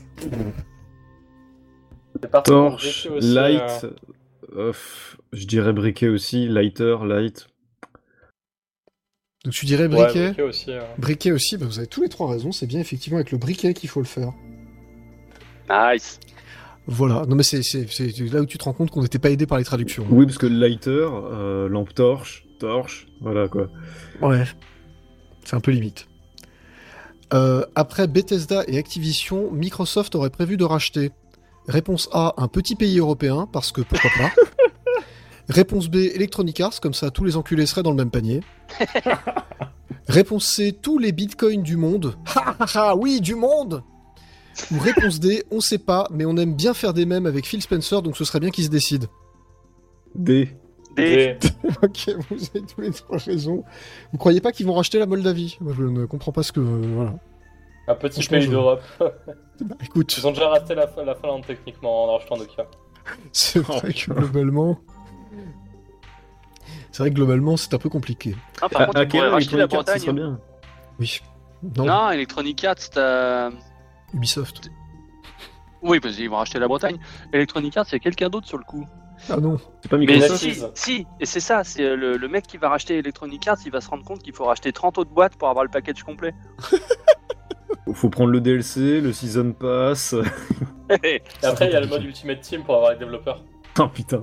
C'est parti pour le Torche, briquet aussi, light. Je dirais briquet aussi. Lighter, light. Donc tu dirais Ouais, briquet? briquet aussi. Briquet aussi, bah vous avez tous les trois raisons, c'est bien effectivement avec le briquet qu'il faut le faire. Nice. Voilà, non mais c'est là où tu te rends compte qu'on n'était pas aidé par les traductions. Oui, parce que lighter, lampe torche, voilà quoi. Ouais, c'est un peu limite. Après Bethesda et Activision, Microsoft aurait prévu de racheter. Réponse A, un petit pays européen, parce que pourquoi pas. Réponse B, Electronic Arts, comme ça tous les enculés seraient dans le même panier. Réponse C, tous les bitcoins du monde. Ha ha ha, oui, du monde. Ou réponse D, on sait pas, mais on aime bien faire des mèmes avec Phil Spencer, donc ce serait bien qu'il se décide. D. Des... Ok, vous avez tous les trois raisons. Vous croyez pas qu'ils vont racheter la Moldavie? Moi, je ne comprends pas ce que... voilà. Un petit Franchement, pays je- d'Europe. Bah, écoute, Ils ont déjà racheté la Finlande techniquement en rachetant Nokia. c'est vrai que globalement... C'est vrai que globalement, c'est un peu compliqué. Ah, par contre, tu pourrais racheter la Electronic Arts, ce serait Bretagne. bien. Oui. Non, Non, Electronic Arts, t'as... Ubisoft. Oui, parce qu'ils vont racheter la Bretagne. Electronic Arts, il y a quelqu'un d'autre sur le coup. Ah non. C'est pas Mais Microsoft. si, et c'est ça, c'est le mec qui va racheter Electronic Arts, il va se rendre compte qu'il faut racheter 30 autres boîtes pour avoir le package complet. Faut prendre le DLC, le Season Pass. Et après, il y a le mode Ultimate Team pour avoir les développeurs. Oh putain.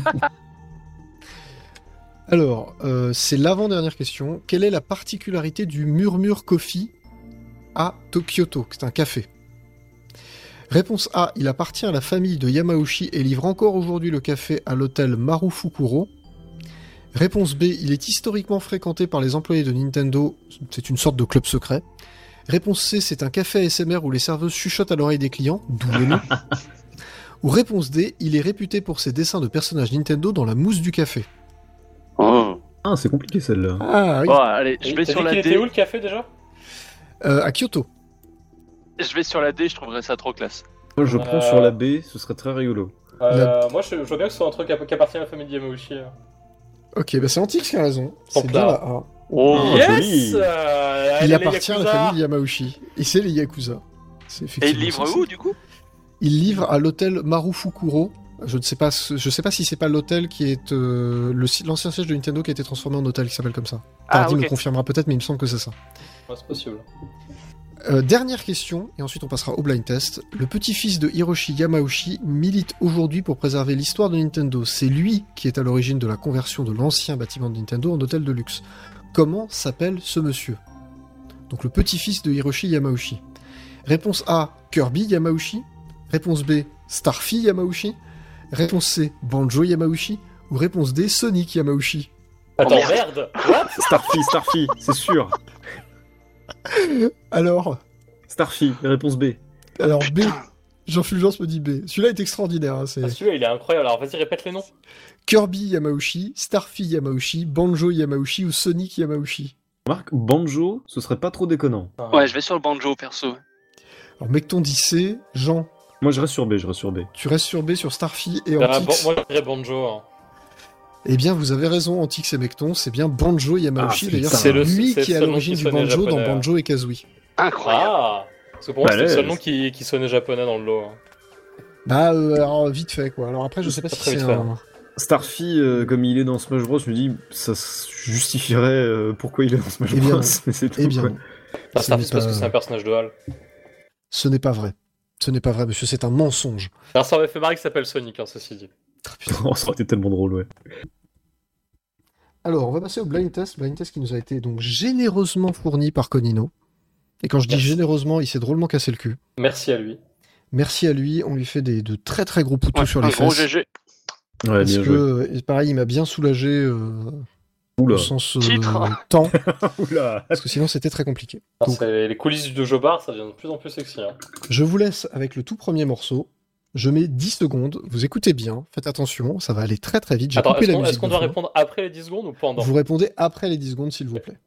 Alors, c'est l'avant-dernière question. Quelle est la particularité du Murmure Coffee à Kyoto? C'est un café. Réponse A, il appartient à la famille de Yamauchi et livre encore aujourd'hui le café à l'hôtel Marufukuro. Réponse B, il est historiquement fréquenté par les employés de Nintendo, c'est une sorte de club secret. Réponse C, c'est un café ASMR où les serveuses chuchotent à l'oreille des clients, d'où le nom. Ou réponse D, il est réputé pour ses dessins de personnages Nintendo dans la mousse du café. Oh. Ah, c'est compliqué celle-là. Ah oui, Bon, allez, je Et vais t'as sur dit la qu'il était D. où le café déjà? à Kyoto. Je vais sur la D, je trouverais ça trop classe. Moi, je prends sur la B, ce serait très rigolo. Moi, je vois bien que ce soit un truc qui appartient à la famille de Yamauchi. Ok, bah c'est Antix qui a raison. Son C'est bien plat. la A. Oh, Yes joli. Il appartient à la famille Yamauchi. Et c'est les Yakuza. C'est Et effectivement il livre ça. où du coup? Il livre à l'hôtel Marufukuro. Je sais pas si c'est pas l'hôtel qui est l'ancien siège de Nintendo qui a été transformé en hôtel qui s'appelle comme ça. Ah, Tardy me ok. confirmera peut-être, mais il me semble que c'est ça. Ouais, c'est possible. Dernière question, et ensuite on passera au blind test. Le petit-fils de Hiroshi Yamauchi milite aujourd'hui pour préserver l'histoire de Nintendo. C'est lui qui est à l'origine de la conversion de l'ancien bâtiment de Nintendo en hôtel de luxe. Comment s'appelle ce monsieur? Donc le petit-fils de Hiroshi Yamauchi. Réponse A, Kirby Yamauchi. Réponse B, Starfy Yamauchi. Réponse C, Banjo Yamauchi. Ou réponse D, Sonic Yamauchi. Attends, merde. merde. What? Starfy, c'est sûr. Alors Starfy, réponse B. B. Jean-Fulgence me dit B. Celui-là est extraordinaire. Hein, c'est Ah, celui-là, il est incroyable. Alors, vas-y, répète les noms. Kirby Yamauchi, Starfy Yamauchi, Banjo Yamauchi ou Sonic Yamauchi. Remarque, Banjo, ce serait pas trop déconnant. Ouais, je vais sur le banjo perso. Alors Mecton dit C. Jean, Moi, je reste sur B, tu restes sur B sur Starfy et Moi, Antix. je dirais Banjo. Hein. Eh bien, vous avez raison, Antix et Mecton, c'est bien Banjo Yamauchi. Ah, D'ailleurs, putain. c'est C'est lui le qui est à seul nom l'origine qui du sonnait banjo dans japonais, Banjo et Kazooie. Incroyable. Ah! Parce que pour moi, c'était le seul Balèze. nom qui sonnait japonais dans le lot. Hein. Bah, alors, vite fait, quoi. Alors après, je sais pas si Très c'est vite fait, un... Starfy, comme il est dans Smash Bros, je me dis, ça justifierait pourquoi il est dans Smash Eh bien, Bros. Mais c'est tout, Eh bien, quoi. non. Ah, Ce c'est n'est parce pas- que c'est un personnage de HAL. Ce n'est pas vrai. Ce n'est pas vrai, monsieur, c'est un mensonge. Alors, ça aurait fait marrer qu'il s'appelle Sonic, hein, ceci dit. Oh, ça aurait été tellement drôle, ouais. Alors, on va passer au blind test qui nous a été donc généreusement fourni par Conino. Et quand je dis Merci. généreusement, il s'est drôlement cassé le cul. Merci à lui. Merci à lui, on lui fait de très très gros poutous Ouais, sur un les gros fesses. GG. Ouais, Parce bien joué. que, et pareil, il m'a bien soulagé Oula. au sens Titre. temps, Oula. parce que sinon c'était très compliqué. Ah, Donc, les coulisses du Jojo Bar, ça devient de plus en plus sexy. Hein. je vous laisse avec le tout premier morceau. Je mets 10 secondes, vous écoutez bien, faites attention, ça va aller très très vite. J'ai Attends, coupé est-ce la qu'on musique. doit deux fois. répondre après les 10 secondes ou pendant? Vous répondez après les 10 secondes, s'il vous plaît.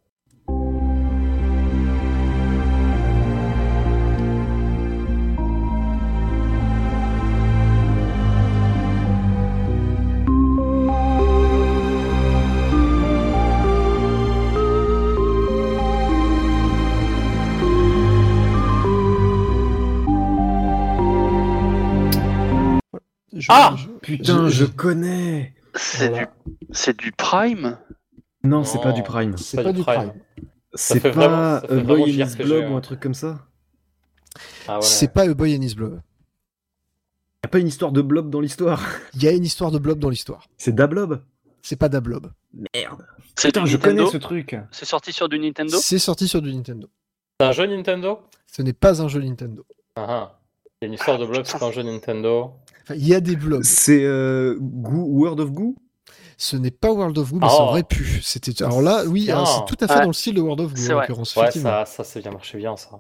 Je- Ah je- Putain, je- je connais. Voilà. C'est du Prime. Non, c'est pas Non. du Prime. C'est pas du Prime. C'est fait pas vraiment- ça fait A vraiment Boy in His JRPG, Blob hein. ou un truc comme ça. Ah, ouais. C'est pas A Boy and His Blob. Y a pas une histoire de blob dans l'histoire. Il y a une histoire de blob dans l'histoire. C'est Da Blob. C'est pas Da Blob. Merde. C'est Putain, du je Nintendo. connais ce truc. C'est sorti sur du Nintendo. C'est sorti sur du Nintendo. C'est un jeu Nintendo? Ce n'est pas un jeu Nintendo. Ah, ah. Il y a une histoire de blob, c'est pas un jeu Nintendo. Enfin, il y a des blobs. C'est World of Goo. Ce n'est pas World of Goo, mais Oh. ça aurait pu. C'était... Alors là, oui, Bien. c'est tout à fait Ouais. dans le style de World of Goo, C'est en vrai. l'occurrence. Ouais, effectivement. ça c'est bien marché bien, ça.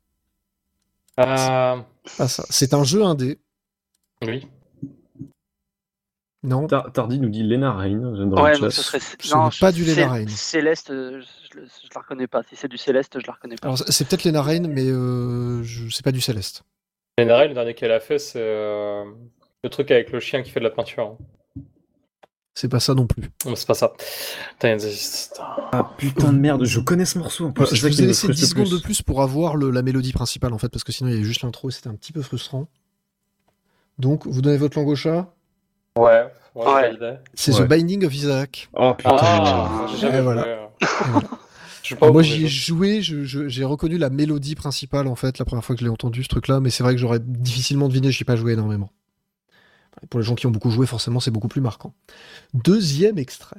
Pas ça. C'est un jeu indé. Oui. Non. Tardy nous dit Lena Rain. dans Ouais, le donc chat. ce serait. Ce n'est pas du Lena Rain. Céleste, je la reconnais pas. Si c'est du Céleste, je la reconnais pas. Alors c'est peut-être Lena Rain, mais c'est pas du Céleste. Lenarel, le dernier qu'elle a fait, c'est le truc avec le chien qui fait de la peinture. C'est pas ça non plus. Non, c'est pas ça. Putain, Ah putain de merde, je connais ce morceau en plus. Je vous ai laissé 10 secondes de plus pour avoir la mélodie principale en fait, parce que sinon il y avait juste l'intro et c'était un petit peu frustrant. Donc, vous donnez votre langue au chat. Ouais. C'est The Binding of Isaac. Oh putain. J'ai jamais voilà. joué. Moi j'y ai joué, j'ai reconnu la mélodie principale en fait la première fois que je l'ai entendu ce truc là, mais c'est vrai que j'aurais difficilement deviné, j'y ai pas joué énormément. Pour les gens qui ont beaucoup joué, forcément c'est beaucoup plus marquant. Deuxième extrait.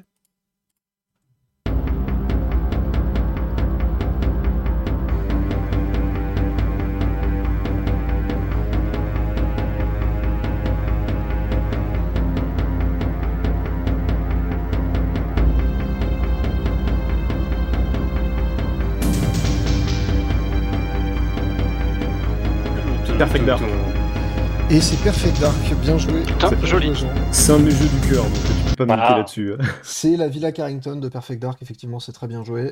Perfect Dark. Et c'est Perfect Dark, bien joué. Putain, joli. C'est un de mes jeux du cœur, donc tu peux pas me monter là-dessus. C'est la Villa Carrington de Perfect Dark, effectivement, c'est très bien joué.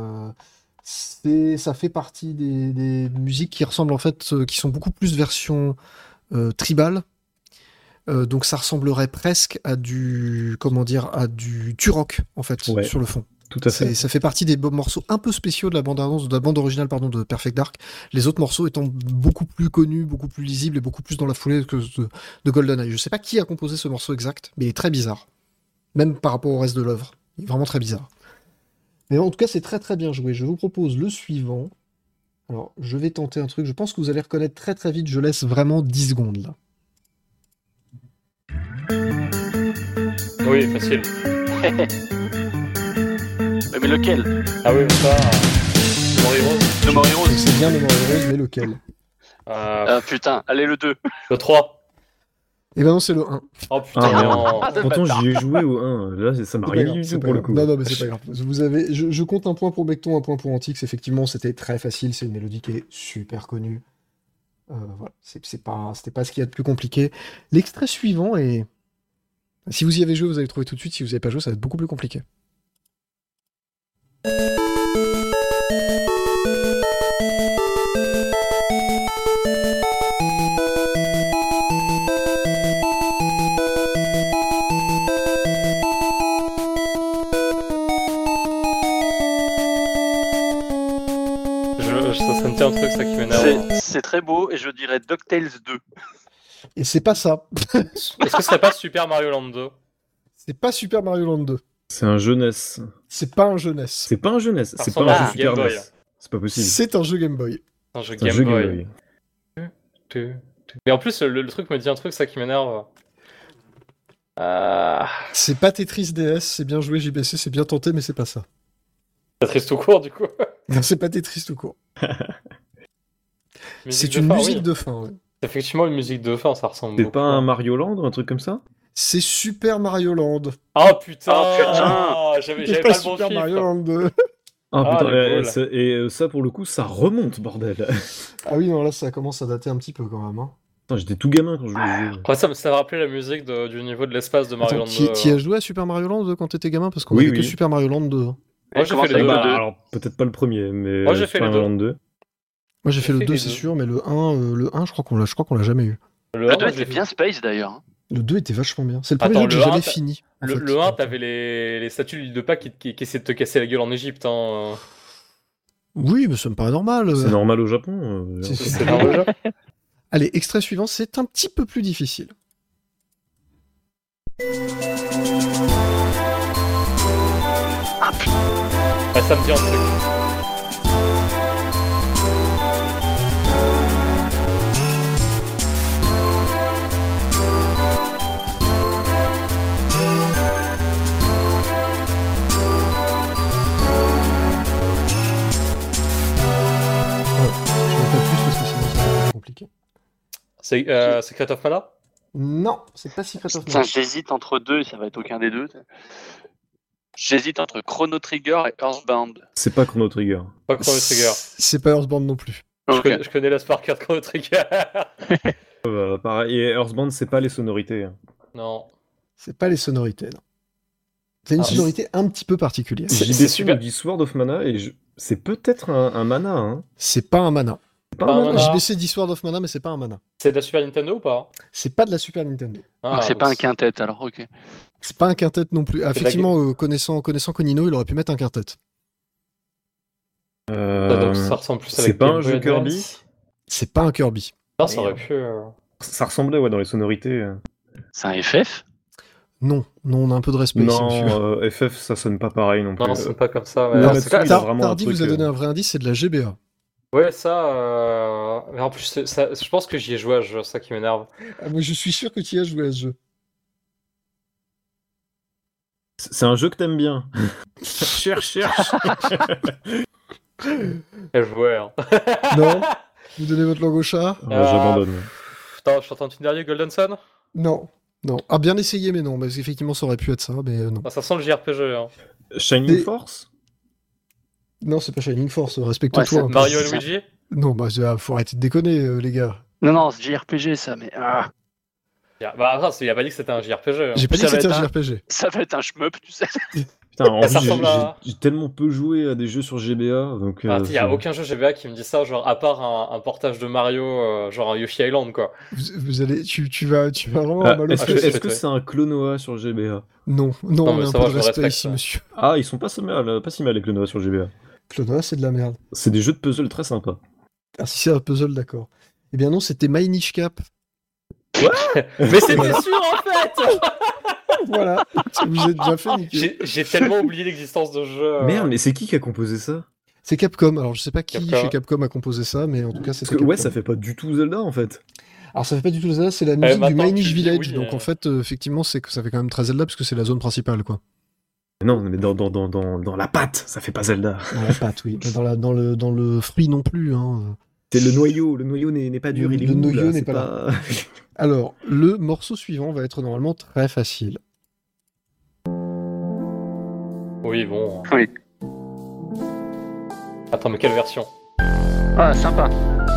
Ça fait partie des musiques qui ressemblent en fait, qui sont beaucoup plus version tribal. Donc ça ressemblerait presque à du Turok en fait sur le fond. Tout à fait. Ça fait partie des morceaux un peu spéciaux de la bande originale de Perfect Dark. Les autres morceaux étant beaucoup plus connus, beaucoup plus lisibles et beaucoup plus dans la foulée que de GoldenEye. Je sais pas qui a composé ce morceau exact, mais il est très bizarre. Même par rapport au reste de l'œuvre. Il est vraiment très bizarre. Mais en tout cas, c'est très très bien joué. Je vous propose le suivant. Alors, je vais tenter un truc. Je pense que vous allez reconnaître très très vite. Je laisse vraiment 10 secondes là. Oui, facile. Mais lequel? Ah oui, ça. Le Mori Rose. C'est bien le Mori Rose, mais lequel? Putain, allez le 2. Le 3. Eh ben non, c'est le 1. Oh putain, non. Pourtant, j'y ai joué au 1. Là, ça m'a rien dit du tout pour le coup. Non, mais c'est pas grave. Je compte un point pour Becton, un point pour Antix. Effectivement, c'était très facile. C'est une mélodie qui est super connue. Voilà. C'était pas ce qu'il y a de plus compliqué. L'extrait suivant est... Si vous y avez joué, vous allez trouver tout de suite. Si vous n'y avez pas joué, ça va être beaucoup plus compliqué. Ça me tient un truc, ça qui m'énerve. C'est très beau et je dirais DuckTales 2. Et c'est pas ça. Est-ce que ce serait pas Super Mario Land 2? C'est pas Super Mario Land 2. C'est un jeunesse. C'est pas un jeunesse. C'est pas un jeunesse. C'est pas un jeu Super NES. C'est pas possible. C'est un jeu Game Boy. Un jeu Game Boy. Mais en plus, le truc me dit un truc, ça qui m'énerve. C'est pas Tetris DS, c'est bien joué JBC, c'est bien tenté, mais c'est pas ça. Tetris tout court, du coup. Non, c'est pas Tetris tout court. C'est une musique de fin, ouais. C'est effectivement une musique de fin, ça ressemble beaucoup. C'est pas un Mario Land ou un truc comme ça? C'est Super Mario Land. Oh putain, j'avais pas le bon Super chiffre. Mario Land 2. Ah putain, et ça pour le coup, ça remonte, bordel. Ah oui, non, là ça commence à dater un petit peu quand même. Hein. Putain, j'étais tout gamin quand je jouais au jeu. Ouais, ça m'a rappelé la musique du niveau de l'espace de Mario Land 2. Qui a joué à Super Mario Land 2 quand t'étais gamin? Parce qu'on avait que Super Mario Land 2. Moi j'ai fait les deux. Alors peut-être pas le premier, mais moi j'ai fait Super les Mario Land 2. Moi j'ai fait le 2, c'est sûr, mais le 1, je crois qu'on l'a jamais eu. Le 2 était bien space d'ailleurs. Le 2 était vachement bien. C'est le premier jeu que j'ai jamais fini. Le 1, t'avais les statues de Pâques qui essaient de te casser la gueule en Égypte. Hein. Oui, mais ça me paraît normal. C'est normal au Japon. C'est normal au Japon. Allez, extrait suivant, c'est un petit peu plus difficile. Ah putain. Ah, ça me dit un truc. C'est Secret of Mana? Non, c'est pas Secret of Mana. Mana. J'hésite entre deux, ça va être aucun des deux. J'hésite entre Chrono Trigger et Earthbound. C'est pas Chrono Trigger. Pas Chrono Trigger. C'est pas Earthbound non plus. Okay. Je connais la Sparker de Chrono Trigger. Pareil. Et Earthbound, c'est pas les sonorités. Non. C'est pas les sonorités, non. C'est une sonorité un petit peu particulière. JBC me dit Sword of Mana et c'est peut-être un mana. Hein. C'est pas un mana. Pas Pas un un mana. mana. JBC dit Sword of Mana, mais c'est pas un mana. C'est de la Super Nintendo ou pas? C'est pas de la Super Nintendo. Donc c'est donc pas un quintet alors, ok. C'est pas un quintet non plus. Ah, C'est de la effectivement, connaissant Konino, il aurait pu mettre un quintet. donc ça ressemble plus à c'est la pas Game un Boy jeu Advance. Kirby. C'est pas un Kirby. Non, ça aurait pu. Ça ressemblait dans les sonorités. C'est un FF? Non, on a un peu de respect ici, monsieur. Non, FF, ça sonne pas pareil non plus. Non, c'est pas comme ça. Non, Mais mais c'est tu- quand il a même- vraiment un Tardy truc, vous a donné un vrai indice, c'est de la GBA. Ouais, ça. Mais en plus, je pense que j'y ai joué à ce jeu, ça qui m'énerve. Ah, moi, je suis sûr que tu y as joué à ce jeu. C'est un jeu que t'aimes bien. cherche. Et joué, hein. Non Vous donnez votre langue au chat J'abandonne. Putain, je t'entends une dernière Golden Sun? Non. Ah, bien essayé, mais non. Parce qu'effectivement, ça aurait pu être ça, mais non. Ah, ça sent le JRPG, hein. Shining Et- Force. Non, c'est pas Shining Force, respecte-toi. Ouais, c'est un peu. Mario et ça. Luigi? Non, bah, faut arrêter de déconner, les gars. Non, c'est JRPG ça, mais Bah, attends, il a pas dit que c'était un JRPG. Hein. J'ai pas dit Ça que c'était va un être JRPG. ça va être un shmup, tu sais. Putain, en Ça plus, ressemble à- j'ai tellement peu joué à des jeux sur GBA, donc. Il y a aucun jeu GBA qui me dit ça, genre à part un portage de Mario, genre un Yoshi Island, quoi. Vous allez, tu vas vraiment Ah, mal au est-ce que fait. je est-ce que c'est un Clonoa sur GBA? Non, Non, on mais a un ça peu va, de je respect respecte, ici, ça. monsieur. Ah, ils sont pas si mal les Clonoa sur GBA. Clonoa, c'est de la merde. C'est des jeux de puzzle très sympas. Ah, si c'est un puzzle, d'accord. Eh bien non, c'était My Niche Cap. Mais c'était sûr, en fait! Voilà, vous êtes déjà fait, niquer. J'ai tellement oublié l'existence de jeu. Merde, mais c'est qui a composé ça? C'est Capcom, alors je sais pas qui Capcom. chez Capcom a composé ça, mais en tout cas Parce c'était que Capcom. ouais, ça fait pas du tout Zelda en fait. Alors ça fait pas du tout ça, c'est la musique du maintenant My que Niche tu dis Village, oui, donc en fait, effectivement, c'est que ça fait quand même très Zelda, parce que c'est la zone principale, quoi. Non, mais dans la pâte, ça fait pas Zelda. Dans la pâte, oui. Mais dans le fruit non plus, hein. C'est le noyau n'est pas dur, il est Le mou, noyau là, n'est c'est pas là. Alors, le morceau suivant va être normalement très facile. Oui, bon. Oui. Attends, mais quelle version? Ah, sympa.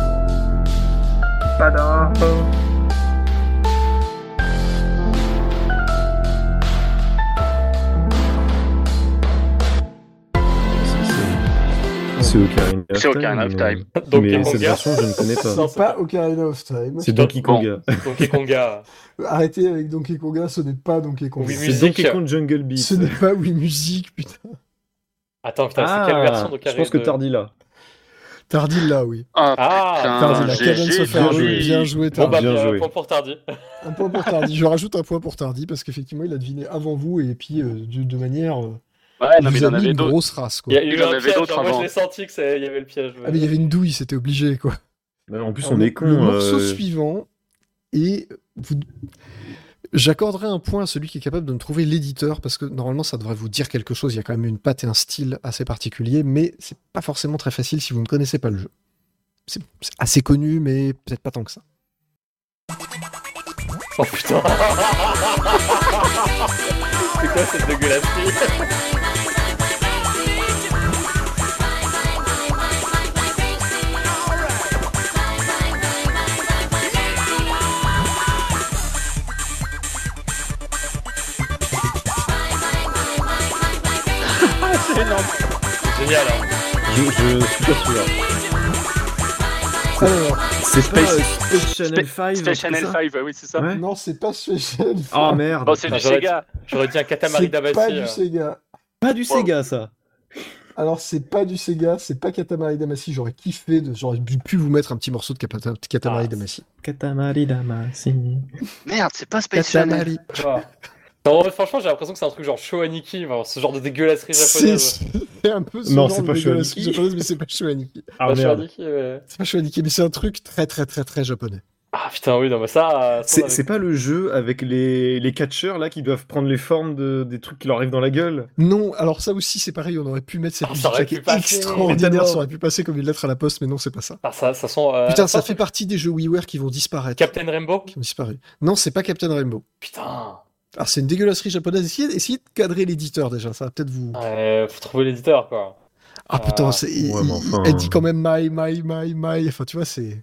C'est Ocarina of C'est Time. Ocarina of Time. Donkey Mais cette Konga. version, je ne connais pas. Non, C'est pas Ocarina of Time. C'est Donkey Konga. Donkey Konga. Arrêtez avec Donkey Konga, ce n'est pas Donkey Konga. Oui, C'est musique. Donkey Kong Jungle Beat. Ce n'est pas Wii Music, putain. Attends, putain, c'est quelle version de Je pense que Tardy là. Tardy là, oui. Ah, Ah, putain, Tardy là, GG, Cadence of bien Hyrule, joué. bien joué Bon, Tardy. bah, Bien bien joué. point pour Tardy. Un point pour Tardy. Je rajoute un point pour Tardy parce qu'effectivement, il a deviné avant vous et puis de manière. Ouais, non, mais vous il a en mis avait une d'autres. grosse race, quoi. Il y a eu Il en un avait piège, d'autres genre, moi avant. je l'ai senti qu'il y avait le piège. Ah, mais il y avait une douille, c'était obligé, quoi. En plus, Alors, on est le con. morceau suivant, et j'accorderai un point à celui qui est capable de me trouver l'éditeur, parce que normalement ça devrait vous dire quelque chose, il y a quand même une patte et un style assez particulier, mais c'est pas forcément très facile si vous ne connaissez pas le jeu. C'est assez connu, mais peut-être pas tant que ça. Oh putain. C'est quoi cette dégueulasserie? C'est énorme. C'est génial, hein. Je suis pas sûr. Alors, C'est pas Space- Space Channel 5. Space Channel 5, oui, c'est ça. Ouais. non, c'est pas Special. Oh merde. Oh, c'est Ah, du Sega. J'aurais dit un Katamari c'est Damacy. pas du Sega. Pas du Sega ça. Alors, c'est pas du Sega, c'est pas Katamari Damacy. J'aurais kiffé, j'aurais pu vous mettre un petit morceau de Katamari Ah, Damacy. Katamari Damacy. Merde, c'est pas Space Channel. Katamari. Ah. Non, franchement, j'ai l'impression que c'est un truc genre Shoaniki, ce genre de dégueulasserie japonaise. C'est un peu ce Non, genre c'est de pas dégueulasse Shoaniki. japonaise, mais c'est pas Shoaniki. Ah Pas merde. Shoaniki, mais... C'est pas Shoaniki, mais c'est un truc très très très très japonais. Ah putain, oui, non, mais ça. C'est pas le jeu avec les catcheurs là qui doivent prendre les formes des trucs qui leur arrivent dans la gueule. Non, alors ça aussi c'est pareil, on aurait pu mettre cette Ah, musique ça aurait qui pu est passer. extraordinaire, Mais ça aurait pu passer comme une lettre à la poste, mais non, c'est pas ça. Ah, ça sent. Putain, ça attends, fait partie des jeux WiiWare qui vont disparaître. Captain Rainbow. Qui ont disparu. Non, c'est pas Captain Rainbow. Putain. Alors c'est une dégueulasserie japonaise. Essayez de cadrer l'éditeur déjà, ça va peut-être vous. Ouais, faut trouver l'éditeur, quoi. Ah putain, Ah, ouais, mais enfin, elle dit quand même my. Enfin, tu vois, c'est.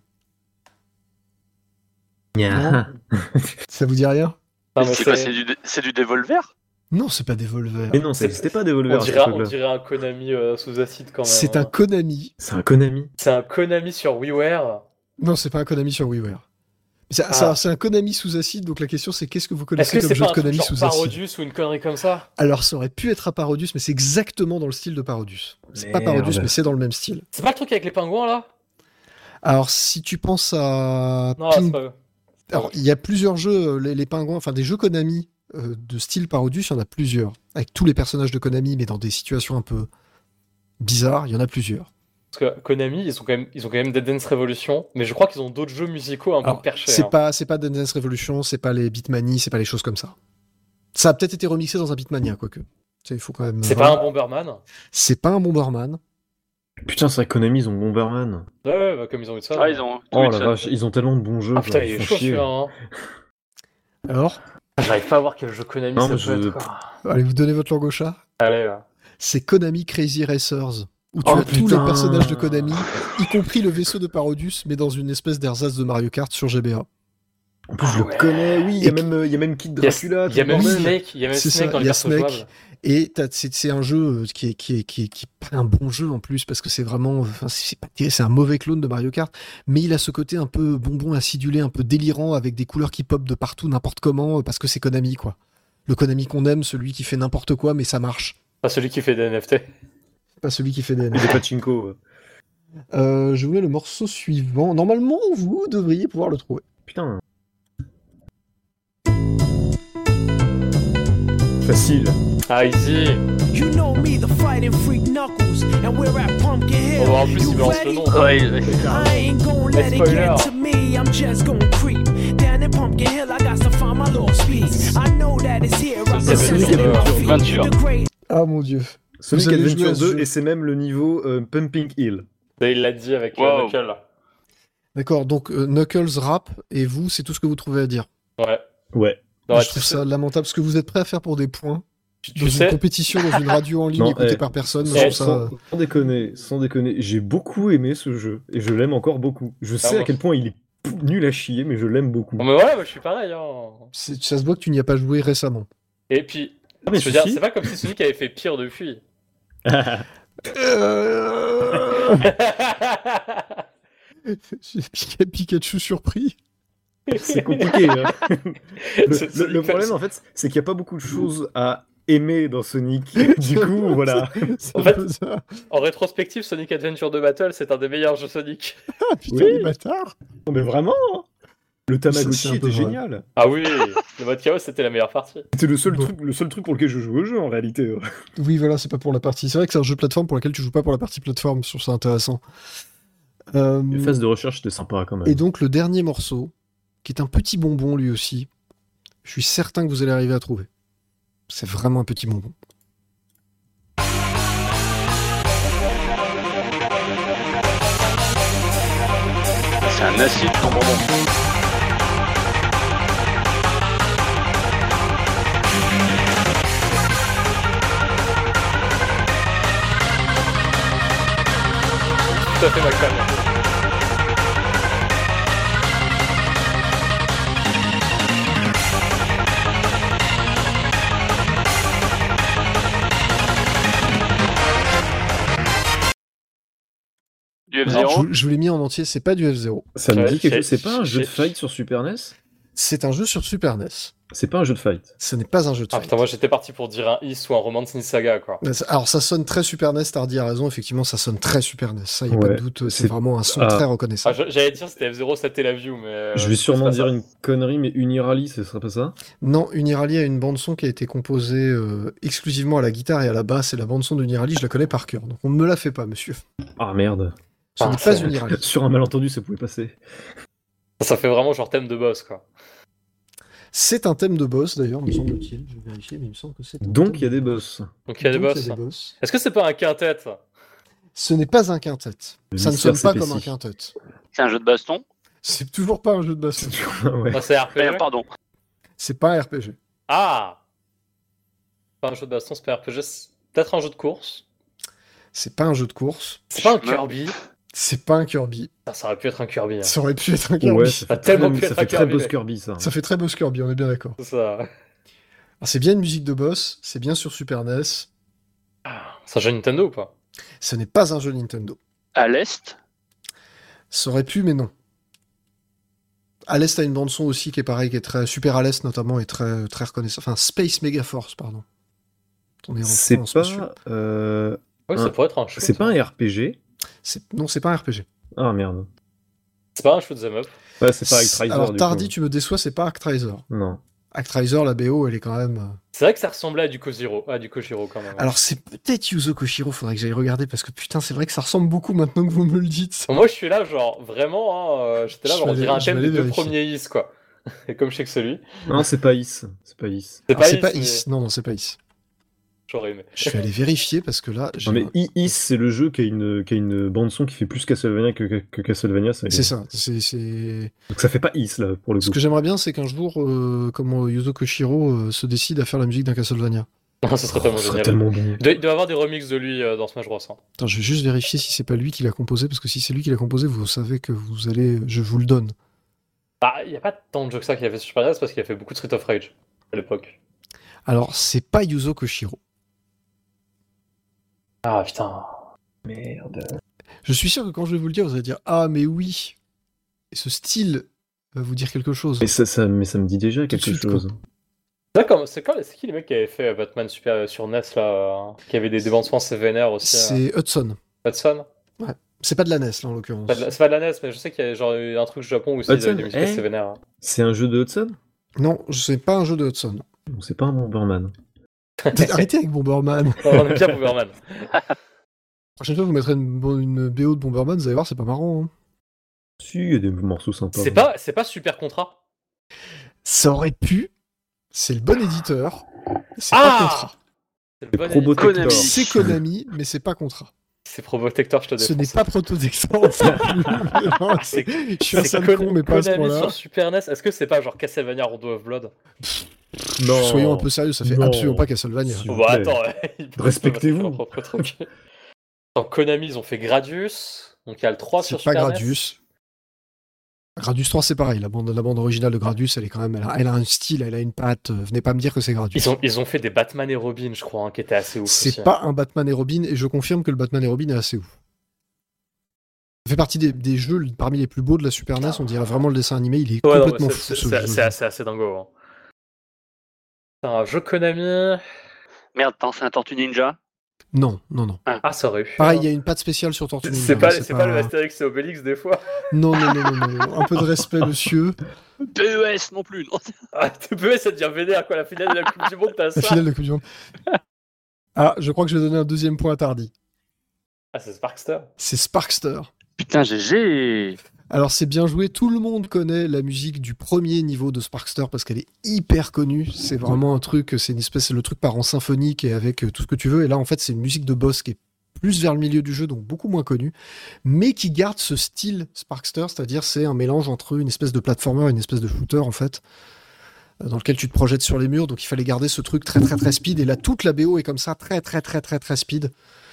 Non. Ça vous dit rien? Non, mais C'est quoi, c'est du Devolver? Non, c'est pas Devolver. Mais non, ça n'existait pas Devolver. On dirait un Konami sous acide quand même. C'est un Konami. C'est un Konami. C'est un Konami sur WiiWare. Non, c'est pas un Konami sur WiiWare. C'est un Konami sous acide, donc la question c'est qu'est-ce que vous connaissez comme jeu de Konami sous acide? Parodius ou une connerie comme ça? Alors ça aurait pu être à Parodius, mais c'est exactement dans le style de Parodius. C'est pas Parodius, mais c'est dans le même style. C'est pas le truc avec les pingouins là? Alors si tu penses à... Non, c'est pas eux. Alors il y a plusieurs jeux, les pingouins, enfin des jeux Konami de style Parodius, il y en a plusieurs. Avec tous les personnages de Konami, mais dans des situations un peu bizarres, il y en a plusieurs. Parce que Konami, ils ont quand même Dead Dance Revolution, mais je crois qu'ils ont d'autres jeux musicaux un peu perchés. C'est pas Dead Dance Revolution, c'est pas les Beatmania, c'est pas les choses comme ça. Ça a peut-être été remixé dans un Beatmania, quoique. Il faut quand même. C'est pas un Bomberman? C'est pas un Bomberman. Putain, c'est vrai que Konami, ils ont Bomberman. Ouais, bah, comme ils ont eu ça. Ah, ils ont. Oh la vache, ils ont tellement de bons jeux. Ah putain, il est chaud celui-là. Hein. Alors J'arrive pas à voir quel jeu Konami ça peut être. Quoi. Allez, vous donnez votre langue au chat. Allez, là. C'est Konami Crazy Racers. Où tu as tous les personnages de Konami, y compris le vaisseau de Parodius, mais dans une espèce d'ersatz de Mario Kart sur GBA. En plus, je le connais, oui, il y a même Kid Dracula. Il y a même Snake, dans les persos jouables. Et c'est un jeu qui est pas un bon jeu en plus, parce que c'est vraiment, c'est un mauvais clone de Mario Kart, mais il a ce côté un peu bonbon acidulé, un peu délirant, avec des couleurs qui pop de partout, n'importe comment, parce que c'est Konami, quoi. Le Konami qu'on aime, celui qui fait n'importe quoi, mais ça marche. Pas celui qui fait des NFT. Pas celui qui fait des NFT. Des pachinko. Je voulais le morceau suivant. Normalement, vous devriez pouvoir le trouver. Putain. Facile. Ah, easy. You know me, the fighting freak Knuckles, and we're at Pumpkin Hill. En plus, il balance le nom. Ouais, I ain't gonna let it get to me, I'm just gonna creep. Down in Pumpkin Hill, I got to find my lost piece. I know that it's here, I C'est sense it. Ah mon dieu. Sonic Adventure 2, et c'est même le niveau Pumping Hill. Et il l'a dit avec Knuckles. D'accord, donc Knuckles rap, et vous, c'est tout ce que vous trouvez à dire. Ouais. Non, je trouve ça lamentable, parce que vous êtes prêts à faire pour des points dans sais... une compétition, dans une radio en ligne écoutée par personne. Sans déconner, j'ai beaucoup aimé ce jeu, et je l'aime encore beaucoup. Je sais à quel point il est nul à chier, mais je l'aime beaucoup. Mais ouais, moi, je suis pareil. Hein. Ça se voit que tu n'y as pas joué récemment. Et puis, je veux dire, c'est pas comme si Sonic avait fait pire depuis. J'ai Pikachu surpris. C'est compliqué. Hein. Le problème, en fait, c'est qu'il n'y a pas beaucoup de choses à aimer dans Sonic. Du coup, voilà. En fait, en rétrospective, Sonic Adventure 2 Battle, c'est un des meilleurs jeux Sonic. Ah putain, les bâtards. Non, mais vraiment. Le Tamagotchi était génial. Ah oui, le mode chaos, c'était la meilleure partie. C'était le seul truc pour lequel je jouais au jeu, en réalité. Oui, voilà, c'est pas pour la partie. C'est vrai que c'est un jeu plateforme pour lequel tu joues pas pour la partie plateforme. Je trouve ça intéressant. Les phases de recherche, c'était sympa quand même. Et donc, le dernier morceau, qui est un petit bonbon lui aussi, je suis certain que vous allez arriver à trouver. C'est vraiment un petit bonbon. C'est un acide ton bonbon. Tout à fait McFan. Du F0. Je vous l'ai mis en entier, c'est pas du F0. Ça me dit quelque chose. C'est pas un jeu de fight sur Super NES ? C'est un jeu sur Super NES. C'est pas un jeu de fight. Ce n'est pas un jeu de fight. Ah putain, moi j'étais parti pour dire un Is ou un Romance in Saga, quoi. Alors ça sonne très Super NES, Tardy a raison, effectivement ça sonne très Super NES, ça y a pas de doute, c'est vraiment un son très reconnaissable. J'allais dire c'était F0, c'était la view, mais... Je vais sûrement dire une connerie, mais Unirally, ce serait pas ça ? Non, Unirally a une bande-son qui a été composée exclusivement à la guitare et à la basse, et la bande-son d'Unirally, je la connais par cœur, donc on ne me la fait pas, monsieur. Ah merde. Ce n'est pas Unirally. Sur un malentendu, ça pouvait passer. Ça fait vraiment genre thème de boss, quoi. C'est un thème de boss d'ailleurs, me semble-t-il. Je vais vérifier, mais il me semble que c'est. Donc il y a des boss. Donc il y a des boss. Est-ce que c'est pas un quintet ? Ce n'est pas un quintet. Ça ne sonne pas comme un quintet. C'est un jeu de baston ? C'est toujours pas un jeu de baston. Ouais. Ah, c'est RPG. Pardon. C'est pas un RPG. Ah ! Pas un jeu de baston, c'est pas un RPG. C'est peut-être un jeu de course. C'est pas un jeu de course. C'est pas un Kirby. C'est pas un Kirby. Ça aurait pu être un Kirby. Hein. Ça aurait pu être un Kirby. Ouais, ça fait très boss Kirby, ça. Ça fait très boss Kirby, on est bien d'accord. C'est ça. Alors, c'est bien une musique de boss, c'est bien sur Super NES. C'est un jeu Nintendo ou pas? Ce n'est pas un jeu Nintendo. À l'Est. Ça aurait pu, mais non. À l'Est, t'as une bande-son aussi qui est pareil, qui est très super à l'Est notamment, et très, très reconnaissable. Enfin, Space Megaforce, pardon. On est C'est en spatial. pas. Oui, ça pourrait être un shoot. C'est pas un RPG. Non, c'est pas un RPG. Ah merde. C'est pas un shoot 'em up. Ouais, c'est pas Actraiser. Alors, du Tardy, coup. tu me déçois, c'est pas Actraiser. Non. Actraiser, la BO, elle est quand même. C'est vrai que ça ressemblait à du Kojiro. Ah, du Kojiro quand même. Alors, c'est peut-être Yuzo Koshiro, faudrait que j'aille regarder, parce que putain, c'est vrai que ça ressemble beaucoup maintenant que vous me le dites. Bon, moi, je suis là, genre, vraiment, j'étais là, Je genre, on vais dirait un aller- je thème vais des aller deux vérifier. premiers Is, quoi. Et comme je sais que celui. Non, c'est pas Is. C'est pas Is. C'est Alors, pas c'est Is, pas mais Is. Non, c'est pas Is. j'aurais aimé. Je vais aller vérifier, parce que là, j'ai. Non, mais Is, c'est le jeu qui a une bande-son qui fait plus Castlevania que Castlevania. C'est ça. C'est. Donc ça fait pas Is, là, pour le Ce coup. que j'aimerais bien, c'est qu'un jour, comment Yuzo Koshiro se décide à faire la musique d'un Castlevania. Non, ce serait tellement Ce serait génial. tellement bon. Il doit y avoir des remixes de lui dans Smash Bros. Hein. Attends, je vais juste vérifier si c'est pas lui qui l'a composé, parce que si c'est lui qui l'a composé, vous savez que vous allez. Je vous le donne. Bah, il n'y a pas tant de jeux que ça qu'il a fait sur Super NES parce qu'il a fait beaucoup de Street of Rage à l'époque. Alors, c'est pas Yuzo Koshiro. Ah putain. Merde. Je suis sûr que quand je vais vous le dire, vous allez dire ah mais oui. Et ce style va vous dire quelque chose. Mais ça me dit déjà de quelque suite, chose. C'est qui les mecs qui avaient fait Batman Super sur NES là, qui avaient des bandes son assez vénères aussi. C'est Hudson. Hudson. C'est pas de la NES là en l'occurrence. C'est pas de la NES, mais je sais qu'il y a genre eu un truc au Japon où aussi ils Hudson, avaient des musiques assez vénères. C'est un jeu de Hudson? Non, c'est pas un jeu de Hudson. Non, c'est pas un Bomberman. Arrêtez avec Bomberman. On aime bien Bomberman. La prochaine fois, vous mettrez une BO de Bomberman, vous allez voir, c'est pas marrant. Hein. Si, il y a des morceaux sympas. C'est pas Super Contra. Ça aurait pu. C'est le bon éditeur. C'est Ah pas Contra. C'est le bon Probotector. éditeur. C'est Konami, mais c'est pas Contra. C'est Probotector, je te Ce défonce. n'est pas Protodexter. Non, je suis un sale con, mais pas à ce Konami point-là. sur Super NES. Est-ce que c'est pas genre Castlevania Rondo of Blood? Non. Soyons un peu sérieux, ça fait Non. absolument pas Castlevania. S'il Oh, vous bah plaît. attends, ils peuvent Respectez-vous. faire leur propre truc. Attends, Konami, ils ont fait Gradius. Donc il y a le 3 sur C'est pas Super NES. Gradius. Gradius 3, c'est pareil. La bande originale de Gradius, elle est quand même, elle a un style, elle a une patte. Venez pas me dire que c'est Gradius. Ils ont fait des Batman et Robin, je crois, hein, qui étaient assez ouf. C'est aussi, pas un Batman et Robin, et je confirme que le Batman et Robin est assez ouf. Ça fait partie des jeux parmi les plus beaux de la Super NES. On dirait vraiment le dessin animé. Il est Ouais, non, complètement mais fou. Ce jeu. c'est assez dingo. Hein. C'est un jeu Konami. Merde, attends, c'est un Tortue Ninja. Non. Ah, ça aurait pu. Pareil, il y a une patte spéciale sur Tortue Ninja. C'est pas le Astérix et Obélix des fois. Non. Un peu de respect, monsieur. PES non plus. Non. Ah, TPS, ça devient vénère quoi. La finale de la Coupe du Monde, t'as La ça. finale de Coupe du Monde. Ah, je crois que je vais donner un deuxième point à Tardy. Ah, c'est Sparkster. C'est Sparkster. Putain, GG. Alors c'est bien joué, tout le monde connaît la musique du premier niveau de Sparkster parce qu'elle est hyper connue, c'est vraiment un truc, c'est le truc part en symphonique et avec tout ce que tu veux, et là en fait c'est une musique de boss qui est plus vers le milieu du jeu, donc beaucoup moins connue, mais qui garde ce style Sparkster, c'est-à-dire c'est un mélange entre une espèce de platformer et une espèce de shooter en fait, dans lequel tu te projettes sur les murs, donc il fallait garder ce truc très très très speed, et là toute la BO est comme ça, très très très très très speed,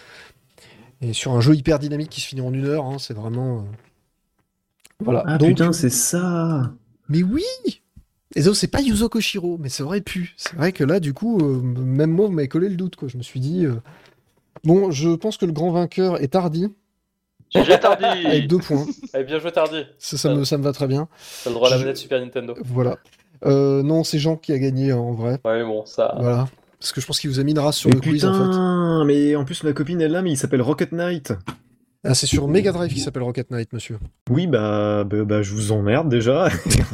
et sur un jeu hyper dynamique qui se finit en 1 heure, hein, c'est vraiment... Voilà. Ah Donc, putain, c'est ça. mais oui. Et donc c'est pas Yuzo Koshiro, mais ça aurait pu. C'est vrai que là, du coup, même moi, vous m'avez collé le doute, quoi. Je me suis dit... Bon, je pense que le grand vainqueur est Tardy, GG Tardy. avec 2 points. Allez, bien joué, Tardy. Ça me va très bien. T'as le droit à la manette Super Nintendo. Voilà. Non, c'est Jean qui a gagné, hein, en vrai. Ouais, mais bon, ça. Voilà. Parce que je pense qu'il vous a mis une race sur Mais le quiz, en fait. putain, mais en plus ma copine elle l'a, mais il s'appelle Rocket Knight. Ah, c'est sur Mega Drive qui s'appelle Rocket Knight, monsieur. Oui, bah je vous emmerde déjà.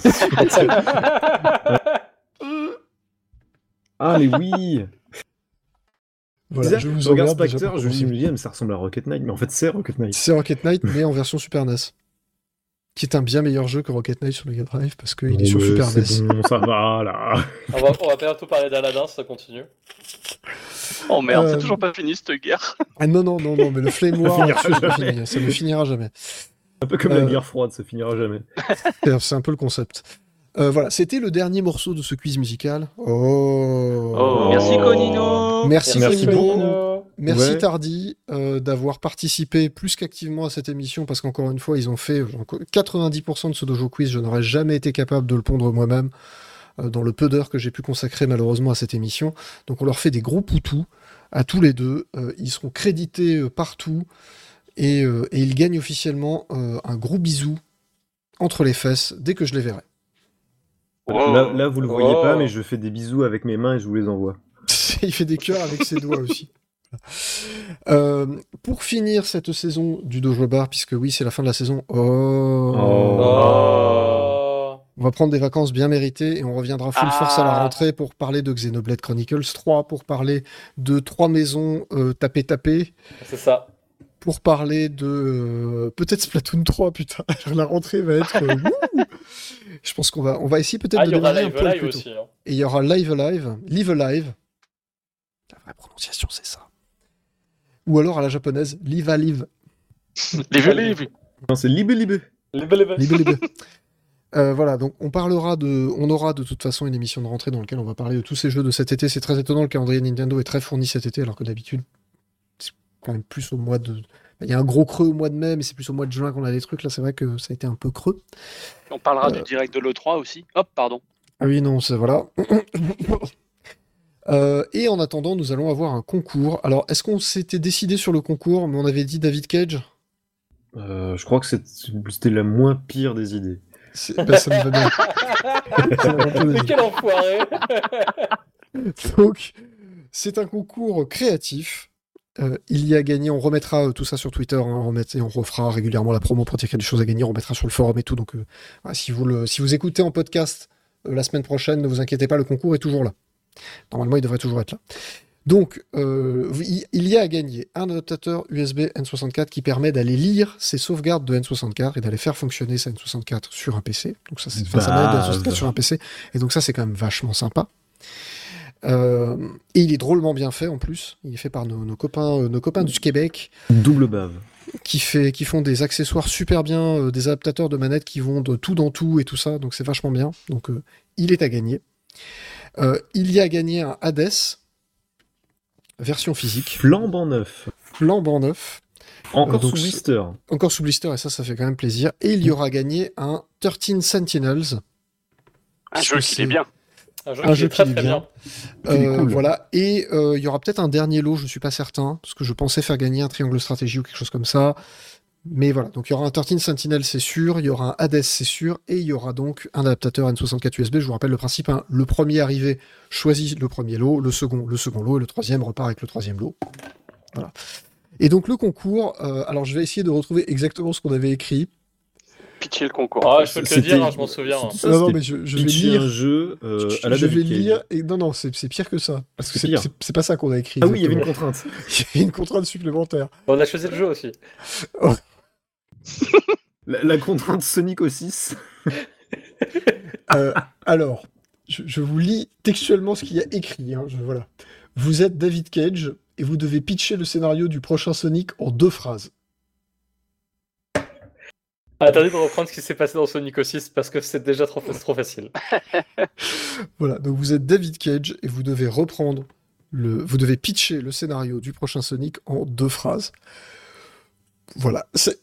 Ah mais oui. Voilà, Bizarre, je vous je regarde emmerde déjà Spectre, pour je me commencer. dis mais ça ressemble à Rocket Knight, mais en fait c'est Rocket Knight. C'est Rocket Knight, mais en version Super NES. Qui est un bien meilleur jeu que Rocket Knight sur Mega Drive, parce qu'il est sur Super NES. C'est bon, ça va là. On va bientôt parler d'Aladin si ça continue. Oh merde, Euh, c'est toujours pas fini cette guerre. Ah non, mais le Flame War, finira là-dessus, jamais. ça ne finira jamais. Un peu comme la guerre froide, ça finira jamais. C'est un peu le concept. Voilà, c'était le dernier morceau de ce quiz musical. Oh, Merci Conino. Merci Conino. Conino. Merci Ouais. Tardy d'avoir participé plus qu'activement à cette émission parce qu'encore une fois, ils ont fait 90% de ce dojo quiz. Je n'aurais jamais été capable de le pondre moi-même. dans le peu d'heures que j'ai pu consacrer malheureusement à cette émission. Donc on leur fait des gros poutous à tous les deux. Ils seront crédités partout et ils gagnent officiellement un gros bisou entre les fesses dès que je les verrai. Là, vous le voyez pas, mais je fais des bisous avec mes mains et je vous les envoie. Il fait des cœurs avec ses doigts aussi. Pour finir cette saison du Dojo Bar, puisque oui, c'est la fin de la saison. On va prendre des vacances bien méritées et on reviendra full force à la rentrée pour parler de Xenoblade Chronicles 3, pour parler de 3 maisons tapées. C'est ça. Pour parler de peut-être Splatoon 3, putain. La rentrée va être... Je pense qu'on va essayer peut-être de démarrer un peu Live plus tôt. aussi. Hein. Et il y aura Live Alive. La vraie prononciation, c'est ça. Ou alors à la japonaise, Live Alive. Non, c'est Libe. Libe. Voilà, donc on aura de toute façon une émission de rentrée dans laquelle on va parler de tous ces jeux de cet été. C'est très étonnant, le calendrier Nintendo est très fourni cet été, alors que d'habitude, c'est quand même plus au mois de... Il y a un gros creux au mois de mai, mais c'est plus au mois de juin qu'on a des trucs. Là, c'est vrai que ça a été un peu creux. On parlera du direct de l'E3 aussi. Hop, pardon. Ah oui, non, c'est... Voilà. Et en attendant, nous allons avoir un concours. Alors, est-ce qu'on s'était décidé sur le concours, mais on avait dit David Cage ? Je crois que c'était la moins pire des idées. Ça me va bien. Mais quel enfoiré. Donc, c'est un concours créatif. Il y a gagné, on remettra tout ça sur Twitter, hein, et on refera régulièrement la promo pour dire qu'il y a des choses à gagner, on remettra sur le forum et tout. Donc, si vous écoutez en podcast la semaine prochaine, ne vous inquiétez pas, le concours est toujours là. Normalement, il devrait toujours être là. Donc, il y a à gagner un adaptateur USB N64 qui permet d'aller lire ses sauvegardes de N64 et d'aller faire fonctionner sa N64 sur un PC. Donc ça, ça m'aide N64 sur un PC. Et donc ça, c'est quand même vachement sympa. Et il est drôlement bien fait en plus. Il est fait par nos copains du Québec. Double bave. Qui font des accessoires super bien, des adaptateurs de manettes qui vont de tout dans tout et tout ça. Donc c'est vachement bien. Donc il est à gagner. Il y a à gagner un Hades version physique. Flambant neuf. Encore sous blister. Encore sous blister, et ça fait quand même plaisir. Et il y aura à gagner un 13 Sentinels. Un jeu qui est bien. Un jeu qui est très bien. Cool. Voilà. Et il y aura peut-être un dernier lot, je suis pas certain, parce que je pensais faire gagner un triangle stratégie ou quelque chose comme ça. Mais voilà, donc il y aura un 13 Sentinel, c'est sûr, il y aura un Hades, c'est sûr, et il y aura donc un adaptateur N64 USB. Je vous rappelle le principe, hein, le premier arrivé choisit le premier lot, le second lot, et le troisième repart avec le troisième lot. Voilà. Et donc le concours, alors je vais essayer de retrouver exactement ce qu'on avait écrit. Pitcher le concours. Ah, je peux te le dire, hein, je m'en souviens. Non, mais je vais lire un jeu à la je vais David Cage. lire, et non, c'est pire que ça. Parce que c'est pas ça qu'on a écrit. Ah oui, il y avait une exactement. contrainte. Il y avait une contrainte supplémentaire. On a choisi le jeu aussi. La contrainte Sonic au 6. Alors, je vous lis textuellement ce qu'il y a écrit. Hein, voilà. Vous êtes David Cage et vous devez pitcher le scénario du prochain Sonic en 2 phrases. Attendez de reprendre ce qui s'est passé dans Sonic 6 parce que c'est déjà trop facile. Voilà, donc vous êtes David Cage et vous devez vous devez pitcher le scénario du prochain Sonic en 2 phrases. Voilà.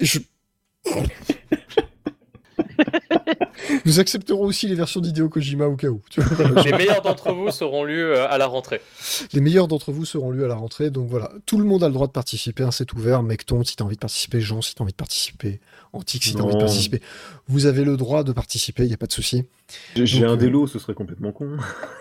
Nous accepterons aussi les versions d'Hideo Kojima au cas où. Les meilleurs d'entre vous seront lus à la rentrée. Les meilleurs d'entre vous seront lus à la rentrée. Donc voilà, tout le monde a le droit de participer. Hein, c'est ouvert. Mecton, si t'as envie de participer. Jean, si t'as envie de participer. Antique, si t'as envie de participer. Vous avez le droit de participer, il n'y a pas de souci. J'ai un délo, ce serait complètement con.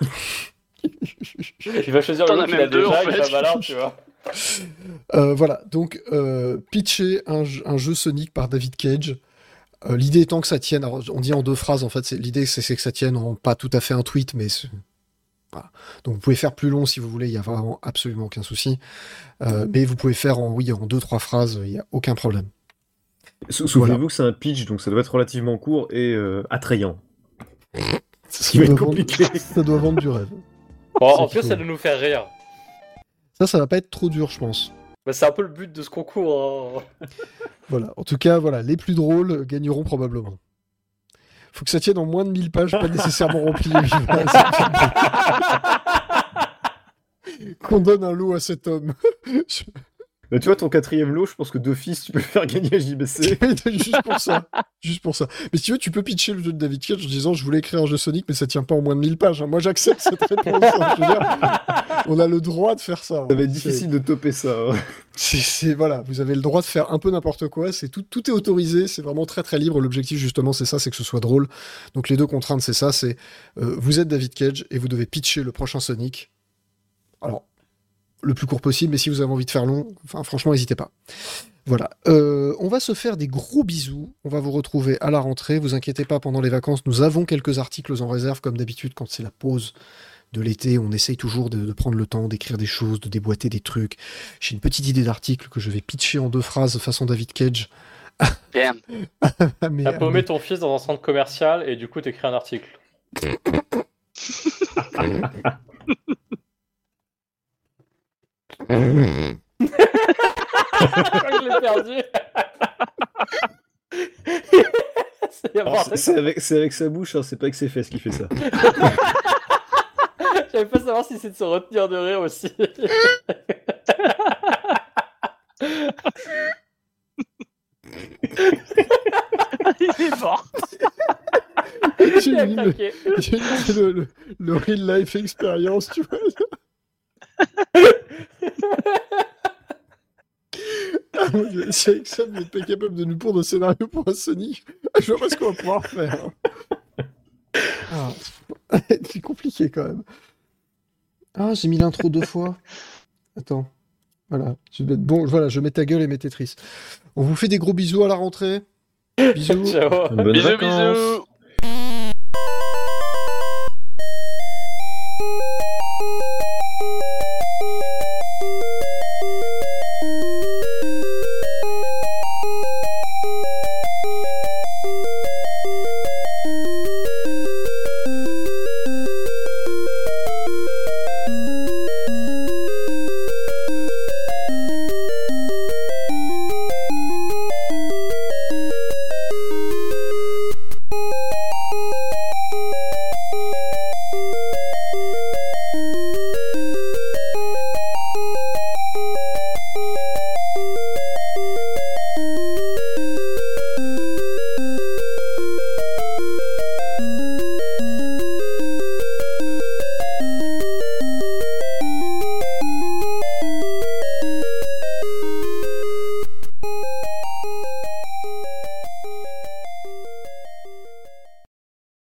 Il va choisir le qu'il a déjà, il va malin, tu vois. Voilà, donc pitcher un jeu Sonic par David Cage. L'idée étant que ça tienne, alors on dit en 2 phrases en fait, l'idée c'est que ça tienne en pas tout à fait un tweet, mais voilà. Donc vous pouvez faire plus long si vous voulez, il n'y a vraiment absolument aucun souci. Mais vous pouvez faire en 2-3 phrases, il n'y a aucun problème. Souvenez-vous que c'est un pitch, donc ça doit être relativement court et attrayant. Ce qui va être compliqué. Ça doit vendre du rêve. Bon, en plus, ça doit nous faire rire. Ça va pas être trop dur, je pense. Bah, c'est un peu le but de ce concours. Hein. Voilà. En tout cas, voilà, les plus drôles gagneront probablement. Faut que ça tienne en moins de 1000 pages, pas nécessairement rempli. Qu'on donne un lot à cet homme. Bah, tu vois, ton 4ème lot, je pense que d'office, tu peux le faire gagner à JBC. Juste pour ça. Juste pour ça. Mais si tu veux, tu peux pitcher le jeu de David Cage en disant je voulais écrire un jeu Sonic, mais ça tient pas en moins de 1000 pages. Hein. Moi, j'accepte cette réponse. Hein. Je veux dire, on a le droit de faire ça. Hein. Ça va être difficile de toper ça. Hein. Voilà, vous avez le droit de faire un peu n'importe quoi. Tout est autorisé. C'est vraiment très très libre. L'objectif justement, c'est ça, c'est que ce soit drôle. Donc les deux contraintes, c'est ça. C'est vous êtes David Cage et vous devez pitcher le prochain Sonic. Alors, le plus court possible, mais si vous avez envie de faire long, enfin, franchement, n'hésitez pas. Voilà. On va se faire des gros bisous. On va vous retrouver à la rentrée. Vous inquiétez pas, pendant les vacances, nous avons quelques articles en réserve, comme d'habitude, quand c'est la pause de l'été. On essaye toujours de prendre le temps d'écrire des choses, de déboîter des trucs. J'ai une petite idée d'article que je vais pitcher en 2 phrases façon David Cage. Damn. T'as paumé ton fils dans un centre commercial et du coup t'écris un article. Je l'ai perdu. C'est avec sa bouche, hein, c'est pas avec ses fesses qu'il fait ça. Je savais pas savoir si c'est de se retenir de rire aussi. Il est mort. J'ai mis le real life experience, tu vois. Ah, si avec ça, vous n'êtes pas capable de nous pondre un scénario pour un Sonic, je vois pas ce qu'on va pouvoir faire. Ah, c'est compliqué quand même. Ah, j'ai mis l'intro 2 fois. Attends. Voilà. Bon, voilà, je mets ta gueule et mes Tetris. On vous fait des gros bisous à la rentrée. Bisous. Ciao. Bonnes Bisous, vacances. bisous.